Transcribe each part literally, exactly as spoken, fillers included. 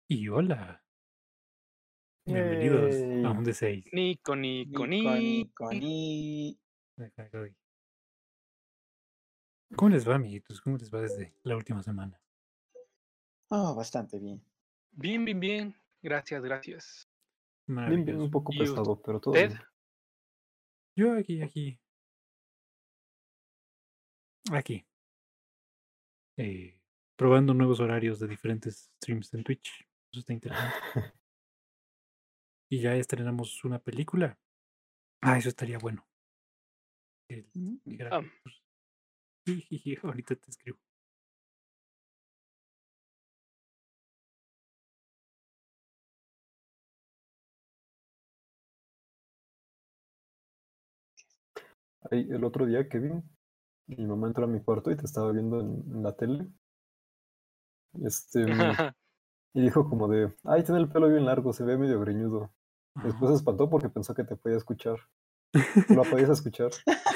Y hola, bienvenidos a Yay. un D seis. Nico, Nico, Nico, ni. Nico, ni. ¿Cómo les va, amiguitos? ¿Cómo les va desde la última semana? Oh, bastante bien. Bien, bien, bien. Gracias, gracias. Bien, bien, un Maravilloso. poco ¿Y pesado, pero todo usted? bien. Yo aquí, aquí, aquí, eh, probando nuevos horarios de diferentes streams en Twitch. Eso está interesante. Y ya estrenamos una película. Ah, eso estaría bueno. El- Mm. dijera, Ah, pues, jijiji, ahorita te escribo. Ahí, el otro día, Kevin, mi mamá entró a mi cuarto y te estaba viendo en, en la tele. Este, mm, y dijo como de, ay, tiene el pelo bien largo, se ve medio greñudo. Y después se Ajá. espantó porque pensó que te podía escuchar. ¿Tú la podías escuchar?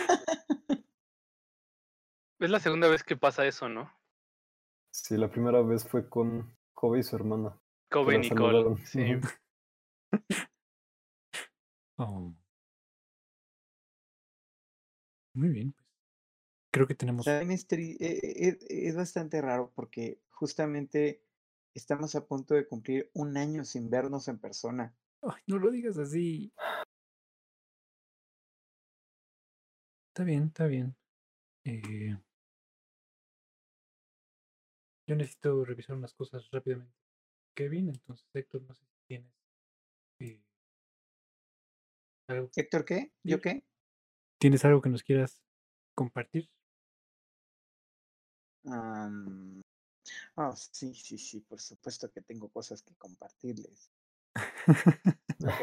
es la segunda vez que pasa eso, ¿no? Sí, la primera vez fue con Kobe y su hermana, que Kobe y la Nicole, saludaron. sí. Ujú. Oh, muy bien, pues. Creo que tenemos. Saben, es, tri- eh, eh, es bastante raro porque justamente estamos a punto de cumplir un año sin vernos en persona. Ay, no lo digas así. Está bien, está bien. Eh, yo necesito revisar unas cosas rápidamente. Kevin, entonces Héctor, no sé si tienes eh, algo que ¿Héctor qué? ¿Yo decir. qué? ¿Tienes algo que nos quieras compartir? Am, oh, sí, sí, sí, por supuesto que tengo cosas que compartirles. Ok,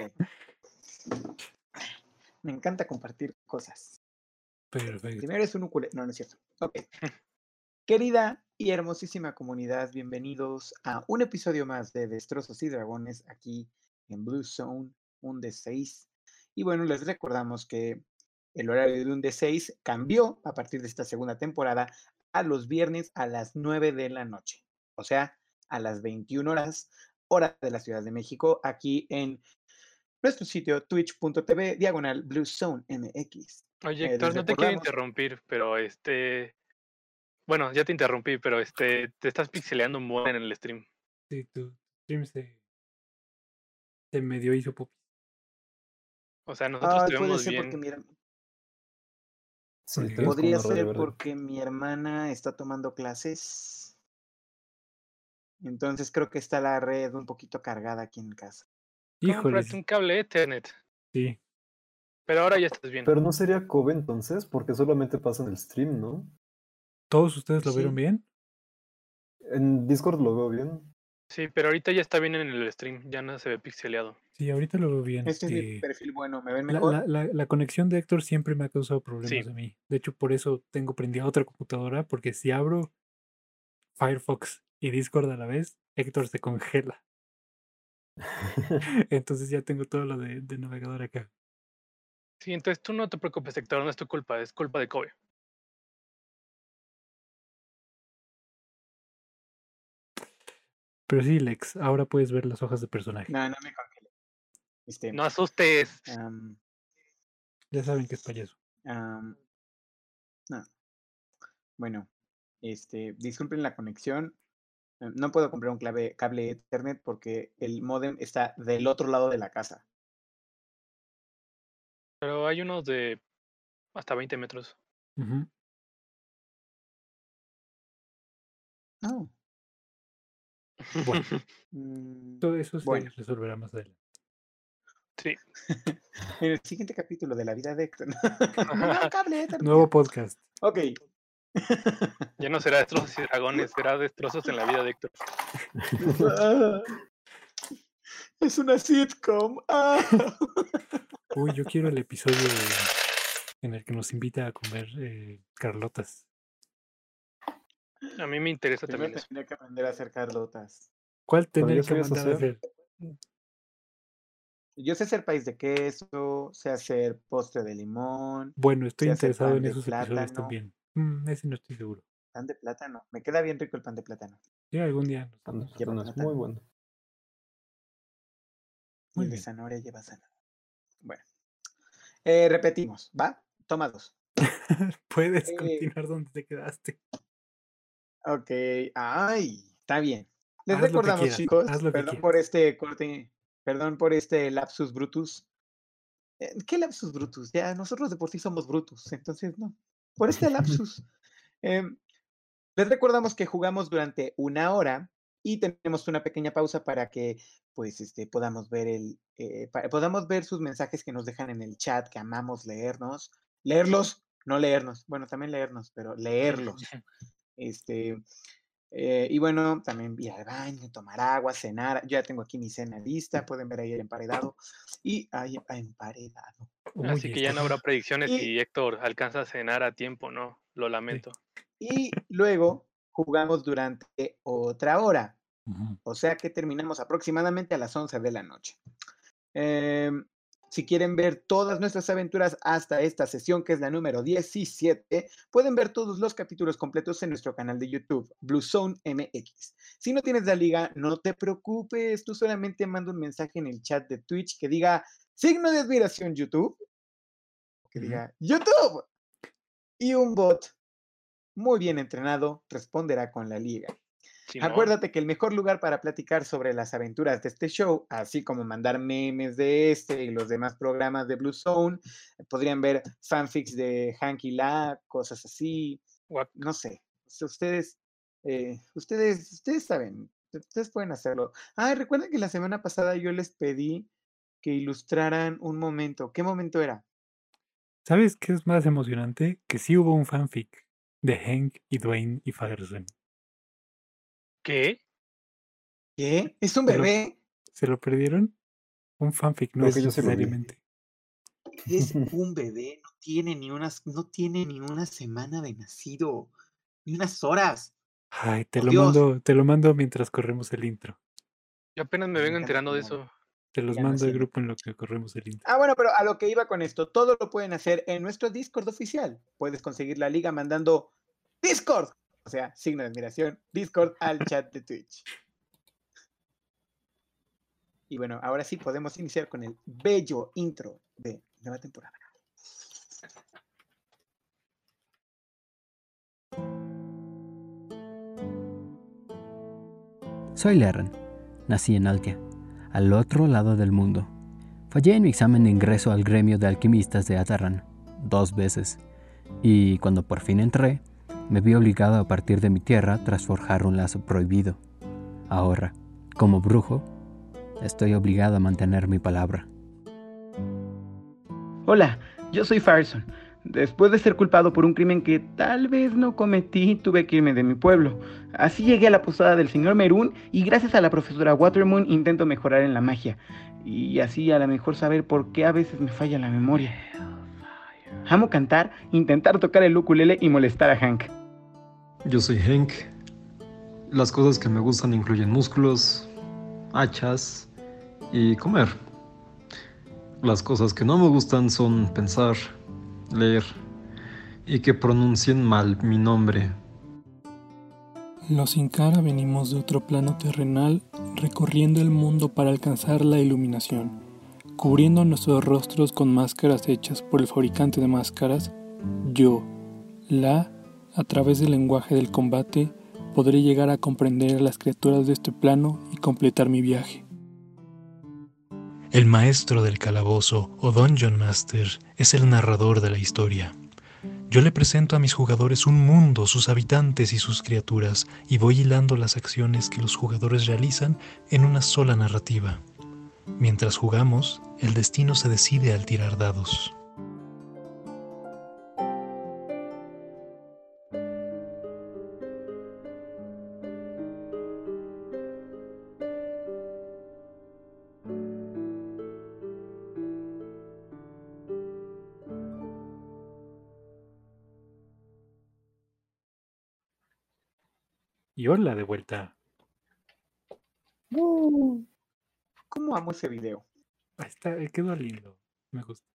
me encanta compartir cosas. Perfecto. Primero es un ukulele, no, no es cierto. Ok, querida y hermosísima comunidad, bienvenidos a un episodio más de Destrozos y Dragones aquí en Blue Zone, un D seis. Y bueno, les recordamos que el horario de un D seis cambió a partir de esta segunda temporada a los viernes a las nueve de la noche, o sea, a las veintiuna horas, hora de la Ciudad de México, aquí en nuestro sitio twitch.tv diagonal Blue Zone M X. Oye, Eh, Héctor, les no te quiero recordamos. interrumpir, pero este. Bueno, ya te interrumpí, pero este. Te estás pixeleando un buen en el stream. Sí, tu stream se, se medio hizo popis. O sea, nosotros Ay, te puede vemos ser porque bien. mi, her- ¿Por sí, qué? podría Podría ser ser por. porque mi hermana está tomando clases. Entonces creo que está la red un poquito cargada aquí en casa. Cómprate Híjoles, un cable Ethernet. sí. Pero ahora ya estás bien. Pero no sería Kobe entonces, porque solamente pasa en el stream, ¿no? ¿Todos ustedes Pues lo vieron sí, bien? en Discord lo veo bien. Sí, pero ahorita ya está bien en el stream. Ya no se ve pixeleado. Sí, ahorita lo veo bien. Este es mi Eh, perfil bueno, ¿me ven la, mejor? la, la, la conexión de Héctor siempre me ha causado Sí. problemas a mí. De hecho, por eso tengo prendida otra computadora, porque si abro Firefox y Discord a la vez, Héctor se congela. Entonces ya tengo todo lo de, de navegador acá. Sí, entonces tú no te preocupes, Héctor, no es tu culpa, es culpa de Kobe. Pero sí, Lex, ahora puedes ver las hojas de personaje. No, no me congelé. Este, No asustes. am, Ya saben que es payaso. am, no, bueno, este, disculpen la conexión. eh, No puedo comprar un clave, cable Ethernet porque el módem está del otro lado de la casa. Pero hay unos de hasta veinte metros. Ujú. No. Bueno, Mm, todo eso bueno, se resolverá más adelante. Sí. en el siguiente capítulo de la vida de Héctor. Mi nuevo cable Ethernet. Nuevo podcast. Ok. Ya no será destrozos y dragones, será destrozos en la vida de Héctor. Ah, es una sitcom. Ah. Uy, yo quiero el episodio de- en el que nos invita a comer eh, Carlotas. A mí me interesa Primero también eso. tendría que aprender a hacer carlotas. ¿Cuál Pero tener ya que sabías mandar a hacer. hacer? Yo sé hacer país de queso, sé hacer postre de limón, Bueno, estoy sé hacer interesado pan en de esos episodios plátano. también. Mm, ese no estoy seguro. Pan de plátano. Me queda bien rico el pan de plátano. Sí, algún día nos, Pan de nos- Lleva plátano es muy plátano. bueno. Y Muy el de bien. zanahoria lleva zanahoria. Bueno. Eh, repetimos, ¿va? Toma dos. Puedes Eh, continuar donde te quedaste. ok. Ay, está bien. Les Haz lo que recordamos, quieras, chicos, haz lo que perdón por quieras. este corte, perdón por este lapsus brutus. Eh, ¿Qué lapsus brutus? Ya, nosotros de por sí somos brutus, entonces no. Por este lapsus. Em, les recordamos que jugamos durante una hora y tenemos una pequeña pausa para que pues este, podamos ver el, eh, pa- podamos ver sus mensajes que nos dejan en el chat, que amamos leernos, leerlos, no leernos, bueno, también leernos, pero leerlos. Este, eh, y bueno, también ir al baño, tomar agua, cenar. Yo ya tengo aquí mi cena lista, pueden ver ahí el emparedado. Y hay emparedado. Así Oye, que ya está no habrá con... predicciones Y, si Héctor alcanza a cenar a tiempo, ¿no? Lo sí. lamento. y luego jugamos durante otra hora. Ujú. O sea que terminamos aproximadamente a las once de la noche. Eh, si quieren ver todas nuestras aventuras hasta esta sesión, que es la número diecisiete, pueden ver todos los capítulos completos en nuestro canal de YouTube, Blue Zone M X. Si no tienes la liga, no te preocupes, tú solamente manda un mensaje en el chat de Twitch que diga signo de admiración YouTube, que Ujú. diga YouTube, y un bot muy bien entrenado responderá con la liga. Simón, Acuérdate que el mejor lugar para platicar sobre las aventuras de este show, así como mandar memes de este y los demás programas de Blue Zone, podrían ver fanfics de Hanky La, cosas así, guac. no sé. Ustedes, eh, ustedes, ustedes saben, ustedes pueden hacerlo. Ah, recuerden que la semana pasada yo les pedí que ilustraran un momento. ¿Qué momento era? ¿Sabes qué es más emocionante? Que sí hubo un fanfic de Hank y Dwayne y Fagerson. ¿Qué? ¿Qué? ¿Es un ¿Se lo, bebé? se lo perdieron? Un fanfic no Creo es que yo se lo vi. necesariamente. Es un bebé, no tiene ni unas, no tiene ni una semana de nacido, ni unas horas. Ay, te Por lo Dios. mando, te lo mando mientras corremos el intro. Yo apenas me Me vengo encanta enterando de cómo eso. Te los ya no mando al haciendo. grupo en lo que corremos el intro. Ah, bueno, pero a lo que iba con esto, todo lo pueden hacer en nuestro Discord oficial. Puedes conseguir la liga mandando Discord, o sea, signo de admiración, Discord al chat de Twitch. Y bueno, ahora sí podemos iniciar con el bello intro de nueva temporada. Soy Lerren. Nací en Altia, al otro lado del mundo. Fallé en mi examen de ingreso al gremio de alquimistas de Atarran, dos veces, y cuando por fin entré, me vi obligado a partir de mi tierra tras forjar un lazo prohibido. Ahora, como brujo, estoy obligado a mantener mi palabra. Hola, yo soy Farson. Después de ser culpado por un crimen que tal vez no cometí, tuve que irme de mi pueblo. Así llegué a la posada del señor Merún y gracias a la profesora Watermoon intento mejorar en la magia. Y así a lo mejor saber por qué a veces me falla la memoria. Amo cantar, intentar tocar el ukulele y molestar a Hank. Yo soy Hank. Las cosas que me gustan incluyen músculos, hachas y comer. Las cosas que no me gustan son pensar, leer y que pronuncien mal mi nombre. Los Sin Cara venimos de otro plano terrenal, recorriendo el mundo para alcanzar la iluminación, cubriendo nuestros rostros con máscaras hechas por el fabricante de máscaras. Yo, La, a través del lenguaje del combate, podré llegar a comprender a las criaturas de este plano y completar mi viaje. El maestro del calabozo o Dungeon Master es el narrador de la historia. Yo le presento a mis jugadores un mundo, sus habitantes y sus criaturas, y voy hilando las acciones que los jugadores realizan en una sola narrativa. Mientras jugamos, el destino se decide al tirar dados. Y hola de vuelta. Uh, ¿Cómo amo ese video? Ahí está, eh, quedó lindo. Me gusta.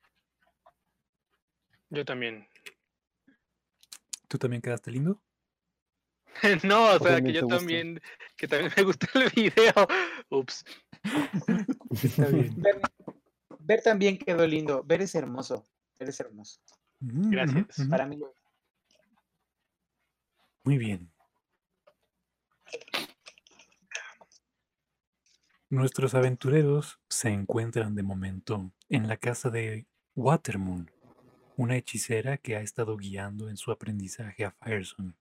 Yo también. ¿Tú también quedaste lindo? No, o ¿O sea, que también te yo gusta? también, que también me gusta el video. Ups. Está bien. Ver, ver también quedó lindo. Ver es hermoso. Ver es hermoso. Ujú, ujú, Gracias. ujú. Para mí lo es. Muy bien. Nuestros aventureros se encuentran de momento en la casa de Watermoon, una hechicera que ha estado guiando en su aprendizaje a Fireson.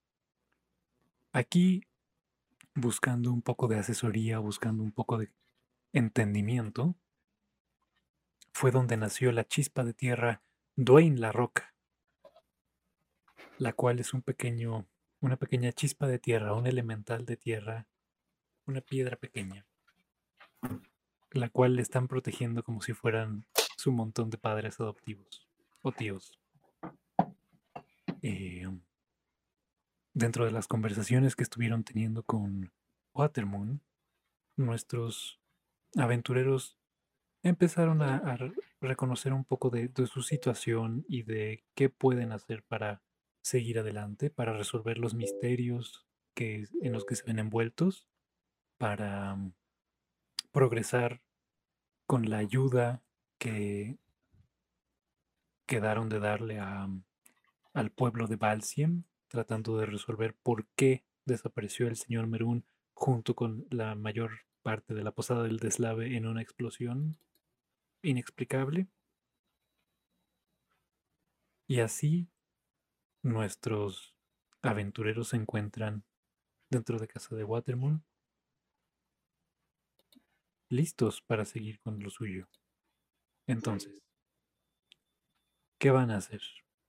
Aquí, buscando un poco de asesoría, buscando un poco de entendimiento, fue donde nació la chispa de tierra Dwayne la Roca, la cual es un pequeño, una pequeña chispa de tierra, un elemental de tierra, una piedra pequeña, la cual le están protegiendo como si fueran su montón de padres adoptivos o tíos. Eh, dentro de las conversaciones que estuvieron teniendo con Watermoon, nuestros aventureros empezaron a, a reconocer un poco de, de su situación y de qué pueden hacer para seguir adelante, para resolver los misterios que, en los que se ven envueltos, para um, progresar con la ayuda que quedaron de darle a, al pueblo de Balsiem, tratando de resolver por qué desapareció el señor Merún junto con la mayor parte de la posada del deslave en una explosión inexplicable. Y así nuestros aventureros se encuentran dentro de casa de Watermoon, listos para seguir con lo suyo. Entonces, ¿qué van a hacer?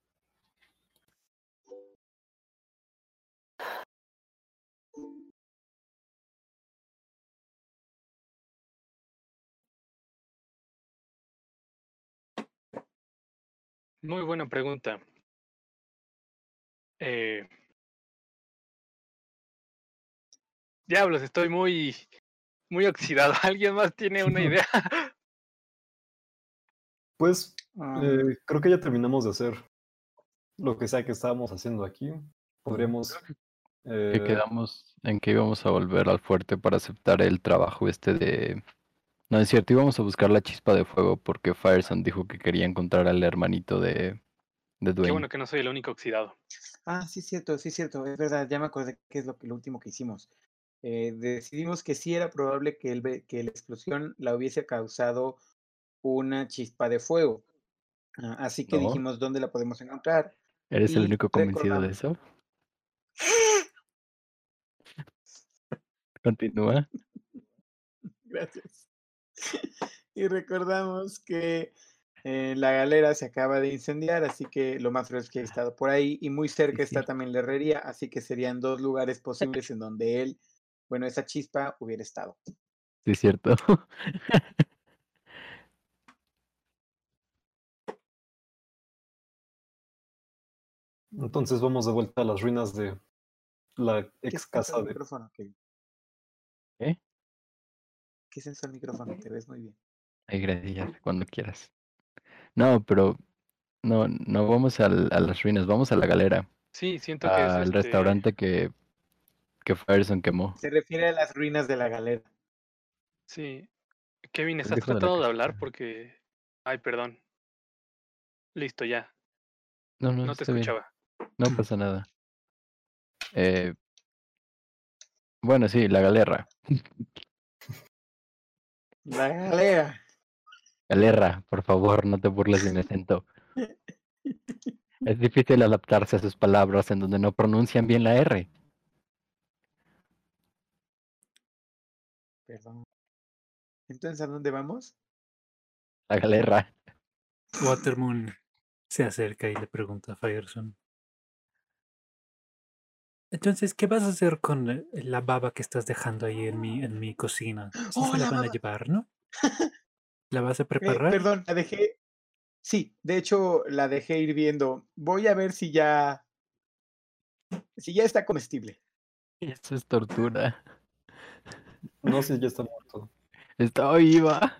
Muy buena pregunta. Eh, diablos, estoy muy, muy oxidado. ¿Alguien más tiene una idea? Pues Um, eh, creo que ya terminamos de hacer lo que sea que estábamos haciendo aquí. Podríamos... Que eh, quedamos en que íbamos a volver al fuerte para aceptar el trabajo este de... No es cierto, íbamos a buscar la chispa de fuego porque Fireson dijo que quería encontrar al hermanito de, de Qué Dwayne. bueno que no soy el único oxidado. Ah, sí, es cierto, sí, es cierto. Es verdad, ya me acordé qué es lo, que, lo último que hicimos. Eh, decidimos que sí era probable que, el, ve- que la explosión la hubiese causado una chispa de fuego. Ah, así que ¿No? dijimos dónde la podemos encontrar ¿Eres el y único convencido de recordamos. eso? Continúa. Gracias. Y recordamos que eh, la galera se acaba de incendiar, así que lo más probable es que haya estado por ahí. Y muy cerca Sí, está sí. también la herrería, así que serían dos lugares posibles en donde él, bueno, esa chispa hubiera estado. Sí, es cierto. entonces vamos de vuelta a las ruinas de la ¿Qué ex sensual casa el de... micrófono, Kevin? ¿Eh? ¿Qué sensual el micrófono? Te ves muy bien. Ay, gracias, cuando quieras. No, pero no, no vamos al- a las ruinas, vamos a la galera, Sí, siento que es al este. restaurante que, que Fireson quemó. Se refiere a las ruinas de la galera. Sí. Kevin, Él ¿estás dijo de la tratando de hablar? casita. Porque. Ay, perdón. Listo, ya. No, no, No te está bien, escuchaba. no pasa nada. Eh, bueno, sí, la galera. La galera. Galera, por favor, no te burles de mi acento. Es difícil adaptarse a sus palabras en donde no pronuncian bien la R. Perdón. Entonces, ¿a dónde vamos? La galera. Watermoon se acerca y le pregunta a Fireson. Entonces, ¿qué vas a hacer con eh, la baba que estás dejando ahí en mi, en mi cocina? Sí ¡Oh, se la la van a baba! llevar, ¿no? ¿La vas a Eh, preparar? perdón, la dejé. Sí, de hecho, la dejé hirviendo. Voy a ver si ya, si ya está comestible. Eso es tortura. No sé si ya está muerto. Está viva.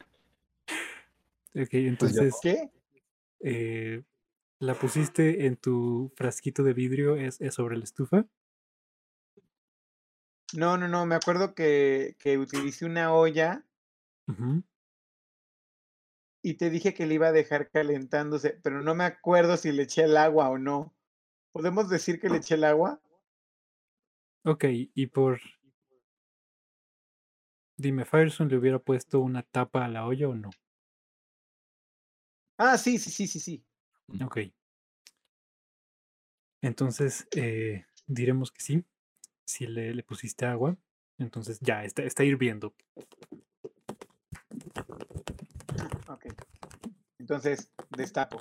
Ok, Pues ya no. entonces ¿Qué? eh, la pusiste en tu frasquito de vidrio, es, es sobre la estufa. No, no, no, me acuerdo que, que utilicé una olla Ujú. y te dije que le iba a dejar calentándose, pero no me acuerdo si le eché el agua o no. ¿Podemos decir que le eché el agua? Ok, y por, dime, ¿Fireson le hubiera puesto una tapa a la olla o no? Ah, sí, sí, sí, sí, sí. Ok, entonces eh, diremos que sí. Si le, le pusiste agua, entonces ya está, está hirviendo. Ok. Entonces, destapo.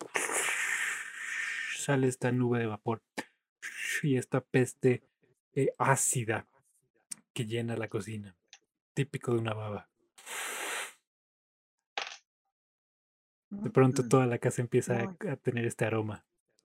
Sale esta nube de vapor y esta peste eh, ácida que llena la cocina, típico de una baba. De pronto Mm, toda la casa empieza no. a, a tener este aroma.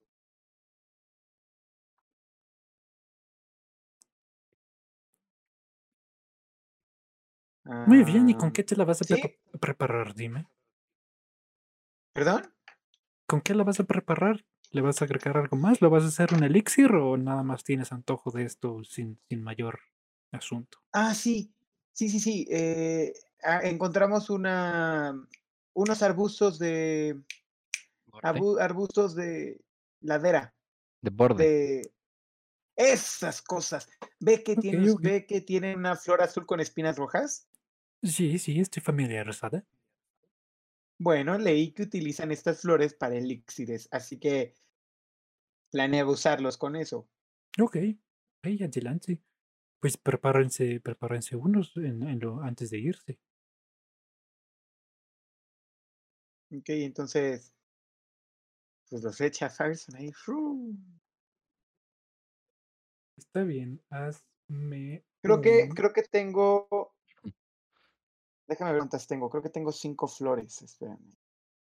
Muy bien, ¿y con Ah, qué te la vas a prepa- sí, preparar? Dime. ¿perdón? ¿Con qué la vas a preparar? ¿Le vas a agregar algo más? ¿Lo vas a hacer un elixir o nada más tienes antojo de esto sin, sin mayor asunto? Ah, sí, sí, sí, sí. eh, ah, encontramos una, unos arbustos de, Borde. abu- arbustos de ladera, De borde. de esas cosas. ¿Ve que Ok, tiene, us- ok. ve que tiene una flor azul con espinas rojas? Sí, sí, estoy familiarizada. Bueno, leí que utilizan estas flores para elixires, así que planeaba usarlos con eso. Ok, hey, adelante. Pues prepárense, prepárense unos en, en lo, antes de irse. Ok, entonces, pues los echa Farson ahí. ¡Fu! Está bien, hazme Creo que, un... creo que tengo, déjame ver cuántas tengo. Creo que tengo cinco flores. Espérame.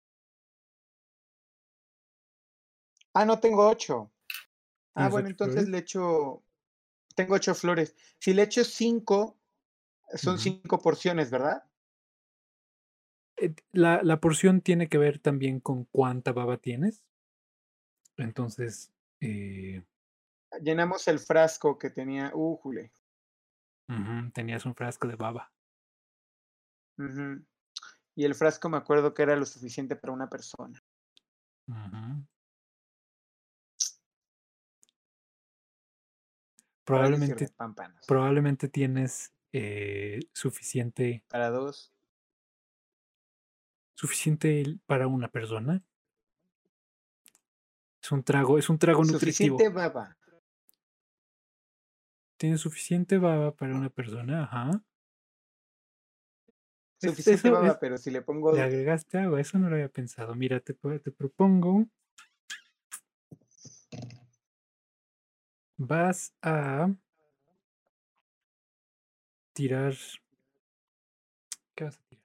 Ah, no, tengo ocho. Ah, ¿Tienes bueno, ocho entonces flores? le echo, tengo ocho flores. Si le echo cinco, son Ujú. cinco porciones, ¿verdad? Eh, La, la porción tiene que ver también con cuánta baba tienes. Entonces, eh, Llenamos el frasco que tenía. Uh, jule. ujú, tenías un frasco de baba. Ujú. Y el frasco me acuerdo que era lo suficiente para una persona. Ujú. Rayos y Probablemente, repámpanos. probablemente tienes eh, suficiente, Para dos. suficiente para una persona. Es un trago, es un trago Suficiente nutritivo. baba. Tienes suficiente baba para una persona, ajá. Es, Suficiente eso baba, es, pero si le le pongo. agregaste agua, eso no lo había pensado. Mira, te, pu- te propongo, vas a tirar, ¿qué vas a tirar?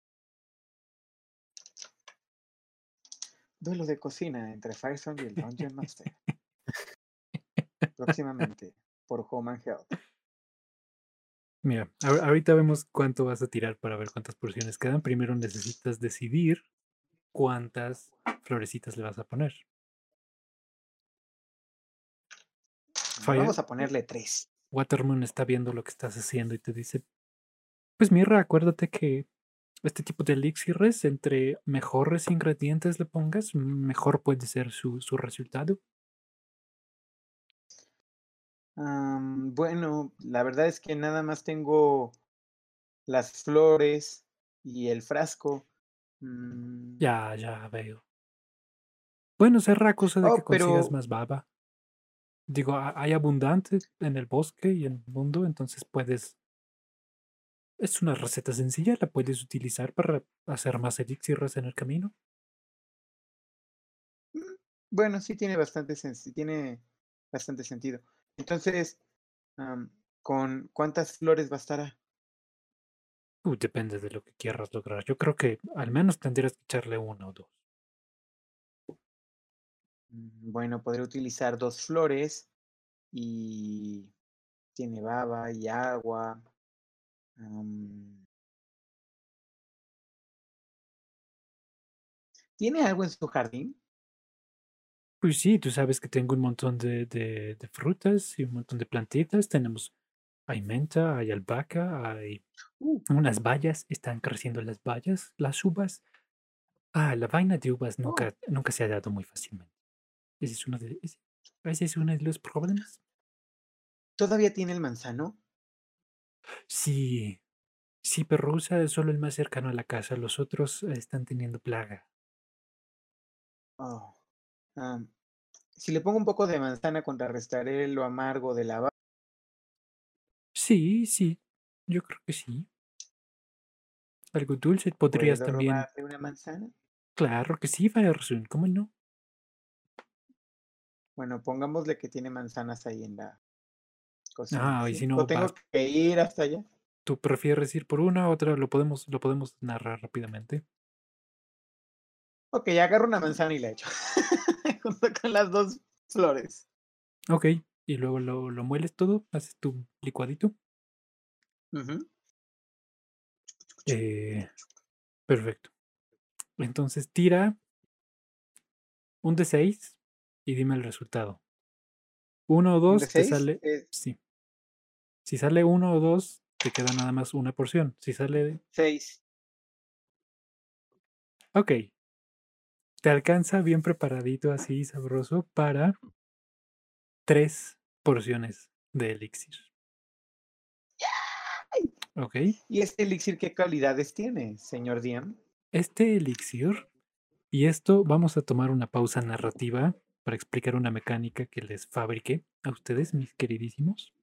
Duelo de cocina entre Firesong y el Dungeon Master. Próximamente por Home and Health. Mira, ahor- ahorita vemos cuánto vas a tirar para ver cuántas porciones quedan. Primero necesitas decidir cuántas florecitas le vas a poner. Fire, Vamos a ponerle tres. Watermoon está viendo lo que estás haciendo y te dice, pues mira, acuérdate que este tipo de elixires, entre mejores ingredientes le pongas, mejor puede ser su, su resultado. Am, bueno, la verdad es que nada más tengo las flores y el frasco. Mm, Ya, ya veo. Bueno, será cosa de que Oh, consigas pero más baba. Digo, ha- hay abundante en el bosque y en el mundo, entonces puedes... Es una receta sencilla, la puedes utilizar para hacer más elixires en el camino. mm, bueno, sí tiene bastante sen- sí tiene bastante sentido. Entonces, am, ¿con cuántas flores bastará? Uh, depende de lo que quieras lograr. Yo creo que al menos tendrías que echarle una o dos. Mm, Bueno, podría utilizar dos flores y tiene baba y agua. am, ¿Tiene algo en su jardín? Pues sí, tú sabes que tengo un montón de, de- de frutas y un montón de plantitas. Tenemos Hay menta, hay albahaca, hay Uh, unas bayas, están creciendo las bayas, las uvas. Ah, la vaina de uvas oh, nunca, nunca se ha dado muy fácilmente. Ese es uno de, ese, ese es uno de los problemas. ¿todavía tiene el manzano? Sí, sí, pero usa solo el más cercano a la casa. Los otros eh, están teniendo plaga. Oh. am, si le pongo un poco de manzana, contrarrestaré lo amargo de la va- Sí, sí, yo creo que sí. Algo dulce podrías ¿Puedo también. robarle una manzana? Claro que sí, Faersun, ¿cómo no? Bueno, pongámosle que tiene manzanas ahí en la cocina, Ah, y si ¿sí? ¿O no tengo vas, que ir hasta allá? tú prefieres ir por una, otra, lo podemos, lo podemos narrar rápidamente. Ok, agarro una manzana y la echo. Junto con las dos flores. Ok, y luego lo, lo mueles todo, haces tu licuadito. Ujú. Eh, perfecto. Entonces tira un de seis y dime el resultado. Uno o ¿Un de dos te seis? sale. Es Sí. Si sale uno o dos, te queda nada más una porción. Si sale. seis. Ok. Te alcanza bien preparadito así, sabroso, para tres porciones de elixir. ¡Ay! Ok. ¿Y este elixir qué calidades tiene, señor Diem? Este elixir. Y esto vamos a tomar una pausa narrativa para explicar una mecánica que les fabriqué a ustedes, mis queridísimos.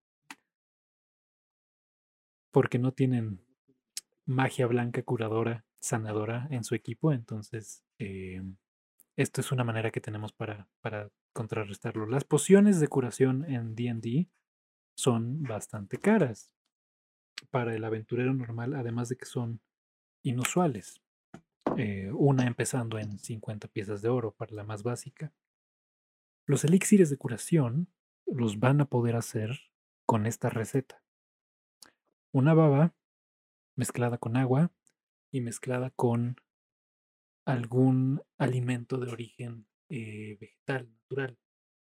Porque no tienen magia blanca curadora, sanadora en su equipo. Entonces, eh, esto es una manera que tenemos para, para contrarrestarlo. Las pociones de curación en D and D son bastante caras para el aventurero normal, además de que son inusuales. Eh, una empezando en cincuenta piezas de oro para la más básica. Los elixires de curación los van a poder hacer con esta receta. Una baba mezclada con agua y mezclada con algún alimento de origen eh, vegetal, natural.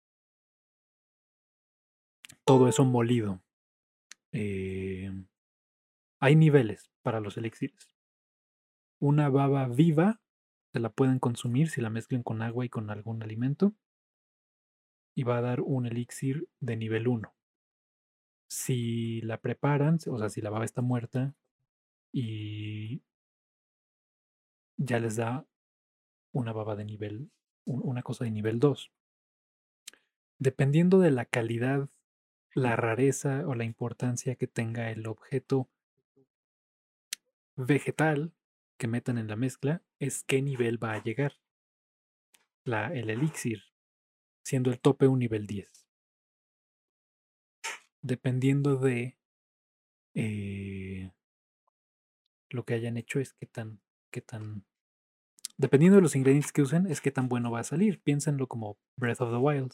Todo eso molido. Eh, hay niveles para los elixires. Una baba viva se la pueden consumir si la mezclan con agua y con algún alimento. Y va a dar un elixir de nivel uno. Si la preparan, o sea, si la baba está muerta y ya les da una baba de nivel, una cosa de nivel dos. Dependiendo de la calidad, la rareza o la importancia que tenga el objeto vegetal que metan en la mezcla, es qué nivel va a llegar la, el elixir, siendo el tope un nivel diez. Dependiendo de eh, lo que hayan hecho, es qué tan, qué tan. Dependiendo de los ingredientes que usen, es qué tan bueno va a salir. Piénsenlo como Breath of the Wild.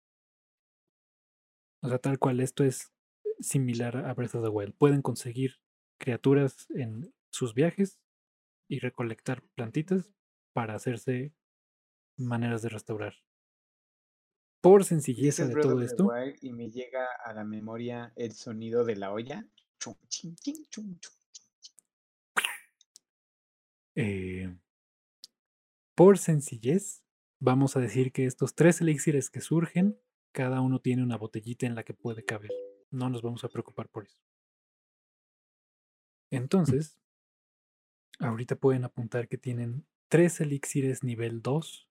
O sea, tal cual, esto es similar a Breath of the Wild. Pueden conseguir criaturas en sus viajes y recolectar plantitas para hacerse maneras de restaurar. Por sencilleza Dices de Breath todo of the esto, Wild y me llega a la memoria el sonido de la olla. Chum, chin, chin, chum, chum. eh, por sencillez, vamos a decir que estos tres elixires que surgen, cada uno tiene una botellita en la que puede caber. No nos vamos a preocupar por eso. Entonces, ahorita pueden apuntar que tienen tres elixires nivel dos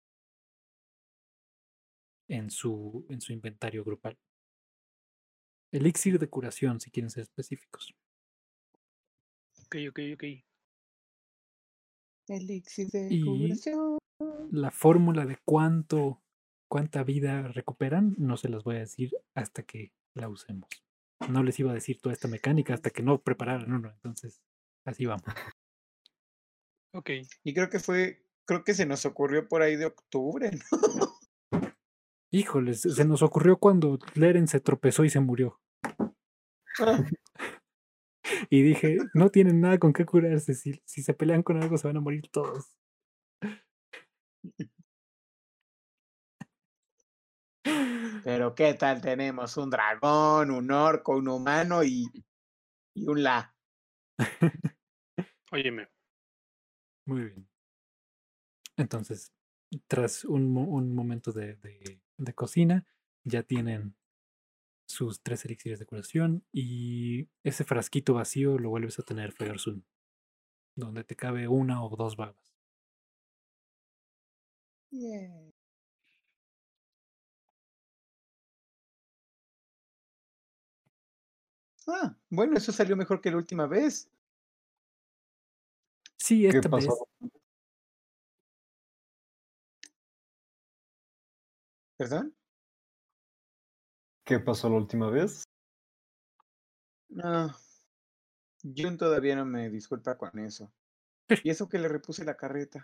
en su, en su inventario grupal. Elixir de curación, si quieren ser específicos. Ok, ok, ok. Elixir de Y curación. la fórmula de cuánto, cuánta vida recuperan, no se las voy a decir hasta que la usemos. No les iba a decir toda esta mecánica hasta que no prepararan uno. Entonces, así vamos. Ok. Y creo que fue, creo que se nos ocurrió por ahí de octubre, ¿no? Híjoles, se nos ocurrió cuando Leren se tropezó y se murió. Ah, Y dije, no tienen nada con qué curarse. Si, si se pelean con algo, se van a morir todos. Pero ¿qué tal? Tenemos un dragón, un orco, un humano y, y un la. Óyeme. Muy bien. Entonces, tras un, mo- un momento de, de- de cocina, ya tienen sus tres elixires de curación y ese frasquito vacío lo vuelves a tener, Fegarsun, donde te cabe una o dos babas. Yeah. Ah, bueno, eso salió mejor que la última vez. Sí, ¿Qué esta vez. pasó? ¿Perdón? ¿Qué pasó la última vez? No, Jun todavía no me disculpa con eso. Y eso que le repuse la carreta.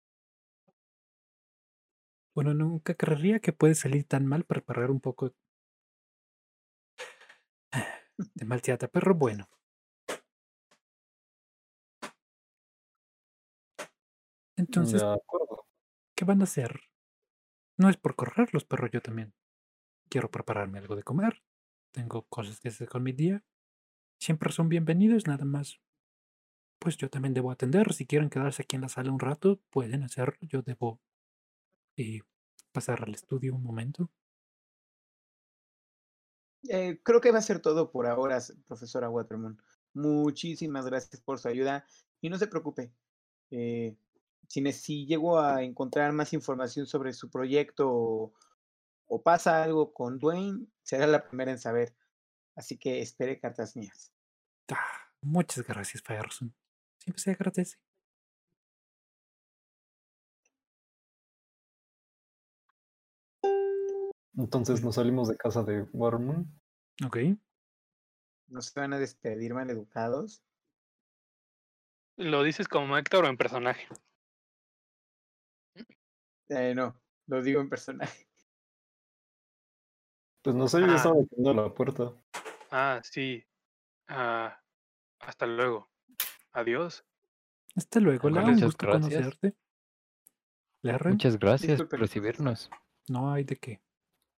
Bueno, nunca creería que puede salir tan mal para parar un poco de mal teatro, pero bueno. Entonces, De acuerdo. ¿qué van a hacer? No es por correrlos, pero yo también quiero prepararme algo de comer. Tengo cosas que hacer con mi día. Siempre son bienvenidos, nada más. Pues yo también debo atender. Si quieren quedarse aquí en la sala un rato, pueden hacerlo. Yo debo eh, pasar al estudio un momento. Eh, creo que va a ser todo por ahora, s- profesora Watermoon. Muchísimas gracias por su ayuda y no se preocupe. Eh, si, ne- si llego a encontrar más información sobre su proyecto o, o pasa algo con Dwayne, será la primera en saber. Así que espere cartas mías. Ah, muchas gracias, Fireson. Siempre se agradece. Entonces nos salimos de casa de Watermoon. Ok. ¿No se van a despedir maleducados? ¿Lo dices como Héctor o en personaje? Eh, no, lo digo en personaje. Pues no sé, yo ya Ah, estaba metiendo la puerta. ah, sí. Ah, hasta luego. Adiós. Hasta luego, La. Un Muchas gusto gracias. conocerte. Larren, Muchas gracias por Disculpen, recibirnos. no hay de qué.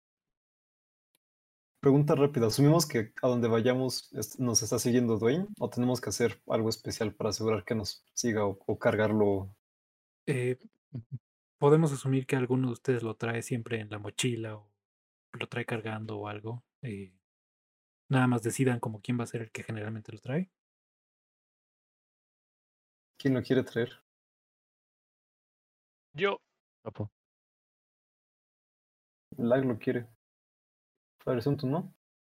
Pregunta rápida. ¿Asumimos que a donde vayamos es- nos está siguiendo Dwayne o tenemos que hacer algo especial para asegurar que nos siga o, o cargarlo? Eh, podemos asumir que alguno de ustedes lo trae siempre en la mochila o lo trae cargando o algo. Eh, nada más decidan como quién va a ser el que generalmente lo trae. ¿Quién lo quiere traer? Yo. Papo. Lag lo quiere. Parece un tú, ¿no?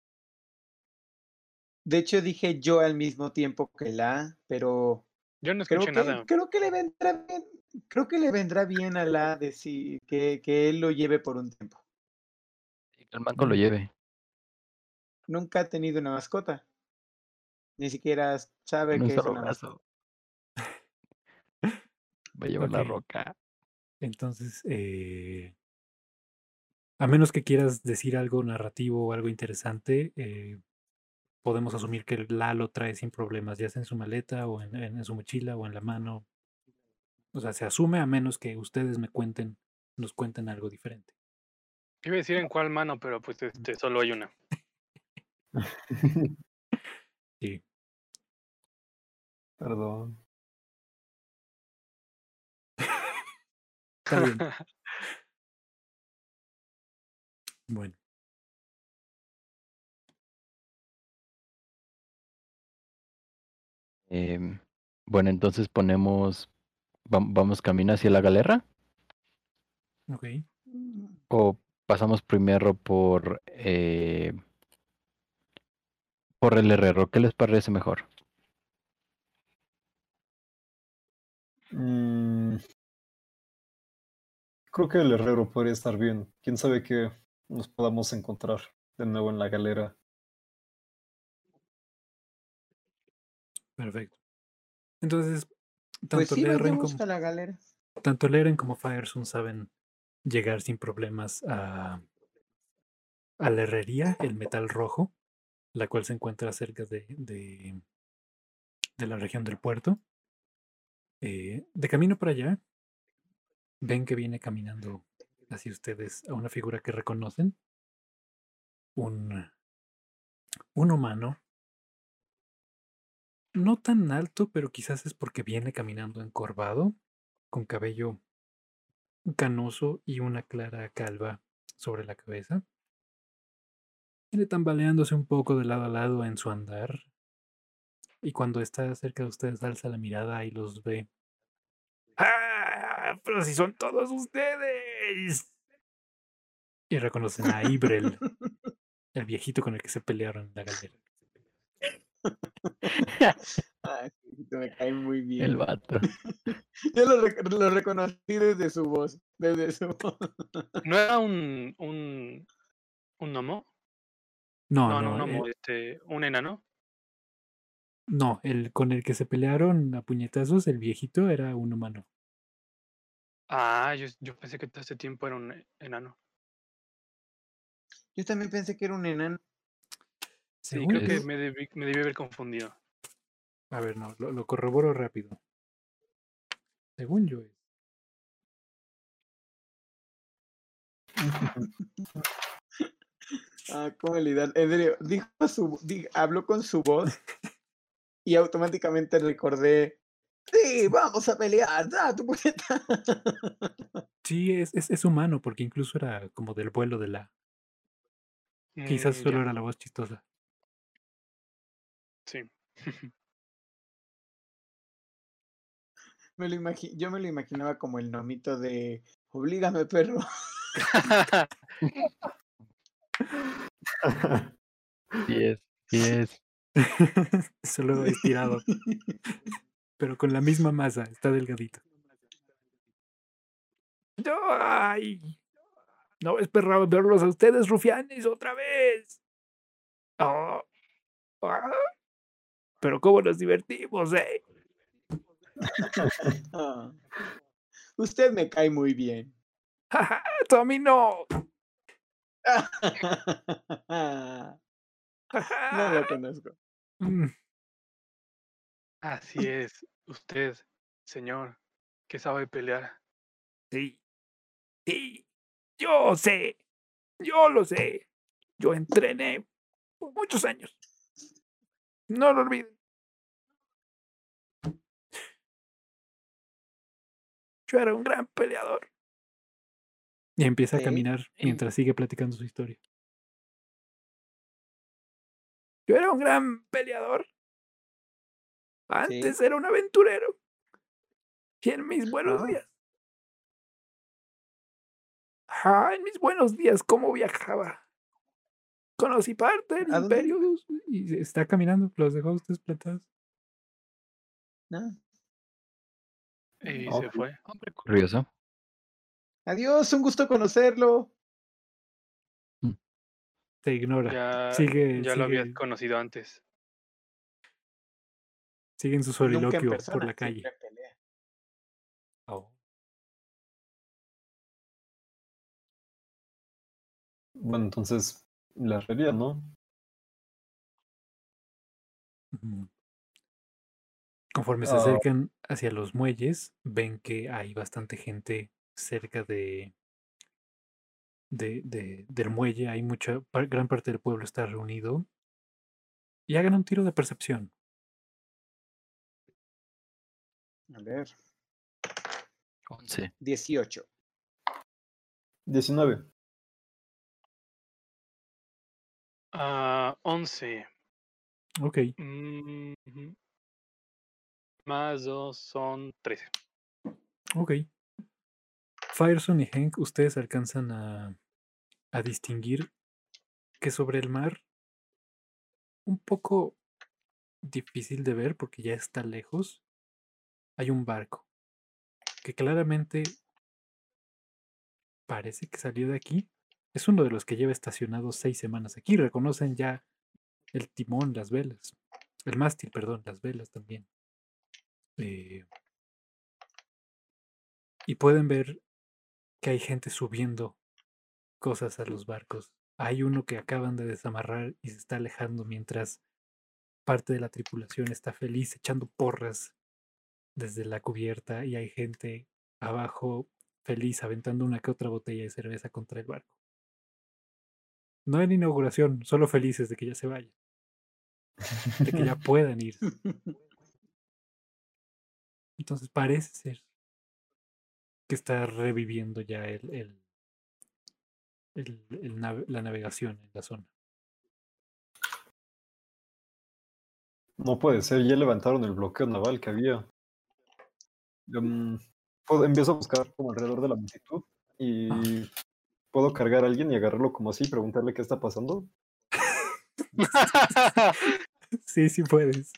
De hecho, dije yo al mismo tiempo que la, pero Yo no creo escuché que, nada. creo que le vendrá bien, creo que le vendrá bien a la decir que, que él lo lleve por un tiempo. Y que el manco lo Mm, lleve. Nunca ha tenido una mascota. Ni siquiera sabe Con un que es solo una mascota. brazo. Va a llevar la ok. roca. Entonces, eh, a menos que quieras decir algo narrativo o algo interesante, eh, podemos asumir que La lo trae sin problemas, ya sea en su maleta o en, en su mochila o en la mano. O sea, se asume a menos que ustedes me cuenten, nos cuenten algo diferente. Iba a decir en cuál mano, pero pues este solo hay una. Sí. Perdón. Está bien. Bueno, Em, bueno, entonces ponemos. vam- Vamos camino hacia la galera. ok. ¿O pasamos primero por. eh, por el herrero? ¿Qué les parece mejor? Mm, creo que el herrero podría estar bien. Quién sabe qué nos podamos encontrar de nuevo en la galera. Perfecto. Entonces, Pues tanto sí, Leren vayamos como, a la galera. tanto Leren como Fireson saben llegar sin problemas a, a la herrería, el metal rojo, la cual se encuentra cerca de, de, de la región del puerto. Eh, de camino para allá, ven que viene caminando hacia ustedes a una figura que reconocen. un, un humano, no tan alto, pero quizás es porque viene caminando encorvado, con cabello canoso y una clara calva sobre la cabeza. Viene tambaleándose un poco de lado a lado en su andar, y cuando está cerca de ustedes alza la mirada y los ve. ¡Ah! ¡Pero si son todos ustedes! Y reconocen a Ibrel, el viejito con el que se pelearon en la galera. Ay, sí, me cae muy bien. El vato. Yo lo, rec- lo reconocí desde su voz. Desde su voz. ¿No era un, un, un gnomo? No, No, no, no, un gnomo, eh, este, un enano. no, el con el que se pelearon a puñetazos, el viejito, era un humano. Ah, yo, yo pensé que todo este tiempo era un enano. Yo también pensé que era un enano. Sí, Según creo yo, que me debí, me debí haber confundido. a ver, no, lo, lo corroboro rápido. Según yo es. Ah, cómo le da. En serio, dijo su, di- habló con su voz y automáticamente recordé. Sí, vamos a pelear. Da tu puñeta. Sí, es, es, es humano, porque incluso era como del vuelo de la. Quizás Mm, solo ya, era la voz chistosa. sí. Me lo imagi- yo me lo imaginaba como el nomito de Oblígame, perro. Sí es, sí es. Solo estirado, pero con la misma masa, está delgadito. ¡No! ¡Ay! No esperaba verlos a ustedes, rufianes, otra vez. Oh, ah, pero cómo nos divertimos, ¿eh? Ah, usted me cae muy bien. Tommy, no. No lo conozco. Mm, Así es, usted, señor, que sabe pelear. sí, sí, yo sé, yo lo sé. Yo entrené por muchos años. No lo olviden. Yo era un gran peleador. Y empieza a Sí. caminar mientras sigue platicando su historia. Yo era un gran peleador. Antes Sí. era un aventurero. Y en mis buenos Ah, días. Ah, en mis buenos días, ¿cómo viajaba? Conocí parte del ¿A dónde? imperio. dos- Y está caminando, los dejó a ustedes plantados. No. Y Ok. se fue. Hombre curioso. Adiós, un gusto conocerlo. Te ignora. Ya, Sigue, ya lo habías sigue, conocido antes. sigue en su Nunca en soliloquio por persona, la calle. siempre en pelea. Oh. Bueno, entonces la herrería, ¿no? Ujú. Conforme se Ah, acercan hacia los muelles, ven que hay bastante gente cerca de, de, de- del muelle. Hay mucha, par- gran parte del pueblo está reunido. Y hagan un tiro de percepción. A ver, Once. dieciocho. diecinueve. Ah, once. Ok. Mm, ujú. Más dos son trece. Ok. Fireson y Hank, ustedes alcanzan a, a distinguir que sobre el mar, un poco difícil de ver porque ya está lejos, hay un barco que claramente parece que salió de aquí. Es uno de los que lleva estacionado seis semanas aquí. Reconocen ya el timón, las velas. El mástil, perdón, las velas también. Eh, y pueden ver que hay gente subiendo cosas a los barcos. Hay uno que acaban de desamarrar y se está alejando mientras parte de la tripulación está feliz echando porras desde la cubierta y hay gente abajo feliz aventando una que otra botella de cerveza contra el barco. No en inauguración, solo felices de que ya se vayan. De que ya puedan ir. Entonces parece ser que está reviviendo ya el, el, el, el nave- la navegación en la zona. No puede ser, ya levantaron el bloqueo naval que había. Em, puedo- empiezo a buscar como alrededor de la multitud y puedo cargar a alguien y agarrarlo como así y preguntarle qué está pasando. Sí, sí puedes.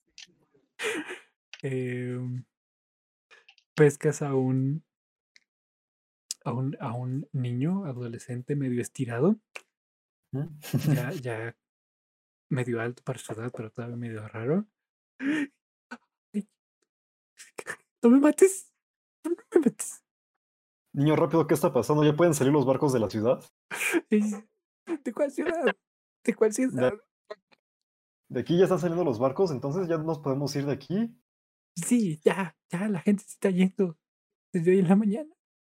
Em, pescas a un, a un, a un niño adolescente medio estirado, ¿Mm? ya, ya medio alto para su edad, pero todavía medio raro. Ay, no me mates, no me mates. Niño, rápido, ¿qué está pasando? ¿Ya pueden salir los barcos de la ciudad? Ay, ¿de cuál ciudad? ¿De cuál De, ciudad? de aquí ya están saliendo los barcos, entonces ya nos podemos ir de aquí. Sí, ya, ya, la gente se está yendo desde hoy en la mañana.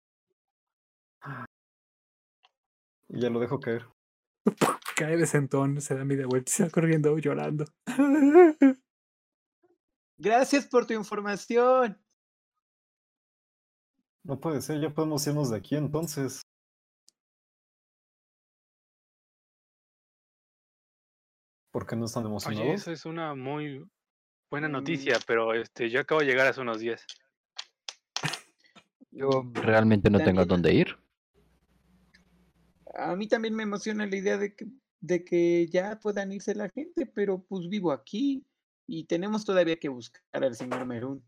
Y ya lo dejo caer. Cae de sentón, se da media vuelta y se va corriendo llorando. Gracias por tu información. No puede ser, ya podemos irnos de aquí entonces. ¿Por qué no están Oye, emocionados? eso es una muy buena Mm, noticia, pero este, yo acabo de llegar hace unos días. Yo realmente no tengo a también, dónde ir. a mí también me emociona la idea de que, de que ya puedan irse la gente, pero pues vivo aquí y tenemos todavía que buscar al señor Merún.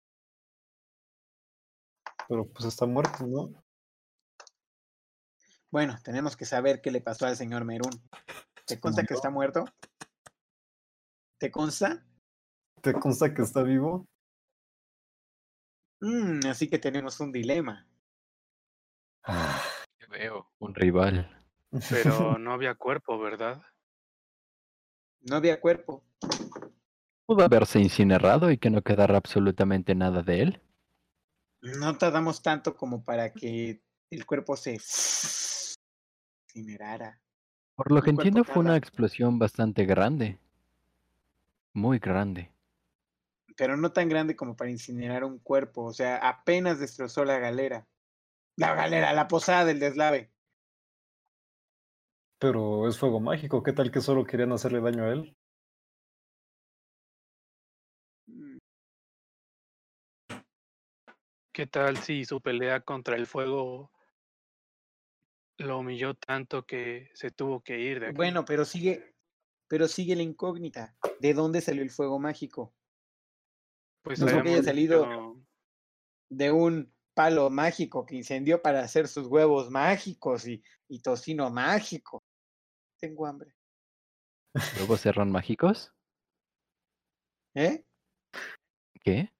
Pero pues está muerto, ¿no? Bueno, tenemos que saber qué le pasó al señor Merún. ¿Te Se consta murió. que está muerto? ¿Te consta? ¿Te consta que está vivo? Mm, así que tenemos un dilema. Ya veo, un rival. Pero no había cuerpo, ¿verdad? No había cuerpo. Pudo haberse incinerado y que no quedara absolutamente nada de él. No tardamos tanto como para que el cuerpo se incinerara. Por lo que Un cuerpo entiendo fue una tarda, explosión bastante grande. Muy grande. pero no tan grande como para incinerar un cuerpo. O sea, apenas destrozó la galera. La galera, la posada del deslave. Pero es fuego mágico, ¿qué tal que solo querían hacerle daño a él? Mm, ¿Qué tal si su pelea contra el fuego lo humilló tanto que se tuvo que ir de aquí? Bueno, pero sigue, pero sigue la incógnita. ¿De dónde salió el fuego mágico? Pues No creo que haya habíamos salido dicho, de un palo mágico que incendió para hacer sus huevos mágicos y, y tocino mágico. Tengo hambre. ¿Huevos serán mágicos? ¿Eh? ¿Qué?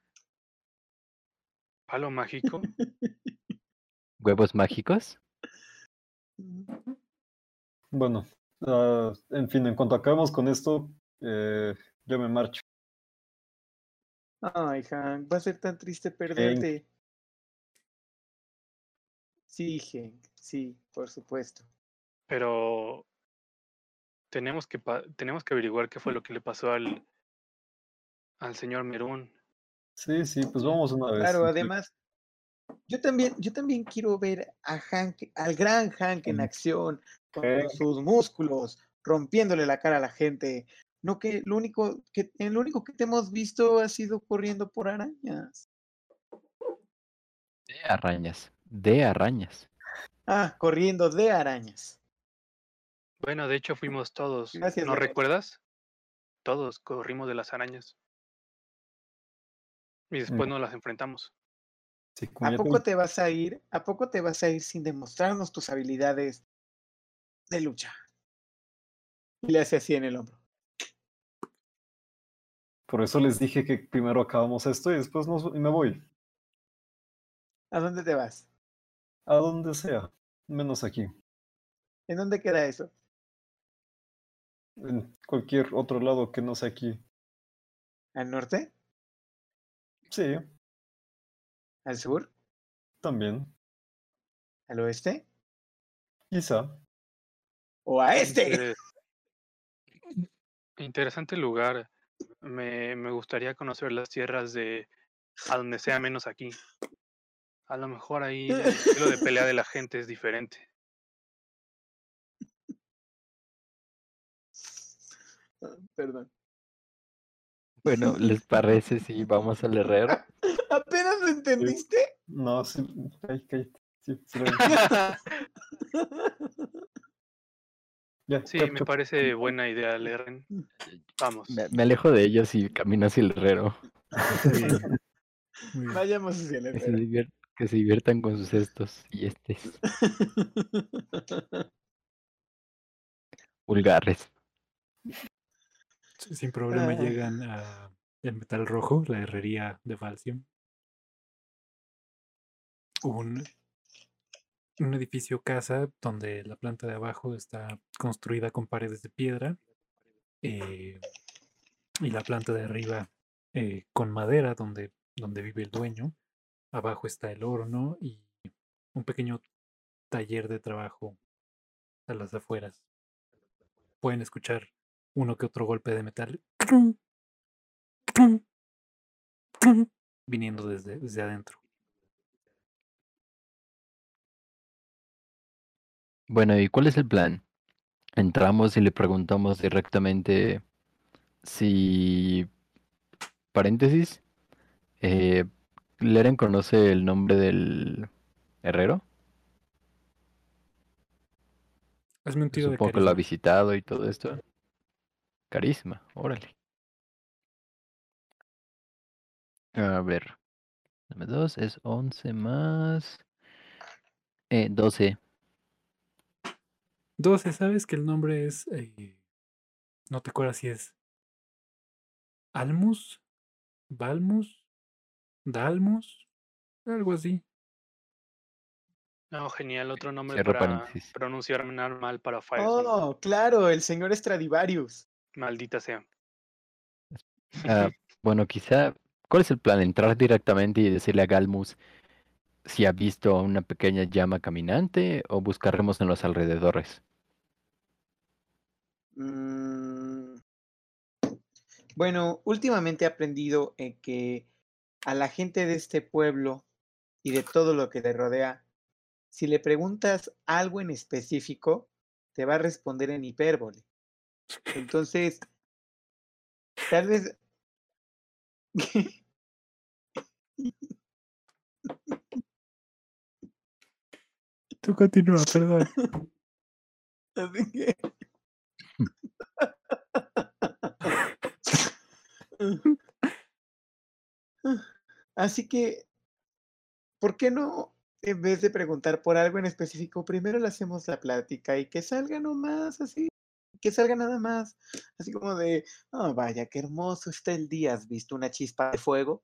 ¿palo mágico? ¿Huevos mágicos? Bueno, ah, en fin, en cuanto acabemos con esto, eh, yo me marcho. Ay, Hank, va a ser tan triste Hank, perderte. Sí, Hank, sí, por supuesto. Pero tenemos que, pa- tenemos que averiguar qué fue lo que le pasó al, al señor Merún. sí, sí, pues vamos una vez. Claro, además, yo también, yo también quiero ver a Hank, al gran Hank en Hank, acción, con Hank, sus músculos, rompiéndole la cara a la gente. No que lo único que, el único que te hemos visto ha sido corriendo por arañas. De arañas. De arañas. Ah, corriendo de arañas. Bueno, de hecho fuimos todos. Gracias, ¿No Leo. recuerdas? Todos corrimos de las arañas y mm, después nos las enfrentamos. sí, como ¿A ya te poco te vas a ir? ¿A poco te vas a ir sin demostrarnos tus habilidades de lucha? Y le hace así en el hombro. por eso les dije que primero acabamos esto y después nos, y me voy. ¿A dónde te vas? A donde sea, menos aquí. ¿En dónde queda eso? En cualquier otro lado que no sea aquí. ¿Al norte? Sí, ¿Al sur? también. ¿Al oeste? Quizá. o a este. Interes- Interesante lugar. Me, me gustaría conocer las tierras de a donde sea menos aquí. A lo mejor ahí el estilo de pelea de la gente es diferente. Ah, Perdón. Bueno, ¿les parece si vamos al herrero? ¿Apenas lo entendiste? No, sí, cállate, cállate. Sí, sí lo vi. Ya, Sí, chop, me chop. parece buena idea, Lerren. Vamos. Me, me alejo de ellos y camino hacia el herrero. Está bien. Muy bien. Vayamos hacia el Que se, herrero. divier- que se diviertan con sus cestos y estes vulgares. Sí, sin problema Ah, llegan a el Metal Rojo, la herrería de Falcium. Un, un edificio casa donde la planta de abajo está construida con paredes de piedra eh, y la planta de arriba eh, con madera donde, donde vive el dueño. Abajo está el horno y un pequeño taller de trabajo a las afueras. Pueden escuchar uno que otro golpe de metal viniendo desde, desde adentro. Bueno, ¿y cuál es el plan? Entramos y le preguntamos directamente si, paréntesis, eh, Leren conoce el nombre del herrero. Hazme un tiro de Supongo que lo ha carisma. visitado y todo esto. Carisma, órale. A ver, dame dos, es once más eh, doce. doce, ¿sabes que el nombre es... eh, no te acuerdas si es Almus, Balmus, Dalmus, algo así. No, genial. Otro nombre Cierro para paréntesis. pronunciarme mal para Fireson. Oh, claro, el señor Stradivarius. Maldita sea. Ah, bueno, quizá, ¿cuál es el plan? ¿Entrar directamente y decirle a Galmus si ha visto una pequeña llama caminante o buscaremos en los alrededores? Mm, Bueno, últimamente he aprendido en que a la gente de este pueblo y de todo lo que le rodea, si le preguntas algo en específico, te va a responder en hipérbole. Entonces, tal vez... Tú continúa, perdón. Así que... Así que, ¿por qué no, en vez de preguntar por algo en específico, primero le hacemos la plática y que salga nomás así, que salga nada más, así como de, oh, vaya, qué hermoso está el día, ¿has visto una chispa de fuego?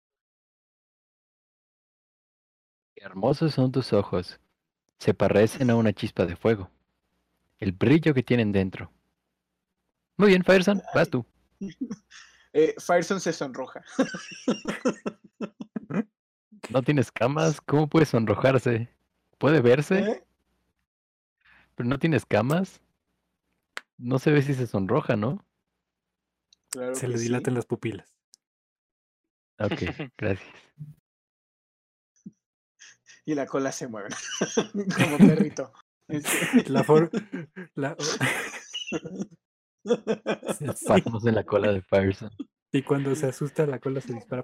Qué hermosos son tus ojos. Se parecen a una chispa de fuego. El brillo que tienen dentro. Muy bien, Fireson, vas tú. Eh, Fireson se sonroja. ¿No tienes camas? ¿Cómo puede sonrojarse? ¿Puede verse? ¿Eh? ¿Pero no tienes camas? No se ve si se sonroja, ¿no? Claro Se que le sí. dilatan las pupilas. Ok, gracias. Y la cola se mueve, como perrito. Este, La for... la... Sí, sí. Pasamos en la cola de Fireson. Y cuando se asusta, la cola se dispara.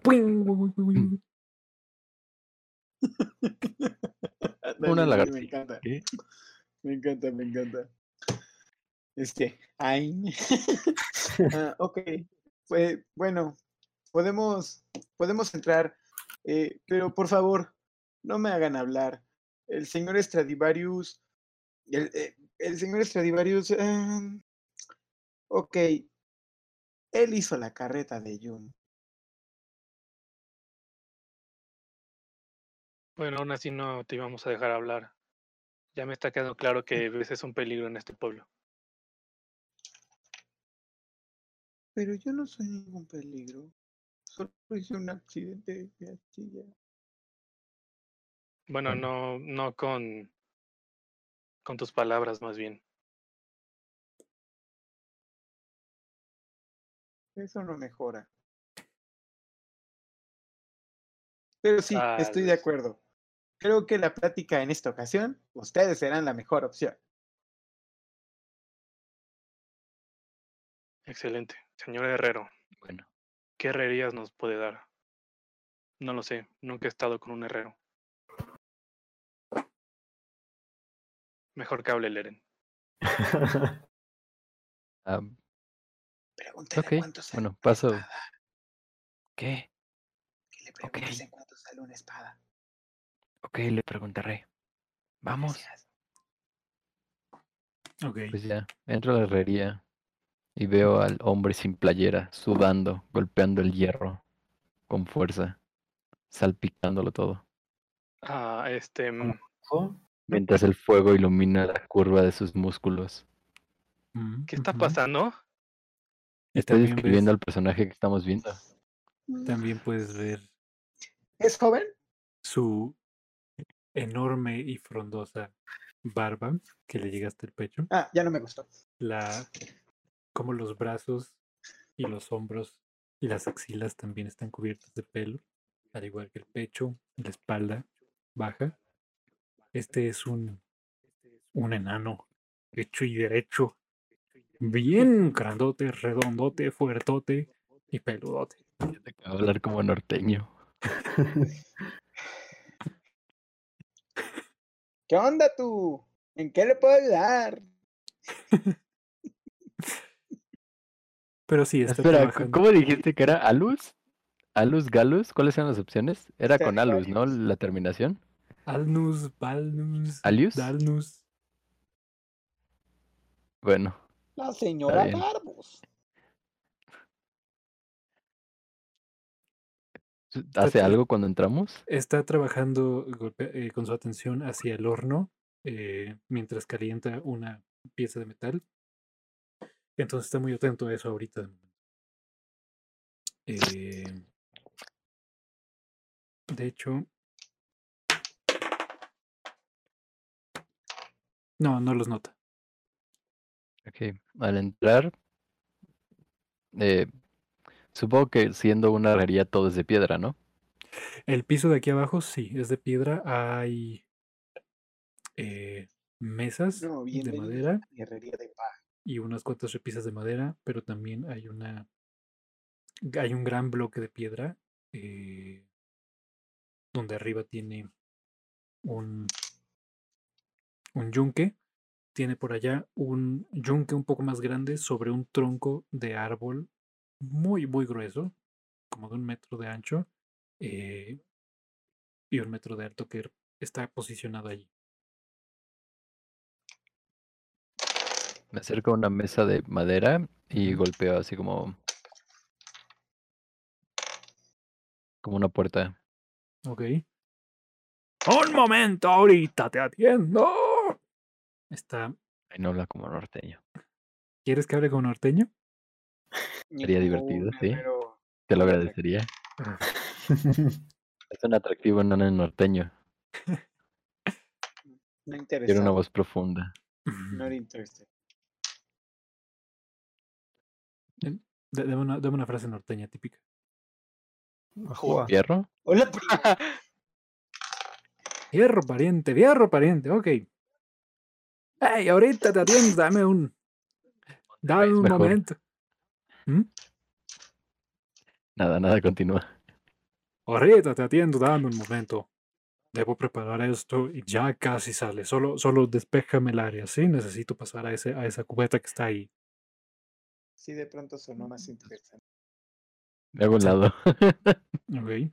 Una Ándale, sí, me lagartija. encanta. ¿Qué? Me encanta, me encanta. Este, ay. Ah, ok. Pues, bueno, podemos, podemos entrar, eh, pero por favor, no me hagan hablar. El señor Stradivarius, el, eh, el señor Stradivarius, em, ok, él hizo la carreta de Jun. Bueno, aún así no te íbamos a dejar hablar. Ya me está quedando claro que ves es un peligro en este pueblo. Pero yo no soy ningún peligro. Solo hice un accidente de astilla. Bueno, Bueno, no, no con, con tus palabras más bien. Eso no mejora. Pero sí, Tal estoy de vez. acuerdo. Creo que la plática en esta ocasión, ustedes serán la mejor opción. Excelente. Señor Herrero, Bueno, ¿qué herrerías nos puede dar? No lo sé, nunca he estado con un herrero. Mejor que hable Leren. ah, Pregúntele ok, cuánto sale bueno, una paso. espada. ¿Qué? Que le Ok, preguntes en cuánto sale una espada. ok, le preguntaré. Vamos. Gracias. Ok. Pues ya, entro a la herrería y veo al hombre sin playera, sudando, golpeando el hierro con fuerza, salpicándolo todo, Ah, este. mm, ¿Oh? mientras el fuego ilumina la curva de sus músculos. Mm, ¿Qué está ujú. pasando? Y Estoy también describiendo ves, al personaje que estamos viendo. también puedes ver ¿Es joven? su enorme y frondosa barba que le llega hasta el pecho, Ah, ya no me gustó. la, como los brazos y los hombros y las axilas también están cubiertas de pelo, al igual que el pecho y la espalda baja. Este es un, un enano hecho y derecho, bien grandote, redondote, fuertote y peludote. Ya te acabo de hablar como norteño. ¿Qué onda tú? ¿En qué le puedo ayudar? Pero sí, está Espera, c- trabajando. ¿cómo dijiste que era Alus? ¿Alus, Galus? ¿Cuáles eran las opciones? Era con Alus, ¿no? Stradivarius. La terminación. Alnus, Balnus, ¿Alius? Dalnus. Bueno, La está señora bien. Barbos. Está, ¿Hace tra- algo cuando entramos? está trabajando golpe- eh, con su atención hacia el horno eh, mientras calienta una pieza de metal. Entonces está muy atento a eso ahorita. de momento. Eh, de hecho, no, no los nota. Ok, al entrar, eh, supongo que siendo una herrería todo es de piedra, ¿no? El piso de aquí abajo sí, es de piedra. Hay eh, mesas No, de bienvenidos madera a mi herrería de paja. y unas cuantas repisas de madera, pero también hay una hay un gran bloque de piedra eh, donde arriba tiene un, un yunque. Tiene por allá un yunque un poco más grande sobre un tronco de árbol muy, muy grueso, como de un metro de ancho eh, y un metro de alto que está posicionado allí. Me acerco a una mesa de madera y Ujú. golpeo así como, como una puerta. Ok. Un momento, ahorita te atiendo. Está. Ay, no habla como norteño. ¿Quieres que hable con norteño? Ni Sería como divertido, un sí. herrero Te lo muy agradecería. atractivo. Es un atractivo enano norteño. No Tiene una interesado. voz profunda. Not interested. Eh, d- Dame una, dame una frase norteña típica. Ajua. ¿Fierro? Hola, primo. Fierro, pariente, fierro, pariente, ok. Hey, ahorita te atiendo, dame un. Dame Es un mejor. momento. ¿Mm? Nada, nada, continúa. Ahorita te atiendo, dame un momento. Debo preparar esto y ya casi sale. Solo, solo despéjame el área, ¿sí? Necesito pasar a, ese, a esa cubeta que está ahí. Sí, de pronto sonó más interesante. Me hago un Sí. lado. Ok.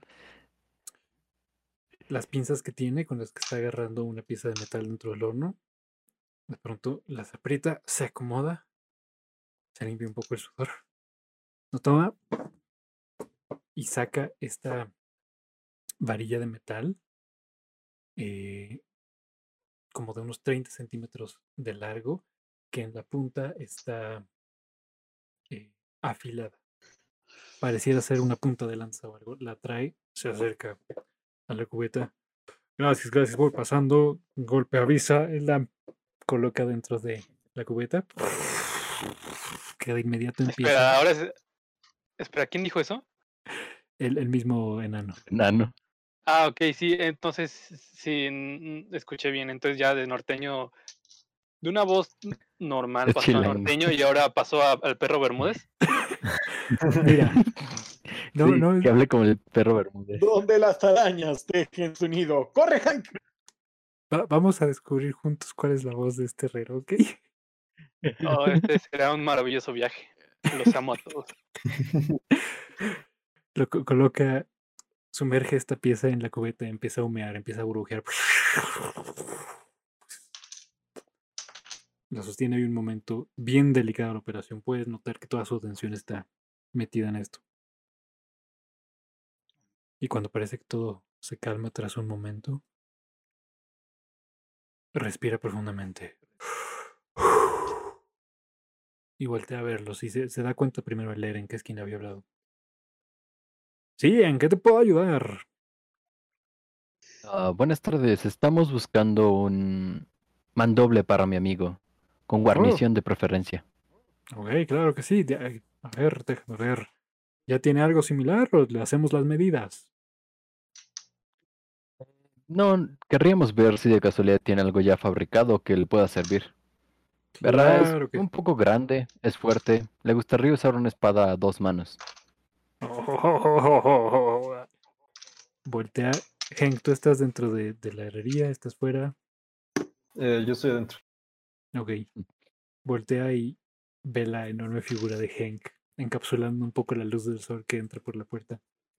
Las pinzas que tiene con las que está agarrando una pieza de metal dentro del horno, de pronto las aprieta, se acomoda, se limpia un poco el sudor, lo toma y saca esta varilla de metal eh, como de unos treinta centímetros de largo, que en la punta está eh, afilada. Pareciera ser una punta de lanza o algo. La trae, se acerca a la cubeta. Gracias, gracias, voy pasando. Golpe avisa, él la coloca dentro de la cubeta. Que de inmediato empieza. Espera, ahora es, Espera, ¿quién dijo eso? El, el mismo enano. Nano. Ah, ok, sí, entonces sí, mm, escuché bien. Entonces ya de norteño, de una voz normal Es pasó a chilango. norteño y ahora pasó a- al perro Bermúdez. Mira, no, Sí, no, que hable como el perro Bermúdez. Donde las arañas tejen su nido. ¡Corre, Hank! va- vamos a descubrir juntos cuál es la voz de este herrero, ¿ok? Oh, este será un maravilloso viaje. Los amo a todos. Lo co- coloca, sumerge esta pieza en la cubeta, empieza a humear, empieza a burbujear. La sostiene ahí un momento bien delicado la operación. Puedes notar que toda su atención está metida en esto. Y cuando parece que todo se calma tras un momento, respira profundamente. Y voltea a verlos y se, se da cuenta primero al leer en qué esquina había hablado. Sí, ¿en qué te puedo ayudar? Ah, buenas tardes, estamos buscando un mandoble para mi amigo, con Oh, guarnición de preferencia. ok, claro que sí. De- a ver, déjame ver. ¿Ya tiene algo similar o le hacemos las medidas? No, querríamos ver si de casualidad tiene algo ya fabricado que le pueda servir. ¿Verdad? Es Claro que un poco grande, es fuerte. Le gustaría usar una espada a dos manos. Voltea. Henk, tú estás dentro de, de la herrería, estás fuera. Eh, yo estoy adentro. Ok. Voltea y ve la enorme figura de Henk, encapsulando un poco la luz del sol que entra por la puerta.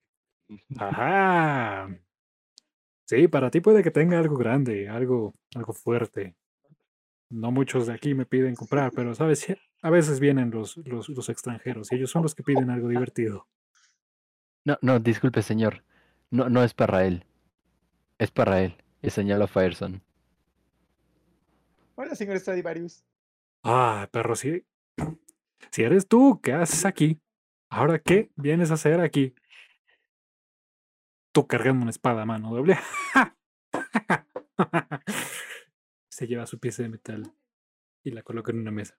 ¡Ajá! Sí, para ti puede que tenga algo grande, algo, algo fuerte. No muchos de aquí me piden comprar, pero sabes, Sí, a veces vienen los, los, los extranjeros y ellos son los que piden algo divertido. No, no, disculpe, señor. No, no es para él. Es para él. Y señala a Fireson. Hola, señor Stradivarius. Ah, perro, sí. Si eres tú, ¿qué haces aquí? ¿Ahora qué vienes a hacer aquí? Tú cargando una espada a mano doble. Se lleva su pieza de metal y la coloca en una mesa.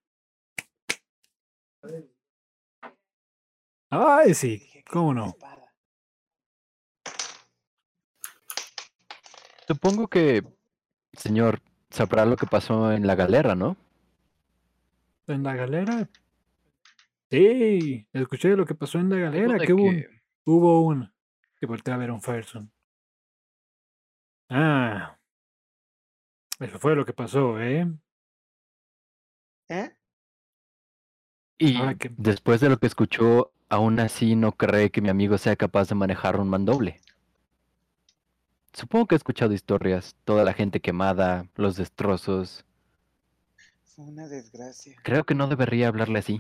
Ay, sí, Dije que cómo una no. espada. Supongo que, señor, sabrá lo que pasó en la galera, ¿no? ¿En la galera? Sí, escuché lo que pasó en la Algo galera, de que hubo un... que... Hubo un... Que voltea a ver a un Fireson. Ah, eso fue lo que pasó, ¿eh? ¿Eh? Ahora Y que... después de lo que escuchó, aún así no cree que mi amigo sea capaz de manejar un mandoble. Supongo que he escuchado historias, toda la gente quemada, los destrozos. Fue una desgracia. Creo que no debería hablarle así.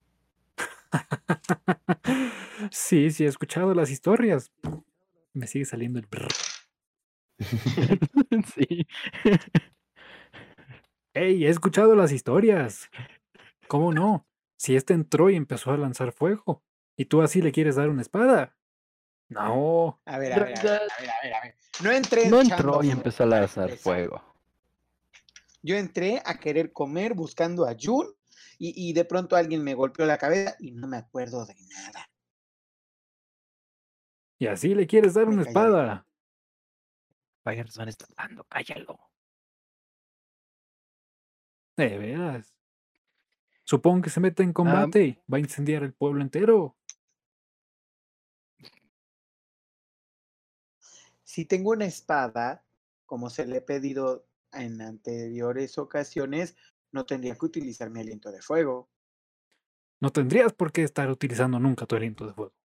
Sí, sí, he escuchado las historias. Me sigue saliendo el brr. Sí. ¡Ey, he escuchado las historias! ¿Cómo no? Si este entró y empezó a lanzar fuego, y tú así le quieres dar una espada. No. A ver, En a ver, a ver, realidad, a ver, a ver, a ver. No entré no echando entró y fuego, empezó a para lanzar empezar. fuego. Yo entré a querer comer buscando a Jun y, y de pronto alguien me golpeó la cabeza y no me acuerdo de nada. Y así le quieres dar Me una callaré. espada. Fireson está hablando, cállalo. De veras. Supongo que se mete en Ah, combate. Va a incendiar el pueblo entero. Si tengo una espada, como se le he pedido en anteriores ocasiones, no tendría que utilizar mi aliento de fuego. No tendrías por qué estar utilizando nunca tu aliento de fuego.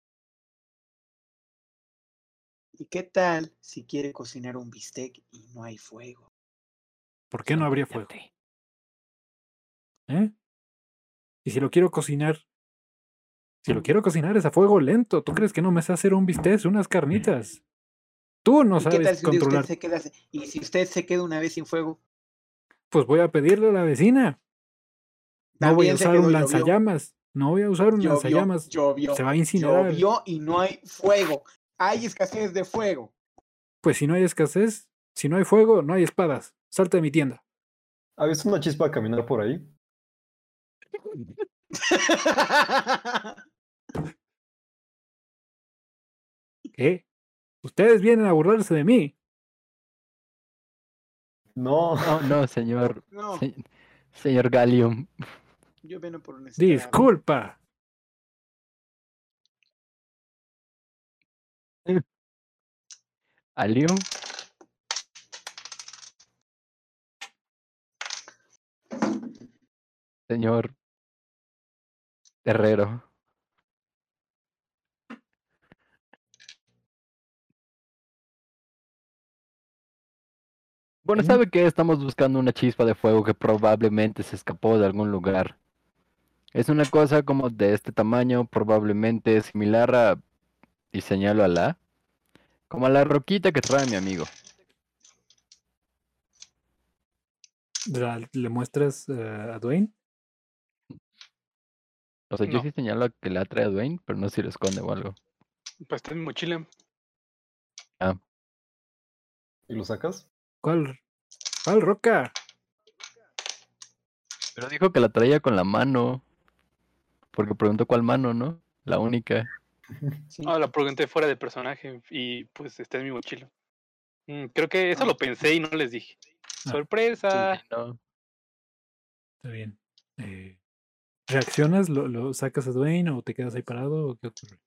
¿Y qué tal si quiere cocinar un bistec y no hay fuego? ¿Por qué no habría fuego? cállate. ¿Eh? Y si lo quiero cocinar, si lo quiero cocinar es a fuego lento. ¿Tú crees que no me sé hacer un bistec, unas carnitas? Tú no ¿Y qué tal sabes si un día usted controlar. se queda, y si usted se queda una vez sin fuego? Pues voy a pedirle a la vecina. No voy a También se usar quedó, un llovió, lanzallamas. No voy a usar un llovió, lanzallamas. Se llovió, va a incinerar. llovió y no hay fuego. Hay escasez de fuego. Pues si no hay escasez, si no hay fuego, no hay espadas. Salte de mi tienda. ¿Ha visto una chispa caminar por ahí? ¿Qué? Ustedes vienen a burlarse de mí. No. No, no, señor. No, se- señor Gallium. yo vengo por un Scrabble. Disculpa. Alium. Señor Herrero. Bueno, ¿Eh? ¿sabe qué? Estamos buscando una chispa de fuego que probablemente se escapó de algún lugar. Es una cosa como de este tamaño, probablemente similar a, y señalo a la, como a la roquita que trae mi amigo. La- ¿Le muestras eh, a Dwayne? O sea, yo No. sí señalo a que la trae a Dwayne, pero no sé si lo esconde o algo. Pues está en mi mochila. Ah, ¿Y lo sacas? ¿Cuál? ¿Cuál roca? pero dijo que la traía con la mano, porque preguntó cuál mano, ¿no? La única. Sí. Ah, la pregunté fuera de personaje y pues está en mi mochila. Mm, creo que eso Ah. lo pensé y no les dije. Ah. ¡Sorpresa! Sí, no. Está bien. Eh, ¿reaccionas? ¿Lo, lo sacas a Dwayne o te quedas ahí parado? ¿O qué ocurre?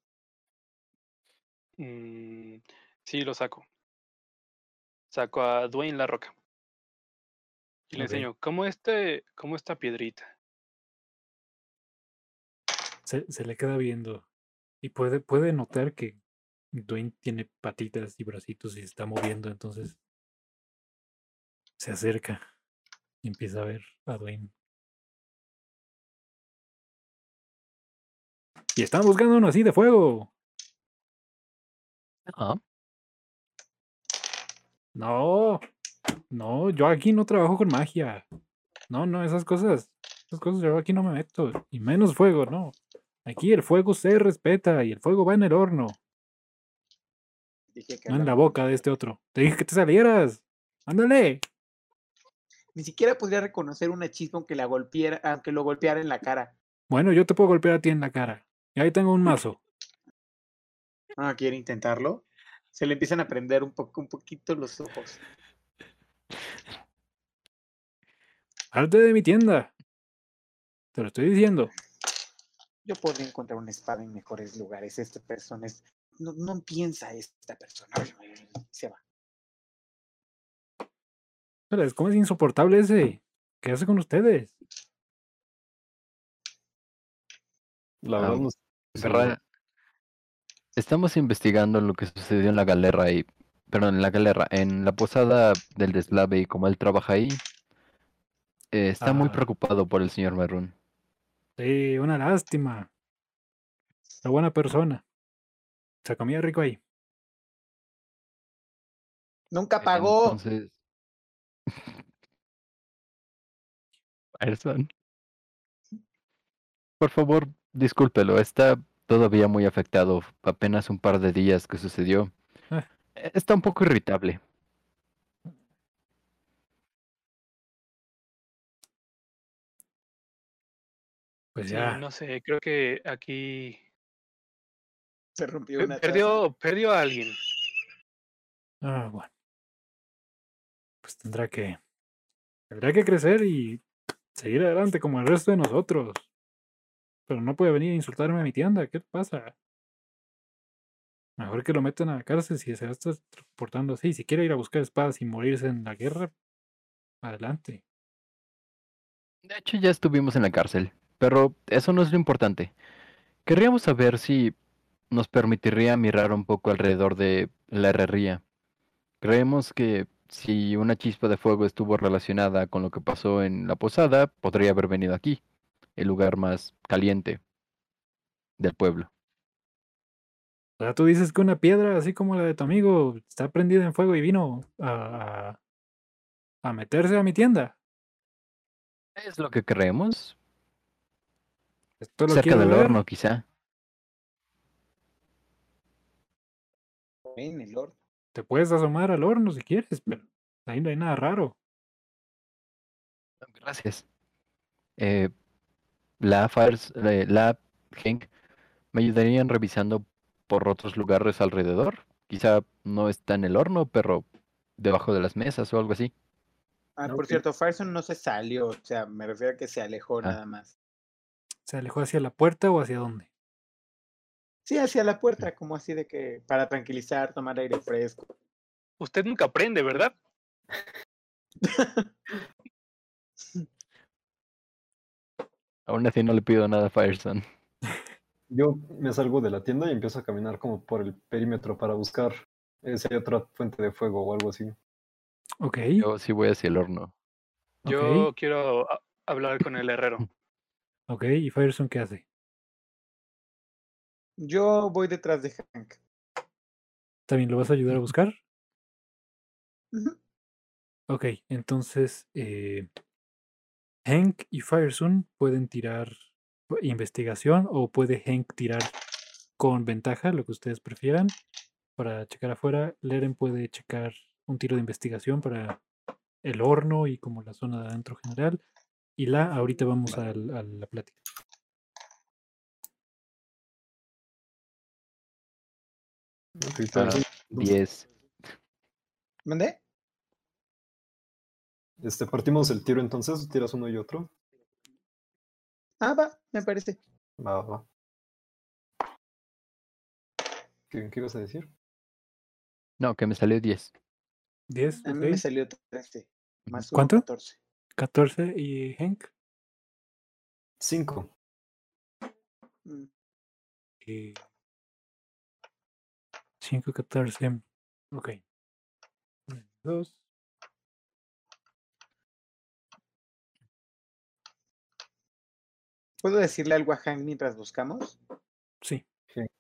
Mm, sí, lo saco. Saco a Dwayne La Roca. Y le Ok. enseño, ¿cómo este, cómo esta piedrita? Se, se le queda viendo y puede, puede notar que Dwayne tiene patitas y bracitos y se está moviendo, entonces se acerca y empieza a ver a Dwayne. Y están buscando uno así de fuego. Ah, No, no, yo aquí no trabajo con magia. No, no, esas cosas, esas cosas yo aquí no me meto. Y menos fuego, no. Aquí el fuego se respeta y el fuego va en el horno, Dije que no en la hablamos boca de mucho. este otro. Te dije que te salieras. Ándale. Ni siquiera podría reconocer una chispa aunque la golpeara, aunque lo golpeara en la cara. Bueno, yo te puedo golpear a ti en la cara. Y ahí tengo un mazo. Ah, ¿quiere intentarlo? Se le empiezan a prender un poco, un poquito los ojos. Salte de mi tienda. Te lo estoy diciendo. Yo podría encontrar una espada en mejores lugares. Esta persona es. No, no piensa esta persona. Se va. Pero ¿cómo es insoportable ese? ¿Qué hace con ustedes? La Ah, verdad no sé. Ferrara, estamos investigando lo que sucedió en la galera y, perdón, en la galera, en la posada del deslave y como él trabaja ahí, eh, está muy Ah, preocupado por el señor Maroon. sí, una lástima. La buena persona. Se comía rico ahí. Nunca pagó. Entonces, Person, por favor, discúlpelo, está todavía muy afectado. Apenas un par de días que sucedió. Ah, Eh, Está un poco irritable. pues Sí, ya. no sé, creo que aquí Se rompió pe- una taza. perdió, perdió a alguien. Ah, bueno. Pues tendrá que. Tendrá que crecer y seguir adelante como el resto de nosotros. Pero no puede venir a insultarme a mi tienda. ¿Qué pasa? Mejor que lo metan a la cárcel si se va a estar portando así. Si quiere ir a buscar espadas y morirse en la guerra, adelante. De hecho, ya estuvimos en la cárcel, pero eso no es lo importante. Querríamos saber si nos permitiría mirar un poco alrededor de la herrería. Creemos que si una chispa de fuego estuvo relacionada con lo que pasó en la posada, podría haber venido aquí, el lugar más caliente del pueblo. O sea, tú dices que una piedra, así como la de tu amigo, está prendida en fuego y vino a, a, a meterse a mi tienda. Es lo que creemos. Esto lo Cerca quiero del ver. horno, quizá. En el horno. Te puedes asomar al horno si quieres, pero ahí no hay nada raro. Gracias. Eh, la Fires, eh, la Hank, me ayudarían revisando por otros lugares alrededor. Quizá no está en el horno, pero debajo de las mesas o algo así. Ah, por Ok. cierto, Farson no se salió, o sea, me refiero a que se alejó Ah, nada más. ¿Se alejó hacia la puerta o hacia dónde? Sí, hacia la puerta, como así de que para tranquilizar, tomar aire fresco. Usted nunca aprende, ¿verdad? aún así no le pido nada a Fireson. Yo me salgo de la tienda y empiezo a caminar como por el perímetro para buscar eh, si hay otra fuente de fuego o algo así. Ok, Yo sí voy hacia el horno. ok, Yo quiero a- hablar con el herrero. ok. ¿Y Fireson qué hace? Yo voy detrás de Hank. ¿También lo vas a ayudar a buscar? Ujú. Ok, entonces eh, Hank y Fireson pueden tirar pu- investigación o puede Hank tirar con ventaja, lo que ustedes prefieran, para checar afuera. Leren puede checar un tiro de investigación para el horno y como la zona de adentro general. Y la, ahorita vamos Vale. al- a la plática. Ok, Ah, Fireson, entonces, diez. ¿Mandé? este, partimos el tiro entonces, tiras uno y otro. Ah, va, me parece. Va, va. ¿Qué, qué ibas a decir? No, que me salió diez. diez, A ok. mí me salió trece, Ujú. más uno, ¿Cuánto? catorce. catorce y Hank. Cinco. Mm. Eh, cinco, catorce. Ok. dos. ¿Puedo decirle algo a Hank mientras buscamos? Sí. Hank,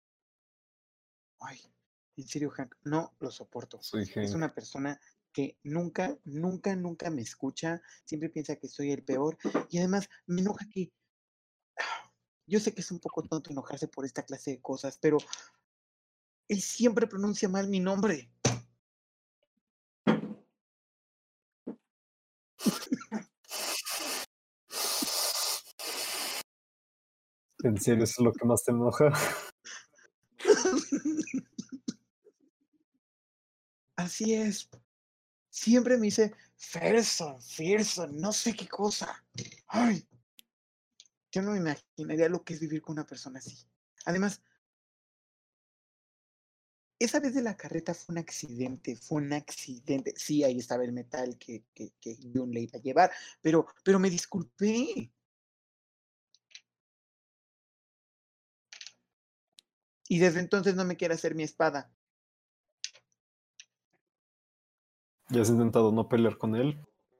Ay, en serio, Hank, no lo soporto. soy Es Hank. una persona que nunca, nunca, nunca me escucha. Siempre piensa que soy el peor. Y además me enoja que... Yo sé que es un poco tonto enojarse por esta clase de cosas, pero él siempre pronuncia mal mi nombre. ¿En serio eso es lo que más te enoja? Así es. Siempre me dice, Ferson, Ferson, no sé qué cosa. Ay, yo no me imaginaría lo que es vivir con una persona así. Además, esa vez de la carreta fue un accidente, fue un accidente. Sí, ahí estaba el metal que, que, que Jun le iba a llevar, pero, pero me disculpé. Y desde entonces no me quiere hacer mi espada. ¿Ya has intentado no pelear con él?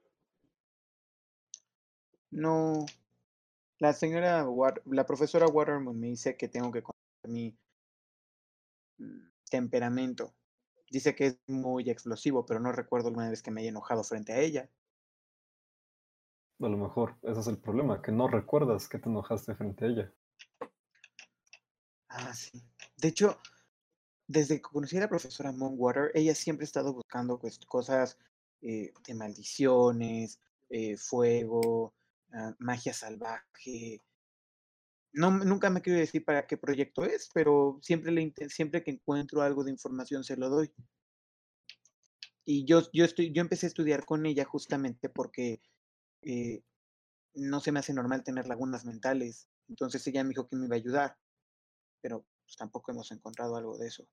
No, la señora, Wat- la profesora Waterman me dice que tengo que controlar mi mm, temperamento. Dice que es muy explosivo, pero no recuerdo alguna vez que me haya enojado frente a ella. A lo mejor ese es el problema, que no recuerdas que te enojaste frente a ella. Ah, sí. De hecho, desde que conocí a la profesora Monwater, ella siempre ha estado buscando pues, cosas eh, de maldiciones, eh, fuego, ah, magia salvaje. No, nunca me quiero decir para qué proyecto es, pero siempre, le, inte- siempre que encuentro algo de información se lo doy. Y yo, yo, estoy, yo empecé a estudiar con ella justamente porque eh, no se me hace normal tener lagunas mentales. Entonces ella me dijo que me iba a ayudar, pero pues, tampoco hemos encontrado algo de eso.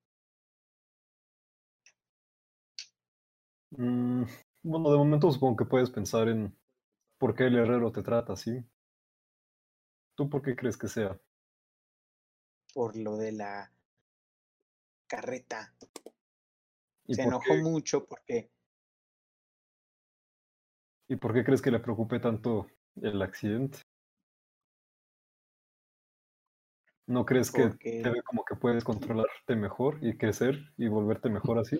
Mm, bueno, de momento supongo que puedes pensar en por qué el herrero te trata así. ¿Tú por qué crees que sea? Por lo de la carreta. ¿Y Se por enojó qué, mucho porque, y por qué crees que le preocupe tanto el accidente? ¿No crees que te porque ve como que puedes controlarte mejor y crecer y volverte mejor así?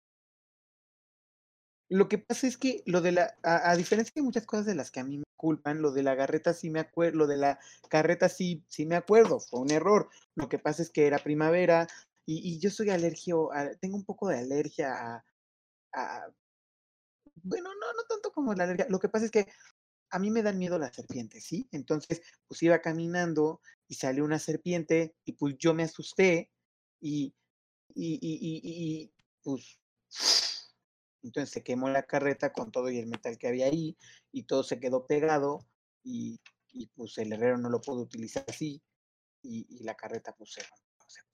lo que pasa es que lo de la, a, a diferencia de muchas cosas de las que a mí me culpan, lo de la garreta sí me acuerdo, lo de la carreta sí, sí me acuerdo, fue un error. Lo que pasa es que era primavera y, y yo soy alergio, a- tengo un poco de alergia a, a- bueno, no, no tanto como la alergia. Lo que pasa es que a mí me dan miedo las serpientes, ¿sí? Entonces, pues iba caminando y salió una serpiente y pues yo me asusté y, y, y, y, y, pues, entonces se quemó la carreta con todo y el metal que había ahí, y todo se quedó pegado, y, y pues el herrero no lo pudo utilizar así, y, y la carreta pues se rompió, o sea,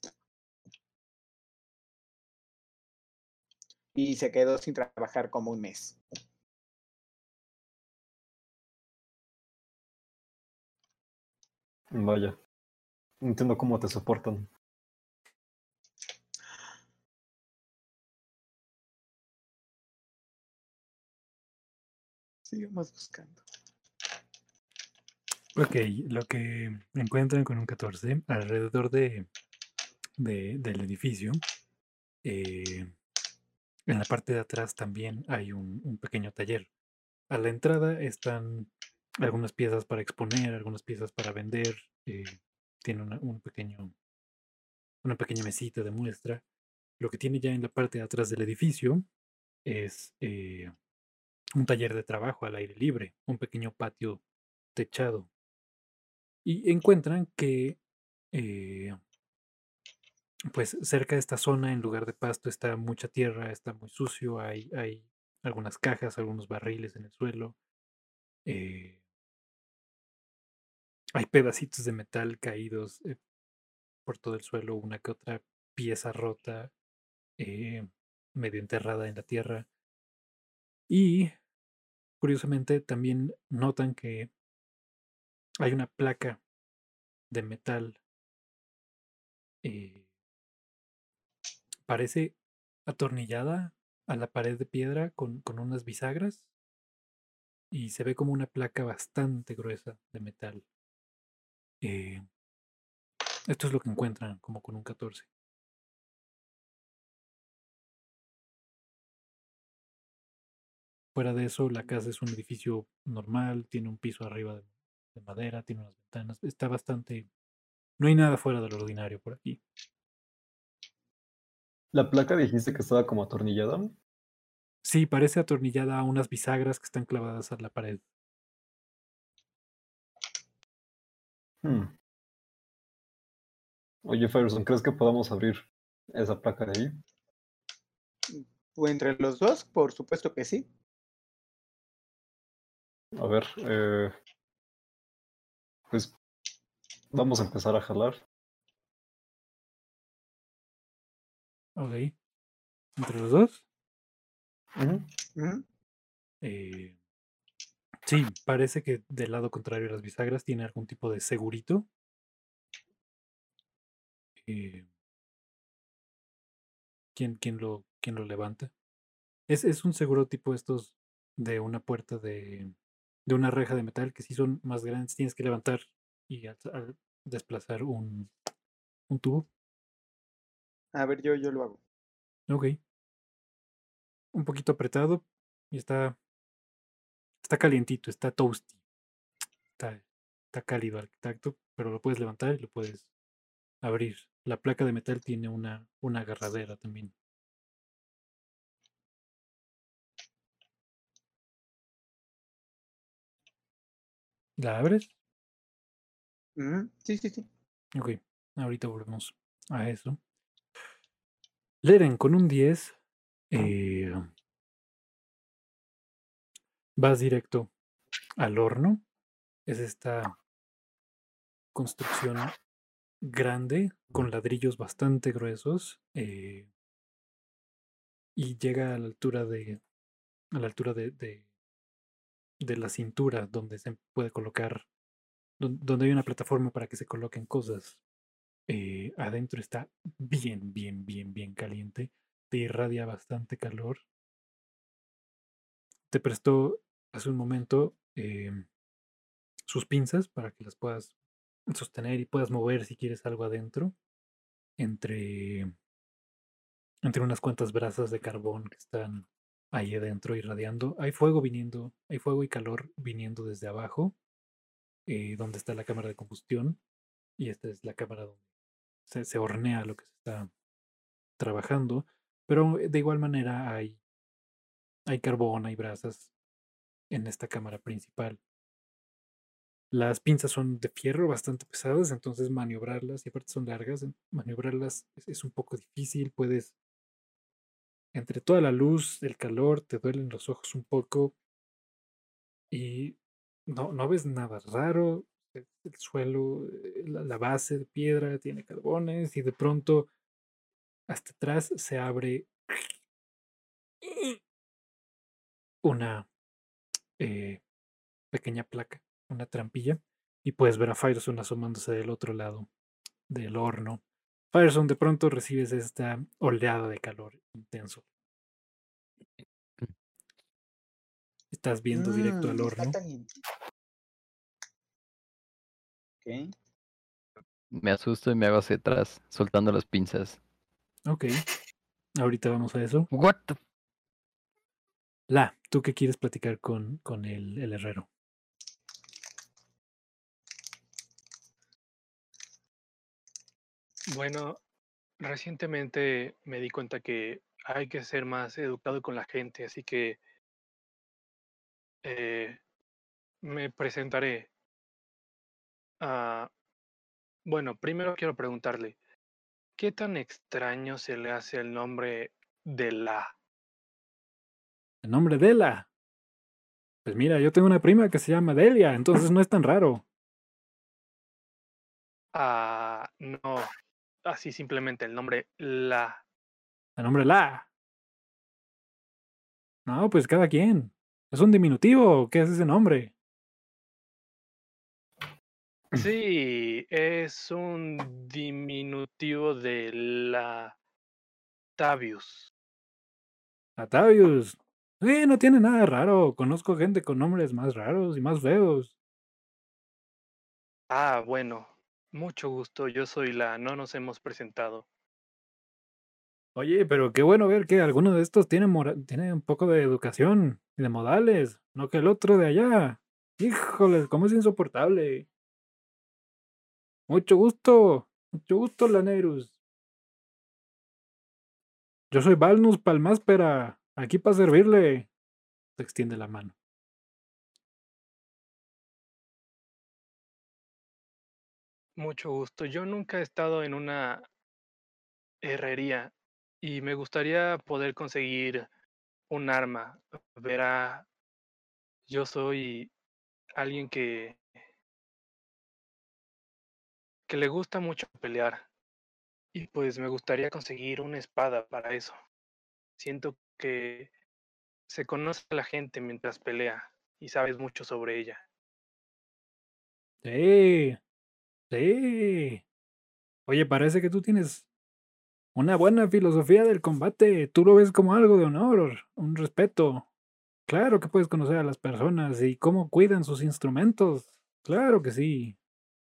y se quedó sin trabajar como un mes. Vaya, no entiendo cómo te soportan. Sigamos buscando. Ok, lo que encuentran con un catorce alrededor de, de- del edificio, eh, en la parte de atrás también hay un, un pequeño taller. A la entrada están algunas piezas para exponer, algunas piezas para vender. eh, tiene una, un pequeño, una pequeña mesita de muestra. Lo que tiene ya en la parte de atrás del edificio es eh, un taller de trabajo al aire libre, un pequeño patio techado. Y encuentran que, eh, pues cerca de esta zona, en lugar de pasto, está mucha tierra, está muy sucio, hay, hay algunas cajas, algunos barriles en el suelo, eh, hay pedacitos de metal caídos eh, por todo el suelo, una que otra pieza rota, eh, medio enterrada en la tierra. Y curiosamente también notan que hay una placa de metal, eh, parece atornillada a la pared de piedra con, con unas bisagras y se ve como una placa bastante gruesa de metal. Eh, esto es lo que encuentran como con un catorce. Fuera de eso, la casa es un edificio normal, tiene un piso arriba de, de madera, tiene unas ventanas, está bastante... No hay nada fuera de lo ordinario por aquí. La placa dijiste que estaba como atornillada. Sí, parece atornillada a unas bisagras que están clavadas a la pared. Hmm. Oye, Ferguson, ¿crees que podamos abrir esa placa de ahí? ¿O entre los dos? Por supuesto que sí. A ver, eh, pues vamos a empezar a jalar. Ok. ¿Entre los dos? Ujú. Ujú. Eh, sí, parece que del lado contrario de las bisagras tiene algún tipo de segurito. Eh, ¿quién, quién lo, quién lo levanta? Es, es un seguro tipo estos de una puerta de, de una reja de metal que si son más grandes tienes que levantar y al, al desplazar un, un tubo. A ver, yo, yo lo hago. Ok. Un poquito apretado y está, está calientito, está toasty. Está, está cálido al tacto, pero lo puedes levantar y lo puedes abrir. La placa de metal tiene una, una agarradera también. ¿La abres? Ujú. Sí, sí, sí. Ok. Ahorita volvemos a eso. Leren con un diez. eh, vas directo al horno. Es esta construcción grande con ladrillos bastante gruesos eh, y llega a la altura de a la altura de, de, de la cintura donde se puede colocar don- donde hay una plataforma para que se coloquen cosas. Eh, adentro está bien, bien, bien, bien caliente. Te irradia bastante calor. Te prestó hace un momento eh, sus pinzas para que las puedas sostener y puedas mover si quieres algo adentro. Entre, entre unas cuantas brasas de carbón que están ahí adentro irradiando. Hay fuego viniendo, hay fuego y calor viniendo desde abajo, eh, donde está la cámara de combustión. Y esta es la cámara donde se, se hornea lo que se está trabajando. Pero de igual manera hay, hay carbón, hay brasas en esta cámara principal. Las pinzas son de fierro, bastante pesadas, entonces maniobrarlas, y aparte son largas, maniobrarlas es, es un poco difícil. Puedes, entre toda la luz, el calor, te duelen los ojos un poco y no, no ves nada raro. El, el suelo, eh, la, la base de piedra tiene carbones y de pronto hasta atrás se abre una eh, pequeña placa, una trampilla, y puedes ver a Firestone asomándose del otro lado del horno. Firestone, de pronto recibes esta oleada de calor intenso. Estás viendo directo al Mmm, está horno. caliente. Ok. Me asusto y me hago hacia atrás, soltando las pinzas. Ok, ahorita vamos a eso. What the... La, ¿tú qué quieres platicar con, con el, el herrero? Bueno, recientemente me di cuenta que hay que ser más educado con la gente, así que eh, me presentaré a... Bueno, primero quiero preguntarle, ¿qué tan extraño se le hace el nombre de la? El nombre de la. Pues mira, yo tengo una prima que se llama Delia, entonces no es tan raro. Ah, no, así simplemente el nombre la. El nombre la. No, pues cada quien. ¿Es un diminutivo? ¿Qué es ese nombre? Sí, es un diminutivo de la Tavius. Atavius. Eh, no tiene nada raro. Conozco gente con nombres más raros y más feos. Ah, bueno, mucho gusto, yo soy la, no nos hemos presentado. Oye, pero qué bueno ver que alguno de estos tiene, mora- tiene un poco de educación y de modales, no que el otro de allá. Híjole, cómo es insoportable. Mucho gusto, mucho gusto, Lanerus. Yo soy Valnus Palmáspera, aquí para servirle. Se extiende la mano. Mucho gusto, yo nunca he estado en una herrería y me gustaría poder conseguir un arma. Verá, yo soy alguien que, que le gusta mucho pelear y pues me gustaría conseguir una espada para eso. Siento que se conoce a la gente mientras pelea y sabes mucho sobre ella. Sí, sí. Oye, parece que tú tienes una buena filosofía del combate. Tú lo ves como algo de honor, un respeto. Claro que puedes conocer a las personas y cómo cuidan sus instrumentos. Claro que sí.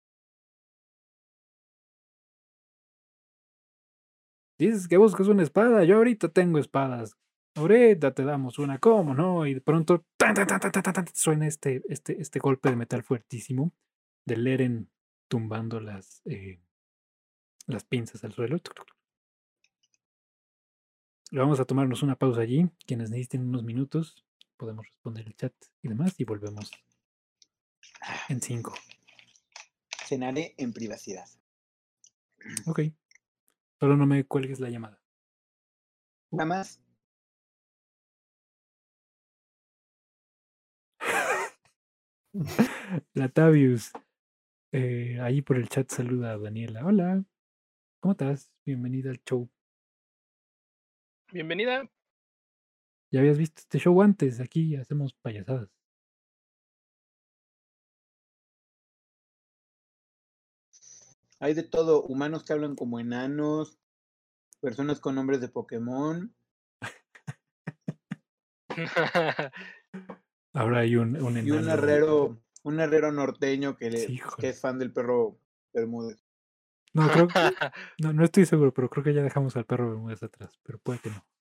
Dices que buscas una espada. Yo ahorita tengo espadas. Ahorita te damos una, ¿cómo no? Y de pronto tan, tan, tan, tan, tan, tan, tan, suena este, este, este golpe de metal fuertísimo de Leren tumbando las, eh, las pinzas al suelo. Vamos a tomarnos una pausa allí. Quienes necesiten unos minutos, podemos responder el chat y demás y volvemos en cinco. Cenaré en privacidad. Ok. Solo no me cuelgues la llamada. Nada más. Latavius. Eh, ahí por el chat saluda a Daniela. Hola. ¿Cómo estás? Bienvenida al show. Bienvenida. ¿Ya habías visto este show antes? Aquí hacemos payasadas. Hay de todo. Humanos que hablan como enanos. Personas con nombres de Pokémon. Ahora hay un, un Y un enano. herrero. Un herrero norteño que, le- Sí, que híjole. es fan del perro Bermúdez. No, creo que. No, no estoy seguro, pero creo que ya dejamos al perro Bermúdez atrás. Pero puede que no.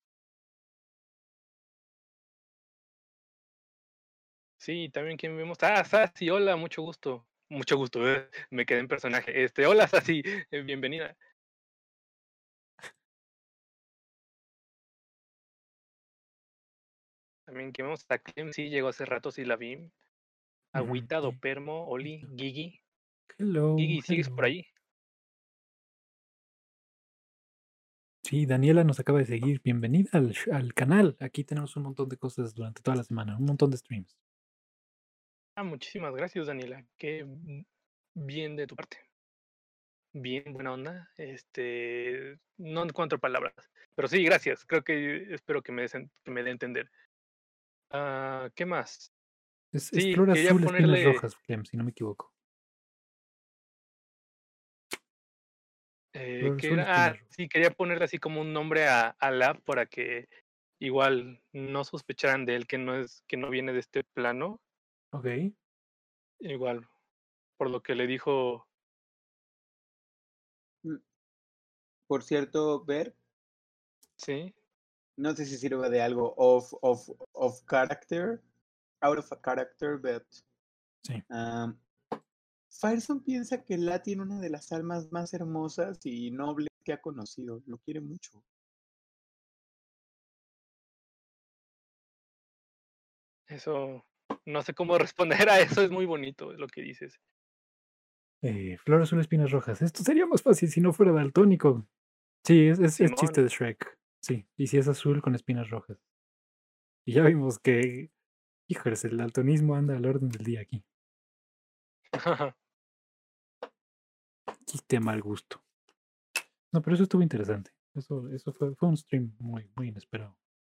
Sí, también quien vemos. Ah, Sassy, hola, mucho gusto. Mucho gusto, eh, me quedé en personaje. Este, hola Sassy, eh, bienvenida. También que vemos a Clem, sí, llegó hace rato, sí la vi. Agüitado, Permo, Oli, Gigi. Hello, Gigi, ¿sigues por hello. ahí? Sí, Daniela nos acaba de seguir. Bienvenida al, sh- al canal. Aquí tenemos un montón de cosas durante toda la semana, un montón de streams. Ah, muchísimas gracias, Daniela. Qué mm, bien de tu parte. Bien, buena onda. Este, no encuentro palabras, pero sí, gracias. Creo que espero que me des, que me dé a entender. Ah, ¿qué más? Es, es Sí, flor quería azul, espinas ponerle, rojas, Clem, si no me equivoco. eh, Flor ¿qué azul, era? espinas Ah, rojas. sí, quería ponerle así como un nombre a, a la app para que igual no sospecharan de él que no es, que no viene de este plano. Ok. Igual, por lo que le dijo, Mm, Por cierto, Ver, sí. no sé si sirve de algo off, off, off character, out of a character, but Sí. um, Fireson piensa que La tiene una de las almas más hermosas y nobles que ha conocido. Lo quiere mucho. Eso, no sé cómo responder a eso, es muy bonito lo que dices. Eh, flor azul, espinas rojas. Esto sería más fácil si no fuera daltónico. Sí, es, es, es chiste Simón. de Shrek. Sí, y si es azul con espinas rojas. Y ya vimos que, híjoles, el daltonismo anda al orden del día aquí. Qué mal gusto. No, pero eso estuvo interesante. Eso, eso fue, fue un stream muy, muy inesperado.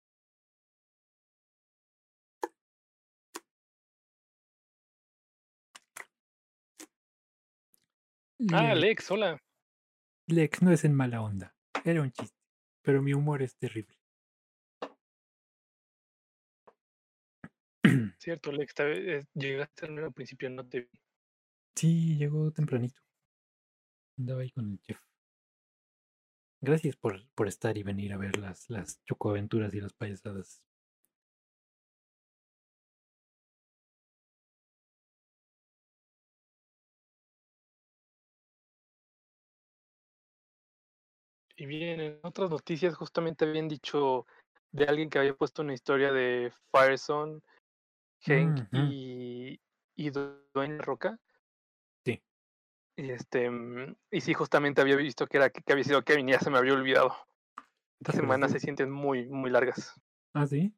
Ah, Lex, Alex, hola. Lex no es en mala onda. Era un chiste. Pero mi humor es terrible. Cierto, Alex, tal vez, eh, llegaste al principio, no te vi. Sí, llegó tempranito. Andaba ahí con el chef. Gracias por, por estar y venir a ver las, las chocoaventuras y las payasadas. Y bien, en otras noticias justamente habían dicho de alguien que había puesto una historia de Fireson, Hank Ujú. y, y Dwayne Roca. Sí. Y este, mm, y sí, justamente había visto que era que había sido Kevin y ya se me había olvidado. Estas Híjoles, semanas de- se sienten muy, muy largas. Ah, sí.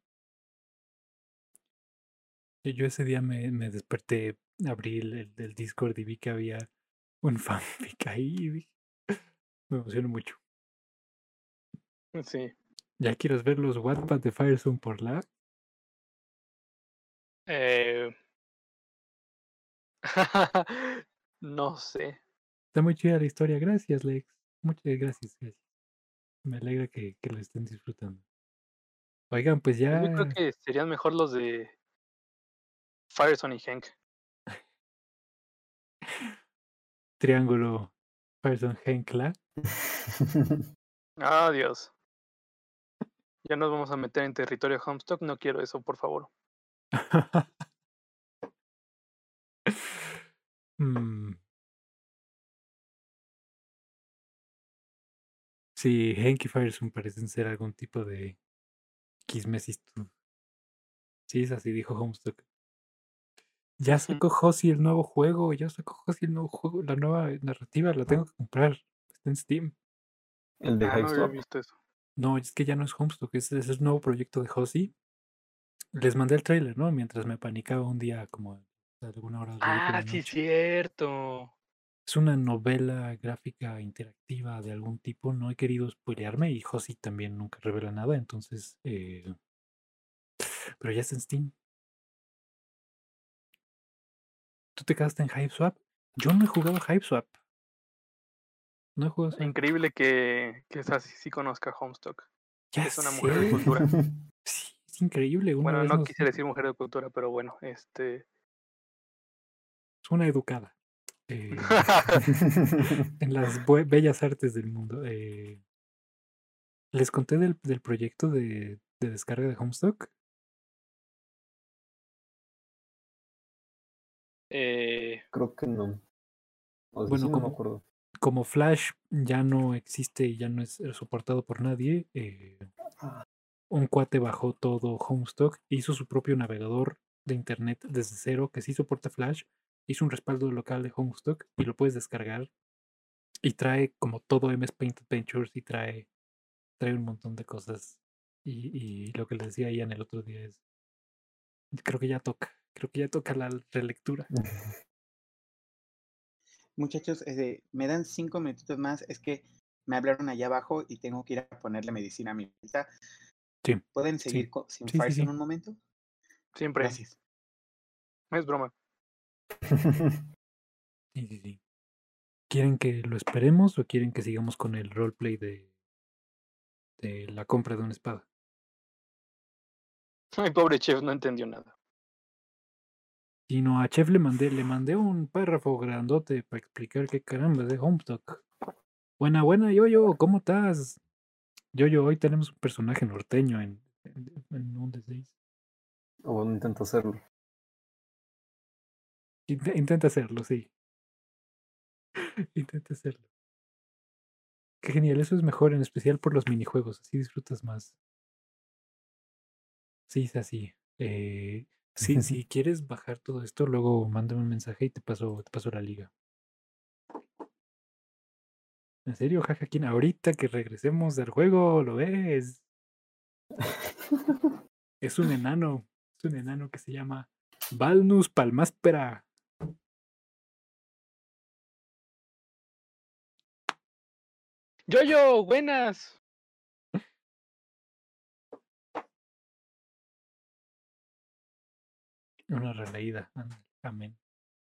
Y yo ese día me, me desperté, abrí el, el, el Discord y vi que había un fanfic ahí. Y dije, me emocionó mucho. Sí. ¿Ya quieres ver los Wattpad de Firezone por la? Eh... no sé. Está muy chida la historia. Gracias, Lex. Muchas gracias, gracias. Me alegra que, que lo estén disfrutando. Oigan, pues Pues yo creo ya que serían mejor los de Fireson y Hank. Triángulo Firezone Henkla. Ah, Dios. Ya nos vamos a meter en territorio Homestuck. No quiero eso, por favor. Mm, sí, Hank y Firezone parecen ser algún tipo de Kismesitud. Sí, es así, dijo Homestuck. Ya sacó Josie el nuevo juego, ya sacó Josie el nuevo juego, la nueva narrativa, la tengo que comprar. Está en Steam. El de Ah, no había Hypestop. visto eso. No, es que ya no es Homestuck, es, es el nuevo proyecto de Josie. Les mandé el tráiler, ¿no? Mientras me panicaba un día como a alguna hora ridícula Ah, de sí, noche. cierto. Es una novela gráfica interactiva de algún tipo. No he querido spoilearme y Josie también nunca revela nada, entonces... Eh... Pero ya está en Steam. ¿Tú te quedaste en HypeSwap? Yo no he jugado a HypeSwap. No he jugado a HypeSwap. Increíble que, que esa sí, sí conozca Homestuck. Ya Es una sé. mujer de cultura. Sí, es increíble. Una Bueno, vez no nos... quise decir mujer de cultura, pero bueno, este. Es una educada. Eh, en las bue- bellas artes del mundo. Eh, ¿les conté del, del proyecto de, de descarga de Homestuck? eh, Creo que no. O sea, sí, Bueno, no me como, acuerdo. como Flash ya no existe y ya no es soportado por nadie, eh, un cuate bajó todo Homestuck, hizo su propio navegador de internet desde cero que sí soporta Flash. Hizo un respaldo local de Homestuck y lo puedes descargar. Y trae como todo M S Paint Adventures y trae, trae un montón de cosas. Y, y lo que les decía Ian el otro día es, creo que ya toca, creo que ya toca la relectura. Muchachos, eh, me dan cinco minutitos más. Es que me hablaron allá abajo y tengo que ir a ponerle medicina a mi hija. Sí, ¿Pueden seguir sí, co- sin sí, sí, Firestone sí. un momento? Siempre. Gracias. No es broma. Sí, sí, sí. ¿Quieren que lo esperemos o quieren que sigamos con el roleplay de, de la compra de una espada? Ay, pobre chef, no entendió nada. Y no, a Chef le mandé, le mandé un párrafo grandote para explicar qué caramba es de Homestuck. Buena, buena, Yoyo, ¿cómo estás? Yoyo, hoy tenemos un personaje norteño en, en, en un D seis. O bueno, intento hacerlo. Int- Intenta hacerlo, sí. Intenta hacerlo. Qué genial, eso es mejor, en especial por los minijuegos, así disfrutas más. Sí, es así. Eh, sí, si quieres bajar todo esto, luego mándame un mensaje y te paso, te paso la liga. ¿En serio, jaja? ¿Quién? Ahorita que regresemos del juego, ¿lo ves? Es un enano, es un enano que se llama Valnus palmáspera. Yo, yo, buenas. Una releída. Amén.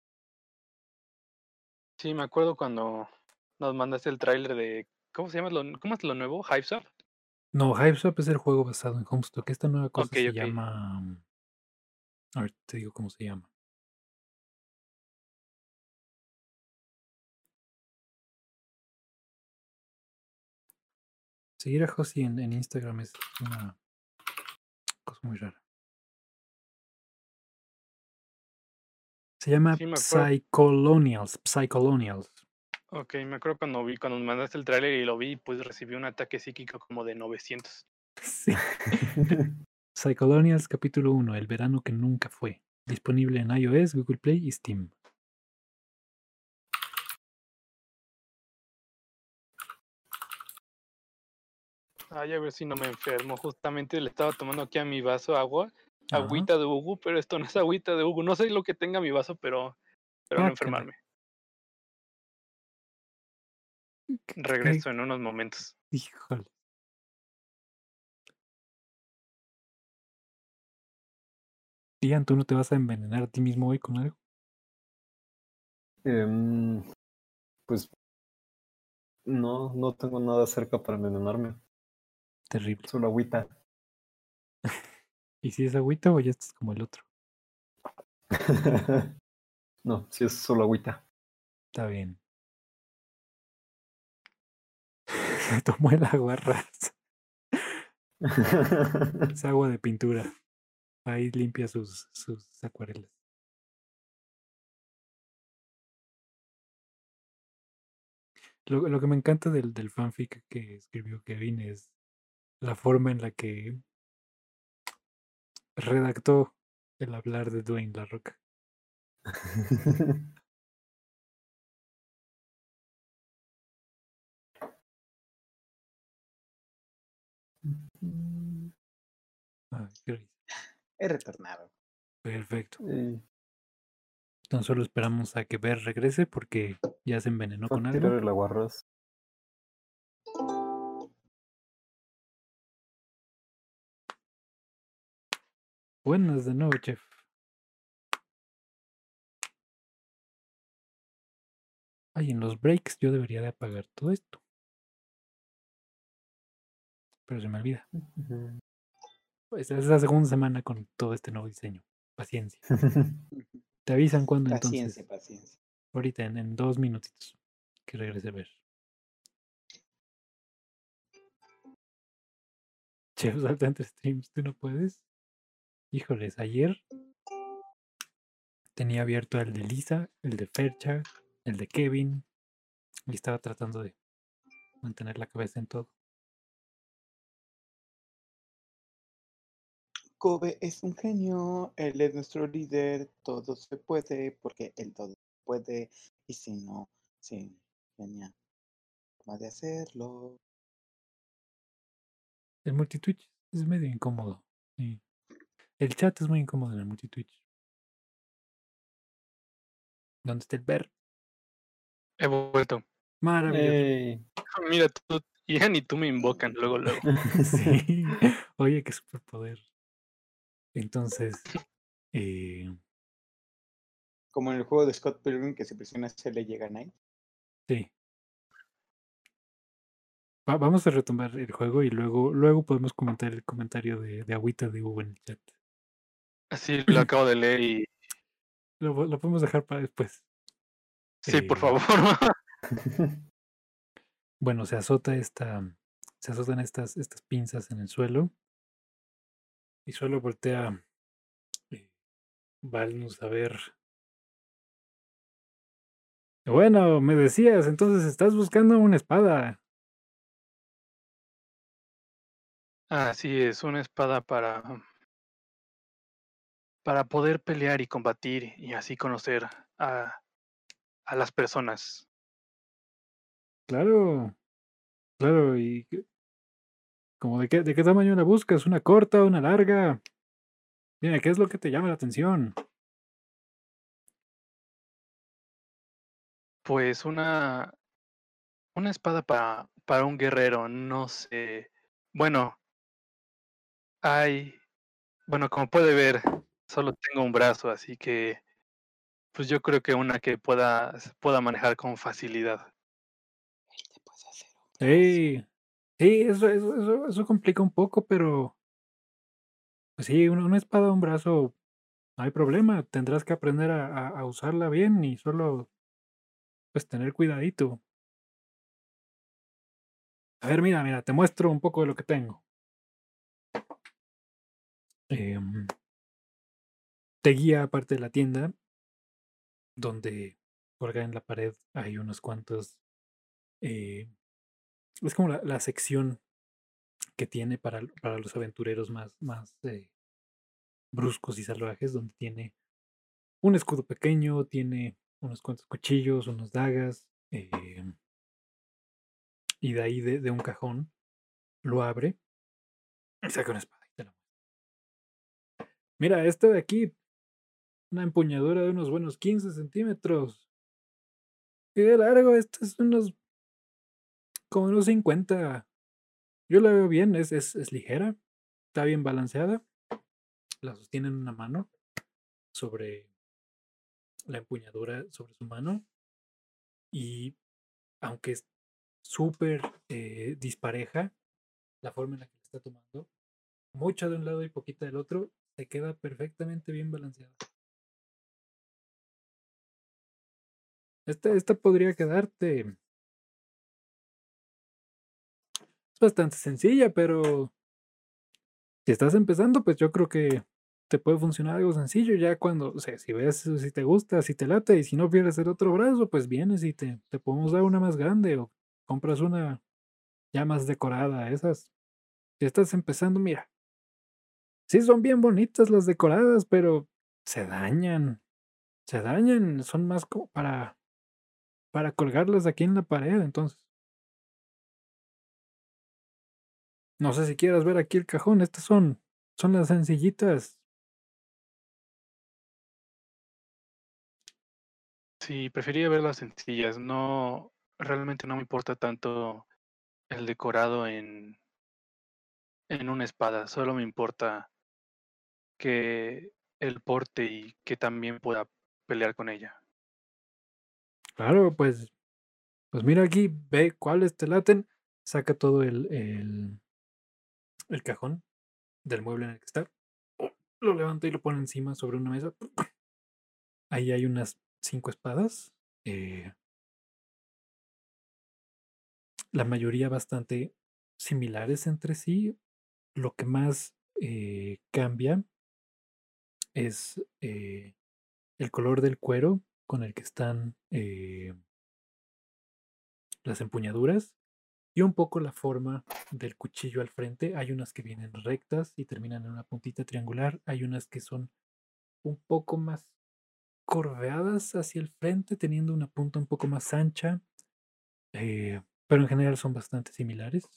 Sí, me acuerdo cuando nos mandaste el tráiler de. ¿Cómo se llama lo, cómo es lo nuevo? ¿Hypeswap? No, Hypeswap es el juego basado en Homestuck. Esta nueva cosa Ok, se ok. llama. A ver, te digo cómo se llama. Seguir a Josie en, en Instagram es una cosa muy rara. Se llama Sí, me acuerdo. Psycolonials. Psycolonials. Ok, me acuerdo cuando vi, cuando nos mandaste el tráiler y lo vi, pues recibí un ataque psíquico como de novecientos. Sí. Psycolonials capítulo uno, el verano que nunca fue. Disponible en iOS, Google Play y Steam. Ay, a ver si no me enfermo. Justamente le estaba tomando aquí a mi vaso agua, Ajá. agüita de Ugu, pero esto no es agüita de Ugu. No sé lo que tenga mi vaso, pero, pero no Guácala. enfermarme. ¿Qué- Regreso en unos momentos. Híjole. Ian, ¿tú no te vas a envenenar a ti mismo hoy con algo? Em, pues no, no tengo nada cerca para envenenarme. Terrible. Solo agüita. ¿Y si es agüita o ya estás como el otro? No, si es solo agüita. Está bien. Se tomó el agua ras. Es agua de pintura. Ahí limpia sus, sus acuarelas. Lo, lo que me encanta del, del fanfic que escribió Kevin es la forma en la que redactó el hablar de Dwayne La Roca. Ay, qué risa. He retornado. Perfecto. Y Entonces solo esperamos a que Ver regrese porque ya se envenenó fue con a algo. tirar el aguarrás. Buenas de nuevo, chef. Ay, en los breaks yo debería de apagar todo esto. Pero se me olvida. Ujú. Pues es la segunda semana con todo este nuevo diseño. Paciencia. Te avisan cuando Paciencia, entonces. paciencia. Ahorita, en, en dos minutitos. Que regrese a ver. Chef, salta entre streams. ¿Tú no puedes? Híjoles, ayer tenía abierto el de Lisa, el de Fercha, el de Kevin. Y estaba tratando de mantener la cabeza en todo. Kobe es un genio, él es nuestro líder, todo se puede, porque él todo puede, y si no, sí, genial, forma de hacerlo. El multitwitch es medio incómodo. Sí. El chat es muy incómodo en el multitwitch. ¿Dónde está el ver? He vuelto. Maravilloso. Ey. Mira, tú, Ian y tú me invocan luego, luego. Sí. Oye, qué superpoder. Entonces, eh, Como en el juego de Scott Pilgrim que si presiona se le llega ahí. sí. Va- vamos a retomar el juego y luego, luego podemos comentar el comentario de, de Agüita de Hugo en el chat. Así lo acabo de leer y Lo, lo podemos dejar para después. sí, por Eh, favor. Bueno, se azota esta. Se azotan estas, estas pinzas en el suelo. Y solo voltea eh, Valnus a ver. Bueno, me decías, entonces estás buscando una espada. Así es, una espada para para poder pelear y combatir y así conocer a, a las personas. Claro, claro. ¿Y qué- como de qué, de qué tamaño la buscas? ¿Una corta, una larga? Mira, ¿qué es lo que te llama la atención? Pues una una espada para para un guerrero, no sé. Bueno, hay, bueno, como puede ver, solo tengo un brazo, así que pues yo creo que una que pueda pueda manejar con facilidad. Te puedes hacer un brazo. Sí, sí, eso, eso, eso, eso complica un poco, pero pues sí, una, una espada, un brazo, no hay problema. Tendrás que aprender a, a- a usarla bien y solo pues tener cuidadito. A ver, mira, mira, te muestro un poco de lo que tengo. Em, te guía aparte de la tienda, donde colgada en la pared hay unos cuantos. eh, es como la, la sección que tiene para, para los aventureros más, más eh, bruscos y salvajes, donde tiene un escudo pequeño, tiene unos cuantos cuchillos, unas dagas, em, y de ahí de, de un cajón lo abre y saca una espada y te la muestra. Mira, esta de aquí, una empuñadura de unos buenos quince centímetros. Y de largo, esta es unos como unos cincuenta. Yo la veo bien, es, es, es ligera, está bien balanceada. La sostiene en una mano sobre la empuñadura, sobre su mano. Y aunque es súper eh, dispareja la forma en la que la está tomando, mucha de un lado y poquita del otro, se queda perfectamente bien balanceada. Esta, esta podría quedarte. Es bastante sencilla, pero si estás empezando, pues yo creo que te puede funcionar algo sencillo. Ya cuando, o sea, si ves si te gusta, si te late, y si no quieres el otro brazo, pues vienes y te, te podemos dar una más grande o compras una ya más decorada. Esas, si estás empezando, mira, sí son bien bonitas las decoradas, pero se dañan, se dañan, son más como para, para colgarlas aquí en la pared. Entonces, no sé si quieras ver aquí el cajón. Estas son, son las sencillitas. Sí, preferiría ver las sencillas, no, realmente no me importa tanto el decorado en en una espada, solo me importa que el porte y que también pueda pelear con ella. Claro, pues, pues mira aquí, ve cuáles te laten, saca todo el, el, el cajón del mueble en el que está, lo levanta y lo pone encima sobre una mesa. Ahí hay unas cinco espadas, eh, la mayoría bastante similares entre sí. Lo que más eh, cambia es eh, el color del cuero con el que están eh, las empuñaduras y un poco la forma del cuchillo al frente. Hay unas que vienen rectas y terminan en una puntita triangular. Hay unas que son un poco más curveadas hacia el frente, teniendo una punta un poco más ancha, eh, pero en general son bastante similares.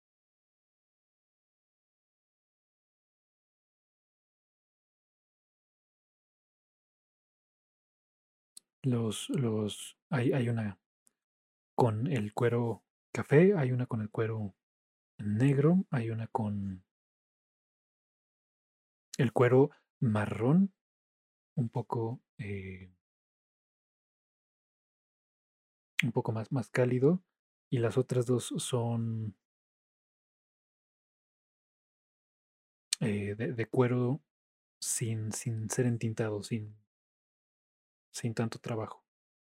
Los, los, hay, hay una con el cuero café, hay una con el cuero negro, hay una con el cuero marrón, un poco, eh, un poco más, más cálido, y las otras dos son eh, de, de cuero sin, sin ser entintado, sin, sin tanto trabajo.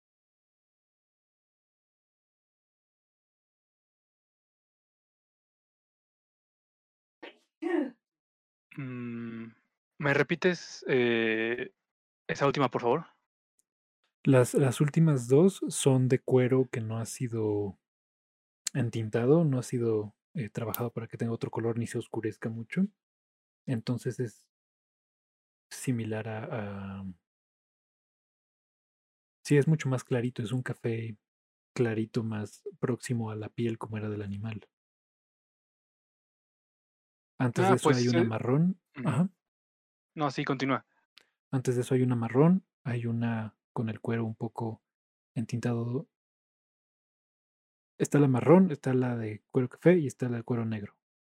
Mm, ¿Me repites eh, esa última, por favor? Las, las últimas dos son de cuero que no ha sido entintado, no ha sido eh, trabajado para que tenga otro color ni se oscurezca mucho. Entonces es similar a, a... Sí, es mucho más clarito, es un café clarito más próximo a la piel como era del animal. Antes de Ah, eso hay pues... una eh, marrón. ujú. Ajá. No, sí, continúa. Antes de eso hay una marrón, hay una con el cuero un poco entintado. Está la marrón, está la de cuero café y está la de cuero negro.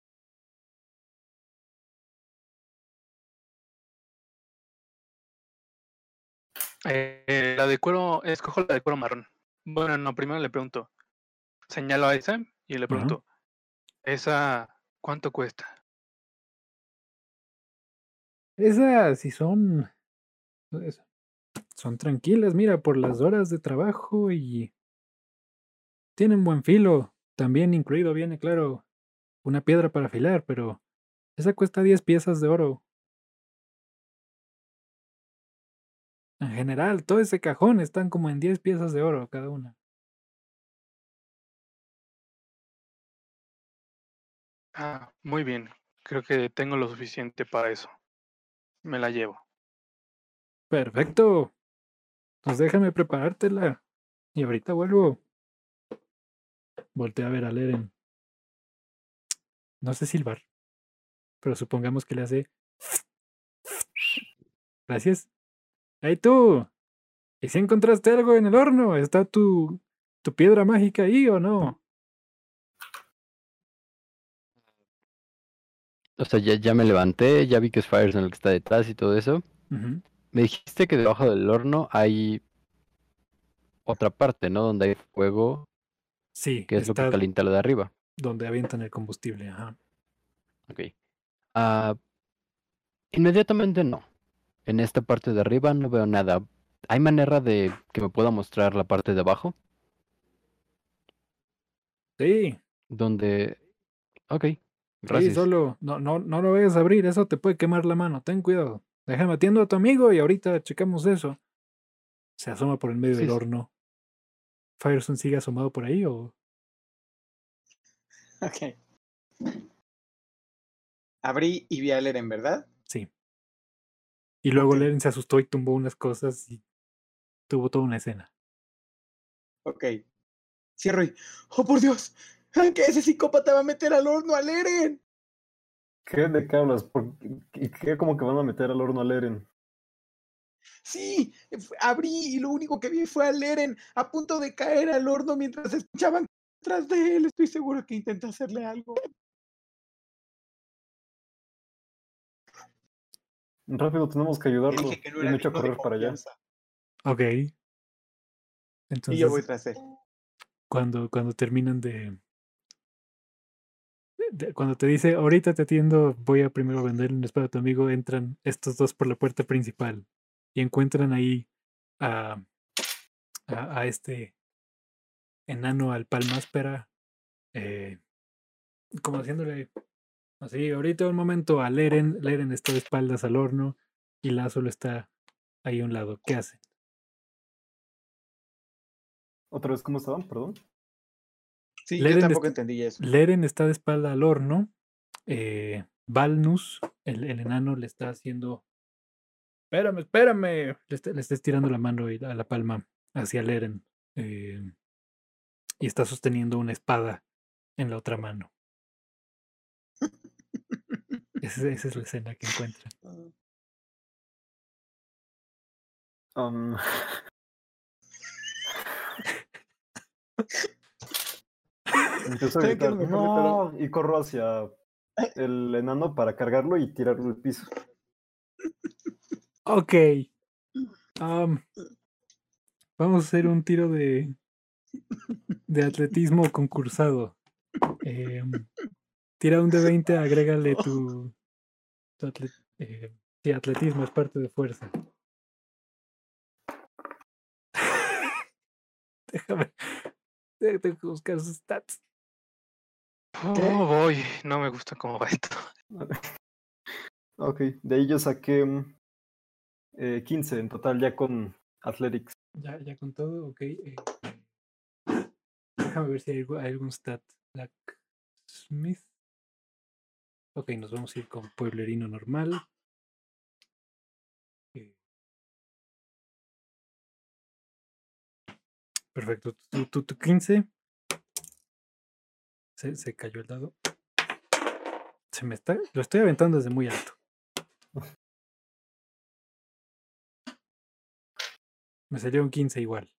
Eh, la de cuero, escojo la de cuero marrón. Bueno, no, primero le pregunto, señalo a esa y le Ajá. pregunto, ¿esa cuánto cuesta? Esas sí son, es- son tranquilas, mira, por las horas de trabajo y tienen buen filo. También incluido viene, claro, una piedra para afilar, pero esa cuesta diez piezas de oro. En general, todo ese cajón están como en diez piezas de oro cada una. Ah, muy bien. Creo que tengo lo suficiente para eso. Me la llevo. Perfecto. Pues déjame preparártela. Y ahorita vuelvo. Voltea a ver a Leren. No sé silbar, pero supongamos que le hace. Gracias. ¡Hey tú! ¿Y si encontraste algo en el horno? ¿Está tu, tu piedra mágica ahí o no? O sea, ya, ya me levanté, ya vi que es Fireson el que está detrás y todo eso. Ujú. Me dijiste que debajo del horno hay otra parte, ¿no? Donde hay fuego, Sí, que es lo que está calienta lo de arriba. donde avientan el combustible. Ajá. Ok. Ah, inmediatamente no. En esta parte de arriba no veo nada. ¿Hay manera de que me pueda mostrar la parte de abajo? Sí, Donde... Ok, sí, gracias. solo no, no, no lo vayas a abrir, eso te puede quemar la mano. Ten cuidado. Déjame atiendo a tu amigo y ahorita checamos eso. Se asoma por el medio Sí, del sí. horno. ¿Fireson sigue asomado por ahí o...? Ok. Abrí y vi a Leren, ¿verdad? Sí. Y luego Ok. Leren se asustó y tumbó unas cosas y tuvo toda una escena. Ok. Cierro y... ¡Oh, por Dios! ¡Que ese psicópata va a meter al horno a Leren! ¿Qué? ¿De qué hablas? ¿Por qué, qué como que van a meter al horno a Leren? Sí, fu- abrí y lo único que vi fue a Leren a punto de caer al horno mientras escuchaban detrás de él. Estoy seguro que intenta hacerle algo. Rápido, tenemos que Le ayudarlo. dije que no Y era me echo a digno de correr para allá. confianza. Ok. Y yo voy Entonces, tras él. cuando, cuando terminan de, de- Cuando te dice, ahorita te atiendo, voy a primero venderle un espada a tu amigo, entran estos dos por la puerta principal y encuentran ahí a, a, a este enano al palmáspera, eh, como haciéndole así, ahorita un momento a Leren. Leren está de espaldas al horno y la solo está ahí a un lado. ¿Qué hace? ¿Otra vez cómo estaban? Perdón. Sí, yo Leren, tampoco está, entendí eso. Leren está de espalda al horno. Eh, Valnus, el, el enano, le está haciendo. Espérame, espérame. Le está, le está estirando la mano y la, la palma hacia Leren. eh, y está sosteniendo una espada en la otra mano. Esa, esa es la escena que encuentra. Um, Empiezo a ¿Saben qué es gritar, lo mejor de no, y corro hacia el enano para cargarlo y tirarlo al piso. Ok. um, vamos a hacer un tiro de, de atletismo concursado. Em, tira un de veinte, agrégale tu, tu atlet- eh, sí, atletismo, es parte de fuerza. Déjame, de- tengo que buscar sus stats. Oh, voy. No me gusta cómo va esto. Ok, de ahí yo saqué mm, eh, quince en total ya con Athletics. Ya, ya con todo, ok. eh, déjame ver si hay, algo- hay algún stat. Blacksmith. Ok, nos vamos a ir con pueblerino normal. Eh, perfecto. Tu, tu, tu quince. Se, se cayó el dado. Se me está. Lo estoy aventando desde muy alto. Me salió un quince igual.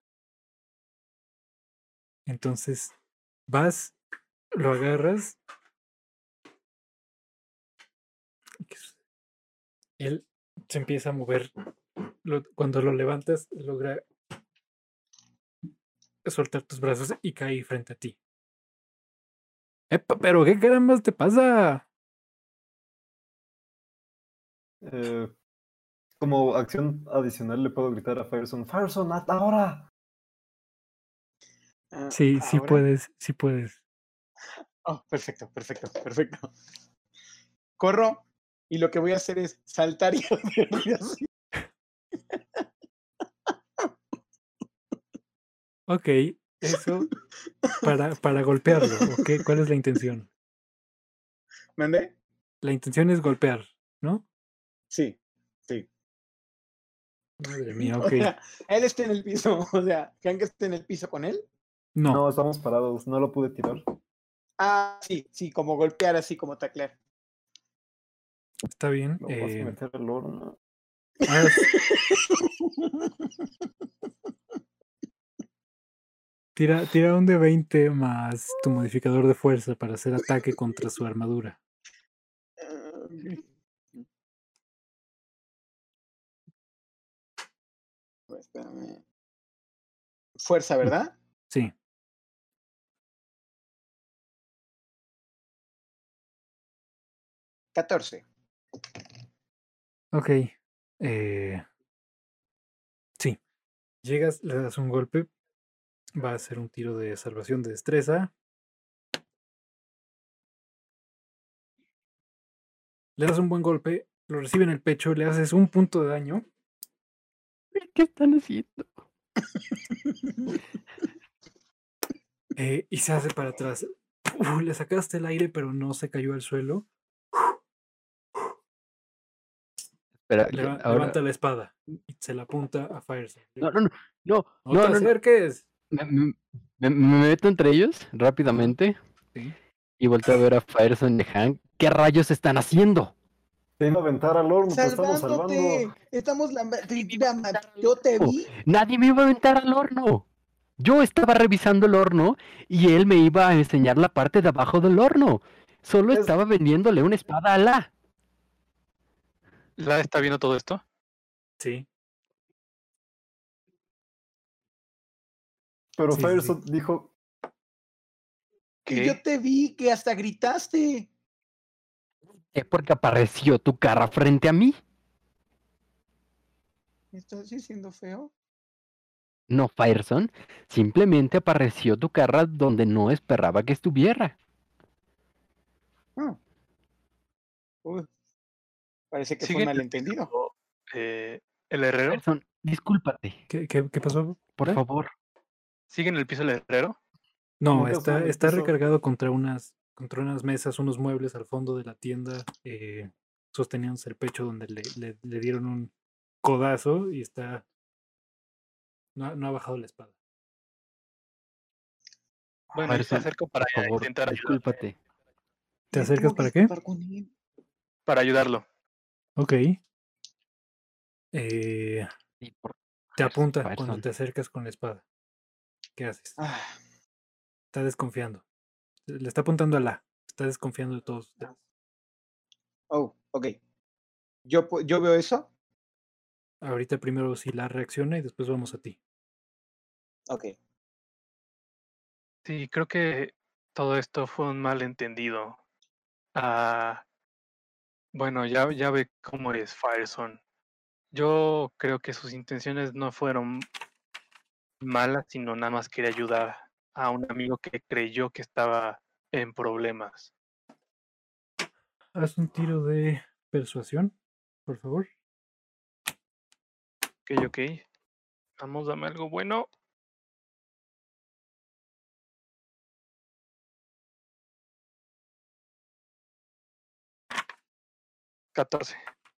Entonces, vas, lo agarras. Él se empieza a mover. Lo- cuando lo levantas, logra soltar tus brazos y cae frente a ti. ¡Epa! ¿Pero qué carambas te pasa? Eh, como acción adicional le puedo gritar a Fireson, Fireson, hasta ahora. Ah, Sí, sí ¿ahora? puedes, sí puedes. Oh, perfecto, perfecto, perfecto. Corro y lo que voy a hacer es saltar y hacerle así. Ok, eso para, para golpearlo. ¿Ok? ¿Cuál es la intención? ¿Mandé? La intención es golpear, ¿no? Sí, sí. Madre mía, O ok. sea, él está en el piso. O sea, ¿creen que esté en el piso con él? No, No, estamos parados, no lo pude tirar. Ah, sí, sí, como golpear así, como taclear. está bien. Lo vas a eh, meter al horno. haz- tira, tira un de veinte más tu modificador de fuerza para hacer ataque contra su armadura. Ah, ok. Espérame. Fuerza, ¿verdad? Sí, catorce. ok. eh, sí. Llegas, le das un golpe. Va a hacer un tiro de salvación de destreza. Le das un buen golpe, lo recibe en el pecho, le haces un punto de daño. ¿Qué están haciendo? eh, y se hace para atrás. Uh, le sacaste el aire, pero no se cayó al suelo. Espera, que Leva- ahora. Levanta la espada y se la apunta a Fireside. No, no, no, no, ¡No no, te no, no. acerques! Me, me- me- me meto entre ellos rápidamente Sí. y volteo a ver a Fireson y Hank. ¿Qué rayos están haciendo? Te iba a aventar al horno, te estamos ¡Salvándote! salvando. Estamos la... Yo te Oh, vi. nadie me iba a aventar al horno. Yo estaba revisando el horno y él me iba a enseñar la parte de abajo del horno. Solo Es- estaba vendiéndole una espada a La. ¿La está viendo todo esto? Sí. Pero Sí, sí, Fireson dijo, Y yo ¿Qué? te vi que hasta gritaste. Es porque apareció tu cara frente a mí. ¿Me estás diciendo feo? No, Fireson. Simplemente apareció tu cara donde no esperaba que estuviera. Ah. Uy, parece que fue ¿Sigue un malentendido. eh, el herrero? Fireson, discúlpate, ¿Qué, qué, qué pasó? por ¿Eh? favor. ¿Sigue en el piso el herrero? No, Nunca está, fue el está piso. recargado contra unas, contra unas mesas, unos muebles al fondo de la tienda, eh, sosteniéndose el pecho donde le, le- le dieron un codazo y está. No, ha- no ha bajado la espada. Bueno, yo me Farson, acerco para por favor, intentar ayudarlo. discúlpate. ¿Te Me acercas tengo que para qué? disculpar con él. Para ayudarlo. Ok. Eh, Sí, por te Farson, apunta cuando Farson. te acercas con la espada. ¿Qué haces? Ah, Está desconfiando. Le está apuntando a la. Está desconfiando de todos ustedes. oh, ok. Yo, pu- yo veo eso. Ahorita primero si la reacciona y después vamos a ti. Ok. Sí, creo que todo esto fue un malentendido. Ah, bueno, ya, ya ve cómo es Fireson. Yo creo que sus intenciones no fueron malas, sino nada más quería ayudar a un amigo que creyó que estaba en problemas. Haz un tiro de persuasión, por favor. Ok, ok. Vamos, dame algo bueno. catorce.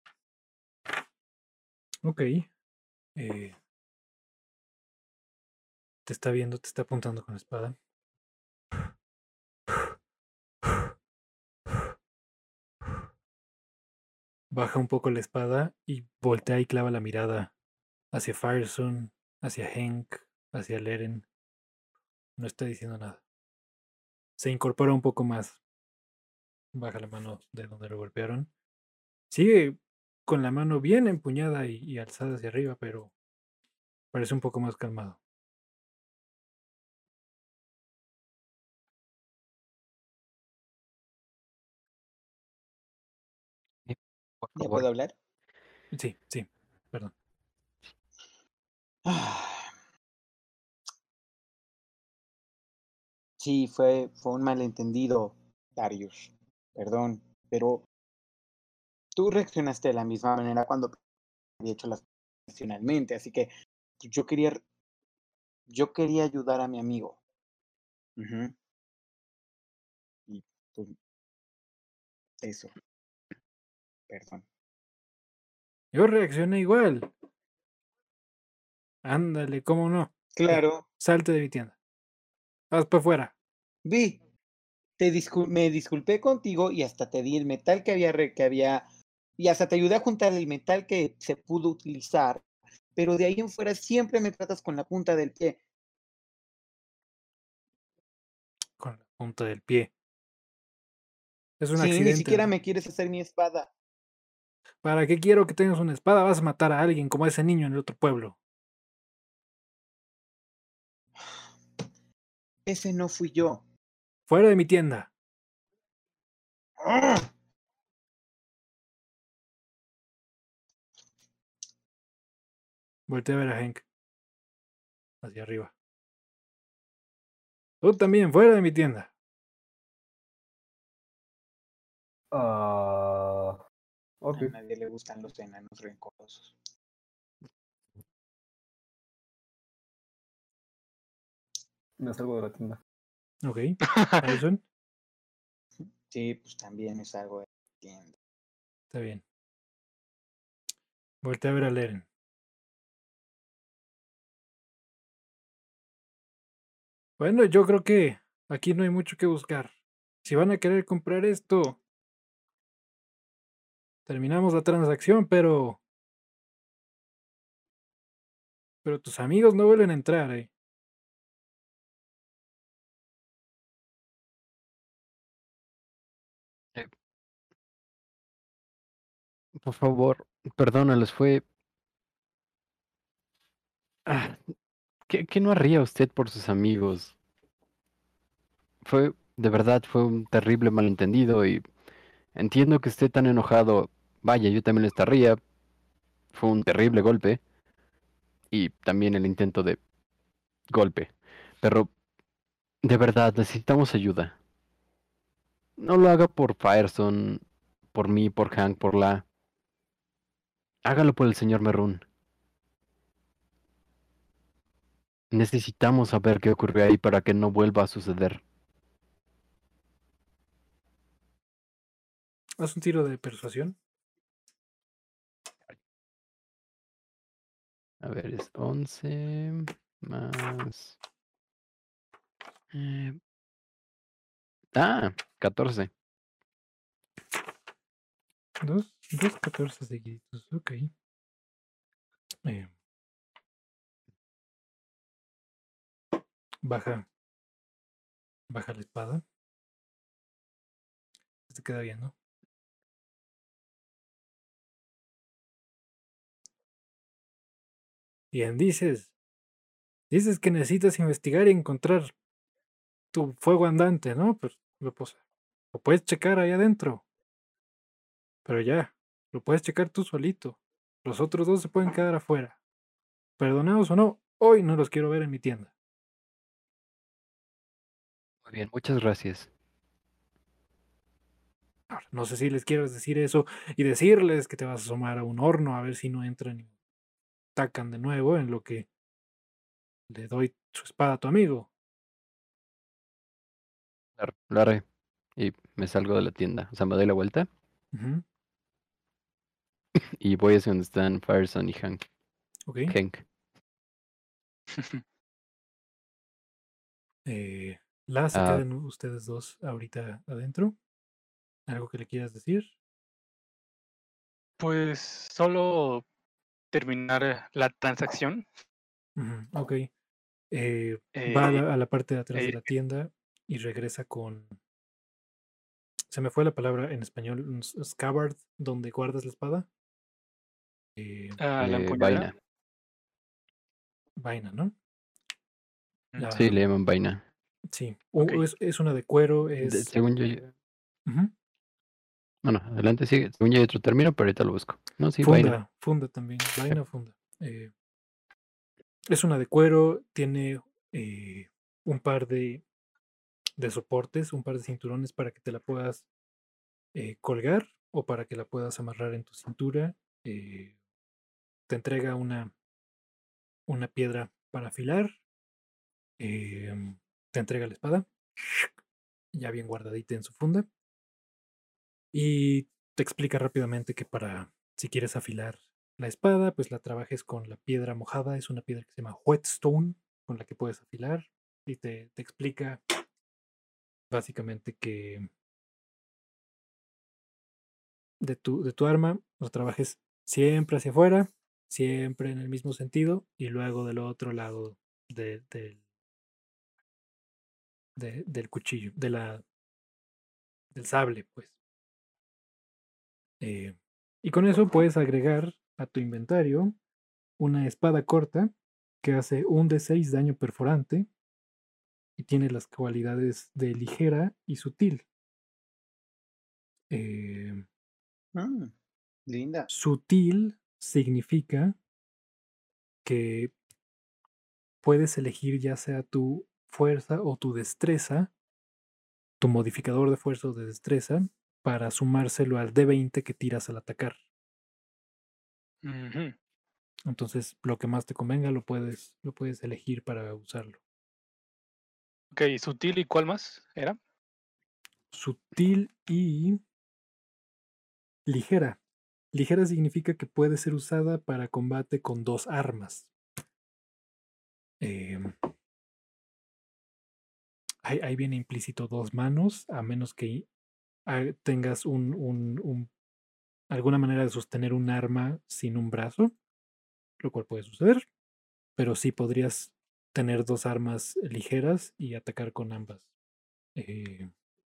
Ok. Eh, te está viendo, te está apuntando con la espada. Baja un poco la espada y voltea y clava la mirada hacia Fireson, hacia Hank, hacia Leren. No está diciendo nada. Se incorpora un poco más. Baja la mano de donde lo golpearon. Sigue con la mano bien empuñada y, y alzada hacia arriba, pero parece un poco más calmado. Eh, Por ¿Ya favor. puedo hablar? Sí, sí, perdón. Ah, sí, fue, fue un malentendido, Darius. Perdón, pero tú reaccionaste de la misma manera cuando había hecho las cosas racionalmente, así que yo quería, yo quería ayudar a mi amigo. Ujú. Y pues eso, perdón. Yo reaccioné igual. Ándale, ¿cómo no? Ya, Claro, salte de mi tienda. Haz para afuera. vi, te discul- me disculpé contigo y hasta te di el metal que había, re- que había, y hasta te ayudé a juntar el metal que se pudo utilizar, pero de ahí en fuera siempre me tratas con la punta del pie. Con la punta del pie. Es un Sí, ni accidente. siquiera me quieres hacer mi espada. ¿Para qué quiero que tengas una espada? Vas a matar a alguien como a ese niño en el otro pueblo. Ese no fui yo. Fuera de mi tienda. ¡Ah! Voltea a ver a Hank. Hacia arriba. Tú también, fuera de mi tienda. Ah, ok, A nadie le gustan los enanos rencorosos. me salgo de la tienda. Ok. Harrison, Sí, pues también es algo de tienda. está bien. Voltea a ver a Leren. Bueno, yo creo que aquí no hay mucho que buscar. Si van a querer comprar esto, terminamos la transacción, pero. Pero tus amigos no vuelven a entrar, eh. Eh, Por favor, perdónales, fue... Ah, ¿qué, qué no haría usted por sus amigos? Fue, de verdad, fue un terrible malentendido y entiendo que esté tan enojado. Vaya, yo también le estaría. Fue un terrible golpe y también el intento de golpe. Pero, de verdad, necesitamos ayuda. No lo haga por Firestone, por mí, por Hank, por la... Hágalo por el señor Merún. Necesitamos saber qué ocurrió ahí para que no vuelva a suceder. Haz un tiro de persuasión. A ver, es once más... eh, Ah, catorce. Dos, dos catorce seguiditos. Ok. Eh, baja. Baja la espada. Se queda bien, ¿no? Bien, dices. Dices que necesitas investigar y encontrar tu fuego andante, ¿no? Pues lo, pues, lo puedes checar ahí adentro. Pero ya, lo puedes checar tú solito. Los otros dos se pueden quedar afuera. Perdonados o no, hoy no los quiero ver en mi tienda. Muy bien, muchas gracias. Ahora, no sé si les quieres decir eso y decirles que te vas a asomar a un horno a ver si no entran y atacan de nuevo en lo que le doy su espada a tu amigo. Claro, lo haré. Y me salgo de la tienda. O sea, me doy la vuelta Ujú, y voy hacia donde están Fireson y Hank. ok. Hank. Eh, la se Ah, quedan ustedes dos ahorita adentro. ¿Algo que le quieras decir? Pues solo terminar la transacción. Ujú, ok. Eh, va a Eh, la, a la parte de atrás de eh, la tienda y regresa con... Se me fue la palabra en español, un s- scabbard, donde guardas la espada. Eh, a la eh, empuñadura. vaina. vaina, ¿no? Mm, Sí, La, le llaman vaina. sí, Ok. u- es, es una de cuero, De- es... según yo... ya- ujú, Bueno, adelante sigue. Según yo hay otro término, pero ahorita lo busco. No, sí, vaina. funda, funda también, Ok. vaina, funda. Eh, es una de cuero, tiene eh, un par de, de soportes, un par de cinturones para que te la puedas eh, colgar o para que la puedas amarrar en tu cintura. Eh, te entrega una, una piedra para afilar. em, te entrega la espada, ya bien guardadita en su funda. Y te explica rápidamente que para, si quieres afilar la espada, pues la trabajes con la piedra mojada. Es una piedra que se llama whetstone, con la que puedes afilar. Y te, te explica básicamente que de tu, de tu arma lo trabajes siempre hacia afuera, siempre en el mismo sentido, y luego del otro lado de- del- de- del cuchillo, de la, del sable, pues. Eh, y con eso puedes agregar a tu inventario una espada corta que hace un de seis daño perforante y tiene las cualidades de ligera y sutil. Eh, Mm, linda. sutil significa que puedes elegir ya sea tu fuerza o tu destreza, tu modificador de fuerza o de destreza, para sumárselo al D veinte que tiras al atacar. Ujú. Entonces, lo que más te convenga lo puedes, lo puedes elegir para usarlo. Ok, sutil y cuál más era. Sutil y ligera. Ligera significa que puede ser usada para combate con dos armas. Em, ahí, ahí viene implícito dos manos, a menos que ah, tengas un, un- un- alguna manera de sostener un arma sin un brazo, lo cual puede suceder, pero sí podrías tener dos armas ligeras y atacar con ambas. Eh,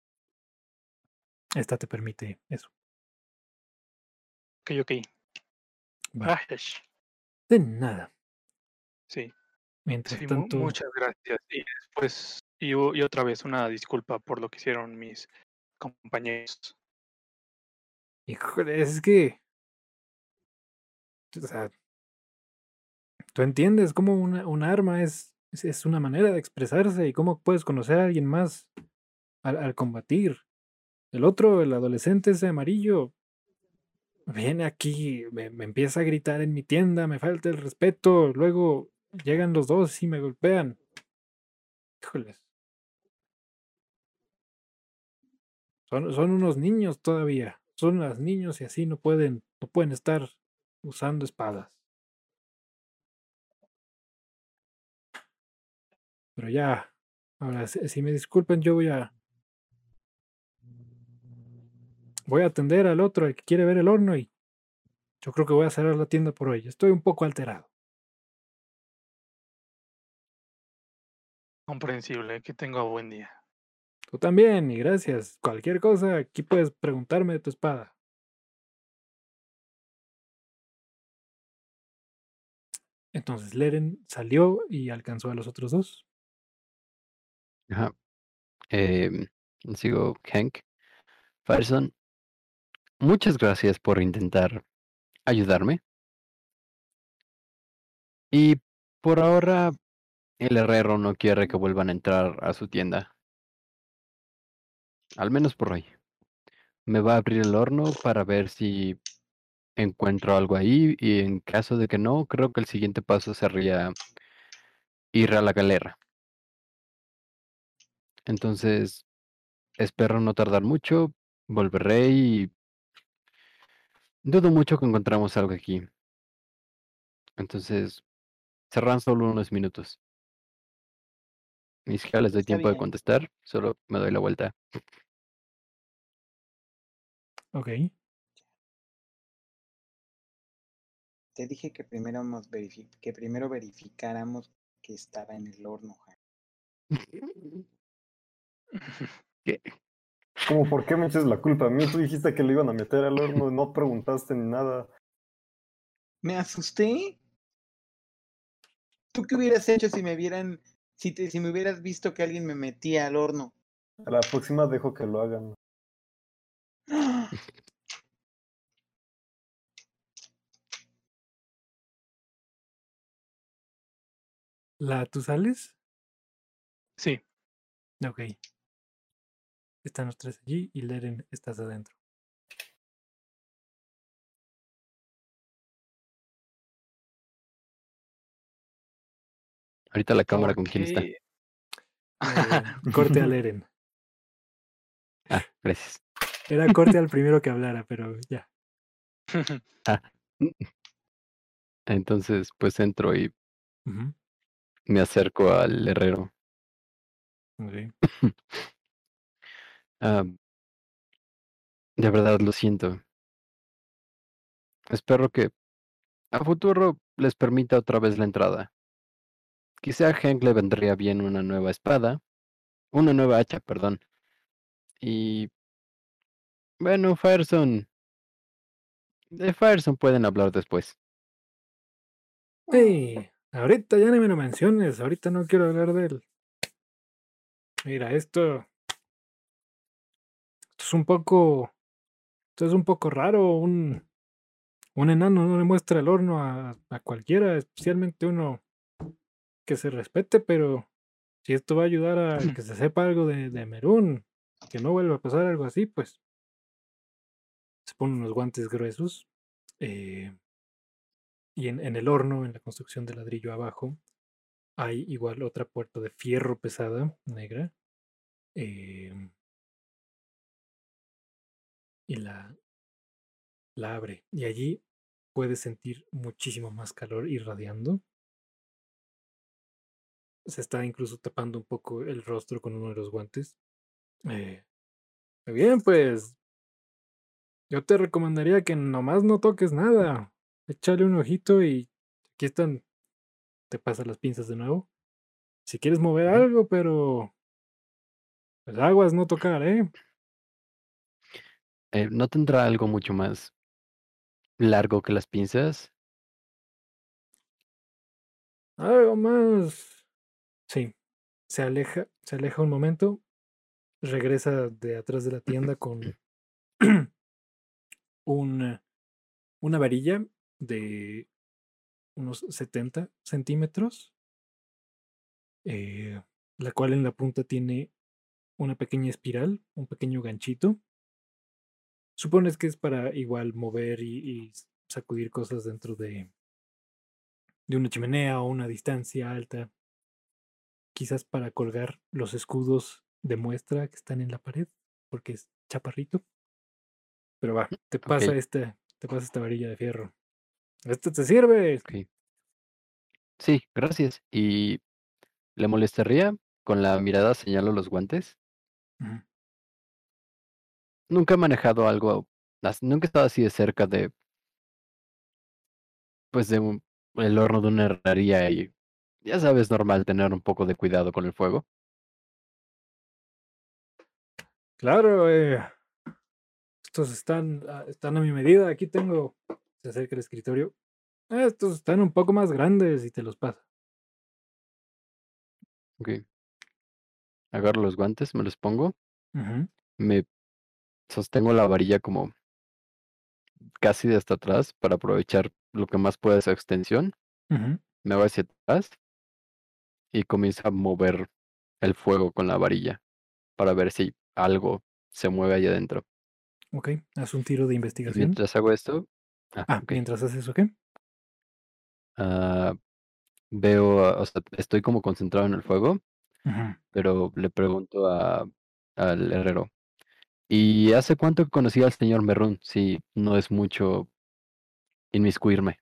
esta te permite eso. Ok, ok. Va. Ah, esh. De nada. Sí, Mientras sí, mu- tanto, muchas gracias. Y después, y, o- y otra vez una disculpa por lo que hicieron mis compañeros. híjole, es que, o sea, tú entiendes cómo una, un arma es, es, es una manera de expresarse y cómo puedes conocer a alguien más al, al combatir. El otro, el adolescente ese amarillo, viene aquí, me, me empieza a gritar en mi tienda, me falta el respeto, luego llegan los dos y me golpean. Híjoles. Son, son unos niños todavía. Son unos niños y así no pueden, no pueden estar usando espadas. Pero ya, ahora si, si me disculpen, yo voy a voy a atender al otro, el que quiere ver el horno, y yo creo que voy a cerrar la tienda por hoy. Estoy un poco alterado. Comprensible, que tenga buen día. Tú también, y gracias. Cualquier cosa, aquí puedes preguntarme de tu espada. Entonces Leren salió y alcanzó a los otros dos. Ajá. Em, sigo Hank. Fireson, muchas gracias por intentar ayudarme. Y por ahora, el herrero no quiere que vuelvan a entrar a su tienda. Al menos por hoy. Me va a abrir el horno para ver si encuentro algo ahí y en caso de que no, creo que el siguiente paso sería ir a la galera. Entonces, espero no tardar mucho, volveré y dudo mucho que encontramos algo aquí. Entonces, cerran solo unos minutos. Ni siquiera les doy Está tiempo de bien. contestar, solo me doy la vuelta. Ok. Te dije que primero, hemos verifi- que primero verificáramos que estaba en el horno. Hank. ¿Qué? ¿Cómo por qué me echas la culpa a mí? Tú dijiste que lo iban a meter al horno, no preguntaste ni nada. ¿Me asusté? ¿Tú qué hubieras hecho si me vieran, si, te, si me hubieras visto que alguien me metía al horno? A la próxima dejo que lo hagan. ¡Ah! ¿La tú sales? Sí, Ok. Están los tres allí y Leren estás adentro. Ahorita la cámara ¿por con quién está. qué? Eh, corte a Leren. Ah, gracias. Era corte al primero que hablara, pero ya. Ah. Entonces, pues entro y Ujú. me acerco al herrero. Ok. Ah, de verdad lo siento. Espero que a futuro les permita otra vez la entrada. Quizá a Hank le vendría bien una nueva espada, una nueva hacha, perdón. Y bueno, Fireson, de Fireson pueden hablar después. Hey, ahorita ya ni me lo menciones. Ahorita no quiero hablar de él. Mira, esto, esto es un poco, esto es un poco raro. Un, un enano no le muestra el horno a, a cualquiera, especialmente uno que se respete, pero si esto va a ayudar a que se sepa algo de, de Merún, que no vuelva a pasar algo así, pues se ponen unos guantes gruesos. eh, y en, en el horno, en la construcción de ladrillo abajo, hay igual otra puerta de fierro pesada, negra. em, y la, la abre. Y allí puedes sentir muchísimo más calor irradiando. Se está incluso tapando un poco el rostro con uno de los guantes. Eh, muy bien, pues yo te recomendaría que nomás no toques nada. Échale un ojito y aquí están. Te pasas las pinzas de nuevo. Si quieres mover Ujú. algo, pero pues aguas no tocar, ¿eh? Eh, ¿no tendrá algo mucho más largo que las pinzas? Algo más. Sí. Se aleja, se aleja un momento. Regresa de atrás de la tienda con un, una varilla de unos setenta centímetros, eh, la cual en la punta tiene una pequeña espiral, un pequeño ganchito. Supones que es para igual mover y, y sacudir cosas dentro de, de una chimenea o una distancia alta, quizás para colgar los escudos de muestra que están en la pared, porque es chaparrito. Pero va, te pasa Ok, este, te pasa esta varilla de fierro. ¡Esto te sirve! ok. Sí, gracias. ¿Y le molestaría? Con la mirada señalo los guantes. Ujú. Nunca he manejado algo, as- nunca he estado así de cerca de, pues, de un- el horno de una herrería y ya sabes, normal tener un poco de cuidado con el fuego. Claro, eh, estos están, ah, están a mi medida. Aquí tengo. Se acerca el escritorio. Estos están un poco más grandes y te los pasa. Ok, agarro los guantes, me los pongo, Ujú, me sostengo la varilla como casi de hasta atrás para aprovechar lo que más pueda esa extensión. ujú. Me voy hacia atrás y comienzo a mover el fuego con la varilla para ver si algo se mueve ahí adentro. Ok, haz un tiro de Y investigación. mientras hago esto, ah, Ah, ok, mientras haces eso, ¿qué? ah, veo, ah, o sea, estoy como concentrado en el fuego, Ujú. pero le pregunto a, al herrero, ¿y hace cuánto que conocí al señor Merrún? Si no es mucho inmiscuirme.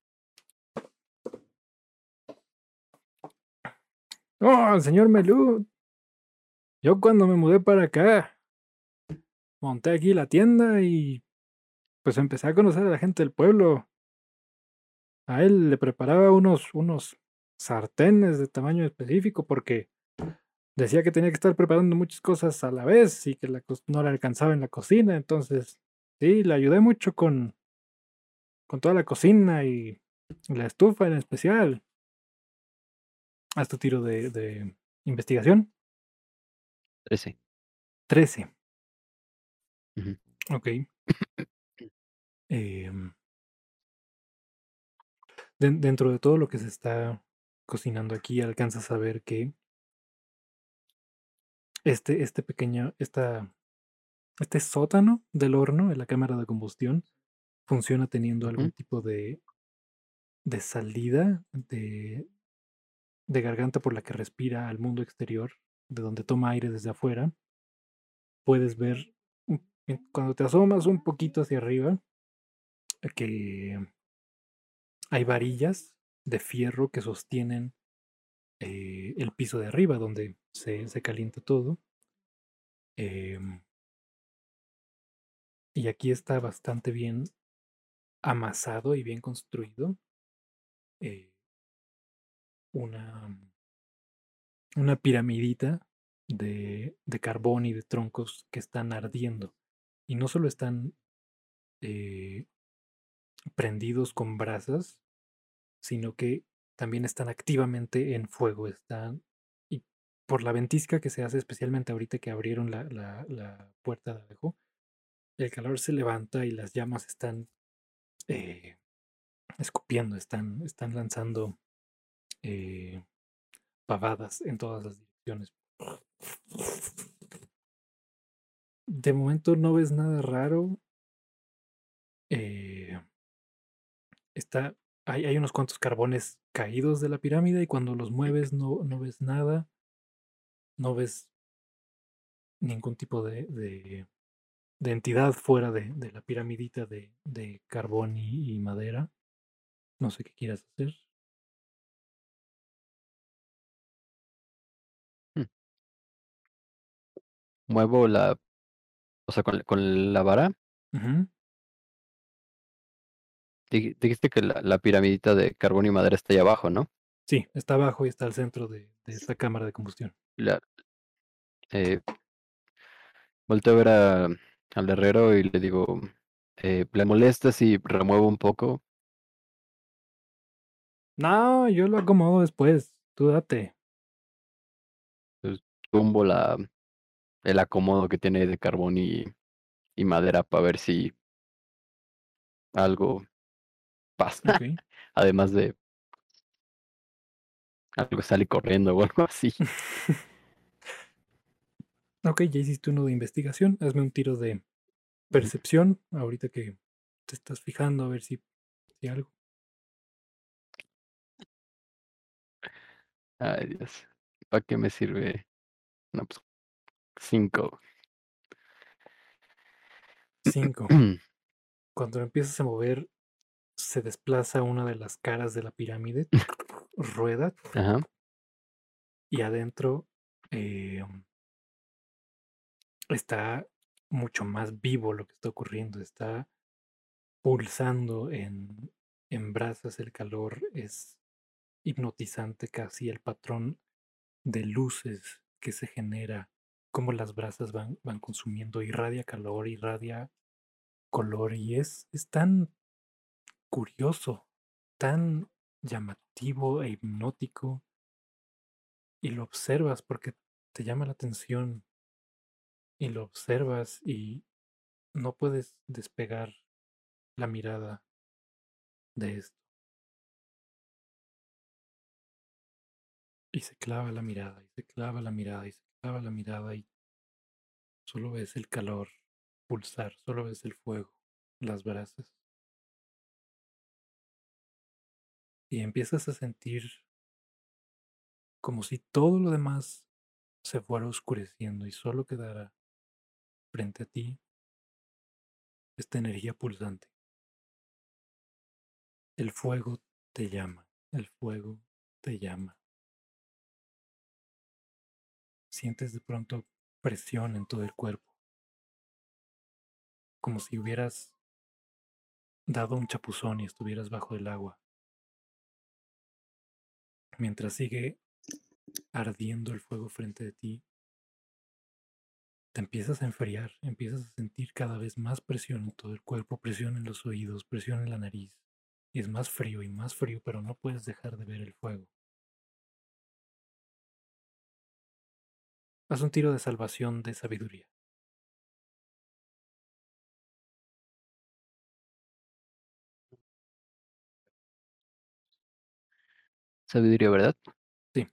Oh, señor Melú, yo cuando me mudé para acá, monté aquí la tienda y pues empecé a conocer a la gente del pueblo. A él le preparaba unos, unos sartenes de tamaño específico porque decía que tenía que estar preparando muchas cosas a la vez y que la cos- no le alcanzaba en la cocina. Entonces, sí, le ayudé mucho con, con toda la cocina y la estufa en especial. Haz tu tiro de, de investigación. Trece. Trece. Ujú, Ok. Em, den- dentro de todo lo que se está cocinando aquí, alcanzas a ver que este, este pequeño, esta, este sótano del horno, en la cámara de combustión, funciona teniendo algún ujú. tipo de, de salida de, de garganta por la que respira al mundo exterior, de donde toma aire desde afuera. Puedes ver, un- en- cuando te asomas un poquito hacia arriba, que hay varillas de fierro que sostienen eh, el piso de arriba, donde se, se calienta todo. Em, y aquí está bastante bien amasado y bien construido. eh, una, una piramidita de, de carbón y de troncos que están ardiendo. Y no solo están eh, prendidos con brasas, sino que también están activamente en fuego. Están, y por la ventisca que se hace, especialmente ahorita que abrieron la, la, la puerta de abajo, el calor se levanta y las llamas están eh, escupiendo, están, están lanzando eh, pavadas en todas las direcciones. De momento no ves nada raro. eh, está, hay, hay unos cuantos carbones caídos de la pirámide y cuando los mueves no, no ves nada, no ves ningún tipo de, de, de entidad fuera de, de la piramidita de, de carbón y, y madera. No sé qué quieras hacer. Mm. Muevo la, o sea, con, con la vara. Ujú. Dij- Dijiste que la, la piramidita de carbón y madera está ahí abajo, ¿no? Sí, está abajo y está al centro de, de esta cámara de combustión. La, eh, volteo a ver a- al herrero y le digo, eh, ¿le molesta si remuevo un poco? No, yo lo acomodo después. Tú date. Pues, tumbo la, el acomodo que tiene de carbón y, y madera para ver si algo pasa. Ok. Además de algo sale corriendo o algo así. Ok, ya hiciste uno de investigación. Hazme un tiro de percepción. Ahorita que te estás fijando a ver si, si algo. Ay, Dios. ¿Para qué me sirve? No, pues cinco. Cinco. Cuando lo empiezas a mover, se desplaza una de las caras de la pirámide, rueda, Ajá. y adentro eh, está mucho más vivo lo que está ocurriendo. Está pulsando en, en brasas, el calor es hipnotizante casi, el patrón de luces que se genera, como las brasas van, van consumiendo, irradia calor, irradia color, y es, es tan curioso, tan llamativo e hipnótico, y lo observas porque te llama la atención, y lo observas y no puedes despegar la mirada de esto. Y se clava la mirada, y se clava la mirada, y se clava la mirada, y solo ves el calor pulsar, solo ves el fuego, las brasas. Y empiezas a sentir como si todo lo demás se fuera oscureciendo y solo quedara frente a ti esta energía pulsante. El fuego te llama, el fuego te llama. Sientes de pronto presión en todo el cuerpo, como si hubieras dado un chapuzón y estuvieras bajo el agua. Mientras sigue ardiendo el fuego frente de ti, te empiezas a enfriar, empiezas a sentir cada vez más presión en todo el cuerpo, presión en los oídos, presión en la nariz. Y es más frío y más frío, pero no puedes dejar de ver el fuego. Haz un tiro de salvación de sabiduría. Sabiduría, ¿verdad? Sí.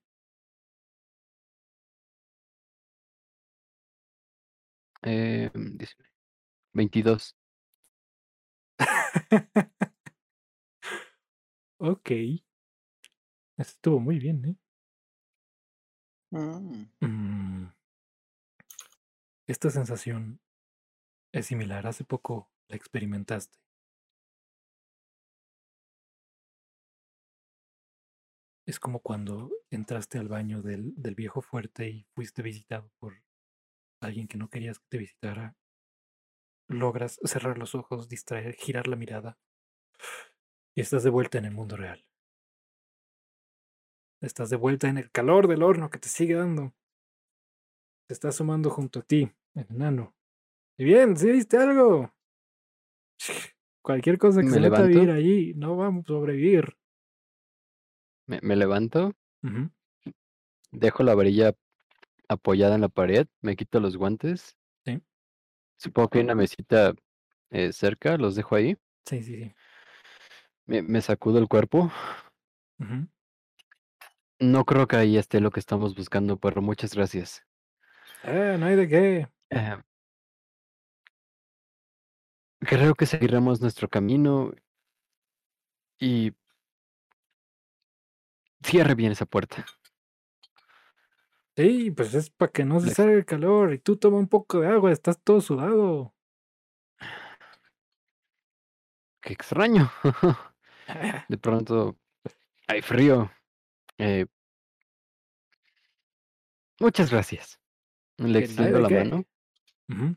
Eh, veintidós. Ok. Eso estuvo muy bien, ¿eh? Mm. Mm. Esta sensación es similar. Hace poco la experimentaste. Es como cuando entraste al baño del, del viejo fuerte y fuiste visitado por alguien que no querías que te visitara. Logras cerrar los ojos, distraer, girar la mirada y estás de vuelta en el mundo real. Estás de vuelta en el calor del horno que te sigue dando. Te está asomando junto a ti, el enano. Y bien, ¿sí viste algo? Cualquier cosa que Me se meta a levanto. vivir allí, no vamos a sobrevivir. Me, me levanto. Ujú. Dejo la varilla apoyada en la pared. Me quito los guantes. Sí, Supongo que hay una mesita eh, cerca. Los dejo ahí. sí, sí, sí. Me, me sacudo el cuerpo. Ujú. No creo que ahí esté lo que estamos buscando, pero muchas gracias. Eh, no hay de qué. Eh, creo que seguiremos nuestro camino y cierre bien esa puerta. Sí, pues es para que no se Lex. salga el calor. Y tú toma un poco de agua, estás todo sudado. Qué extraño. De pronto hay frío. Eh, muchas gracias. Le Que no hay extiendo de la qué. mano Ujú.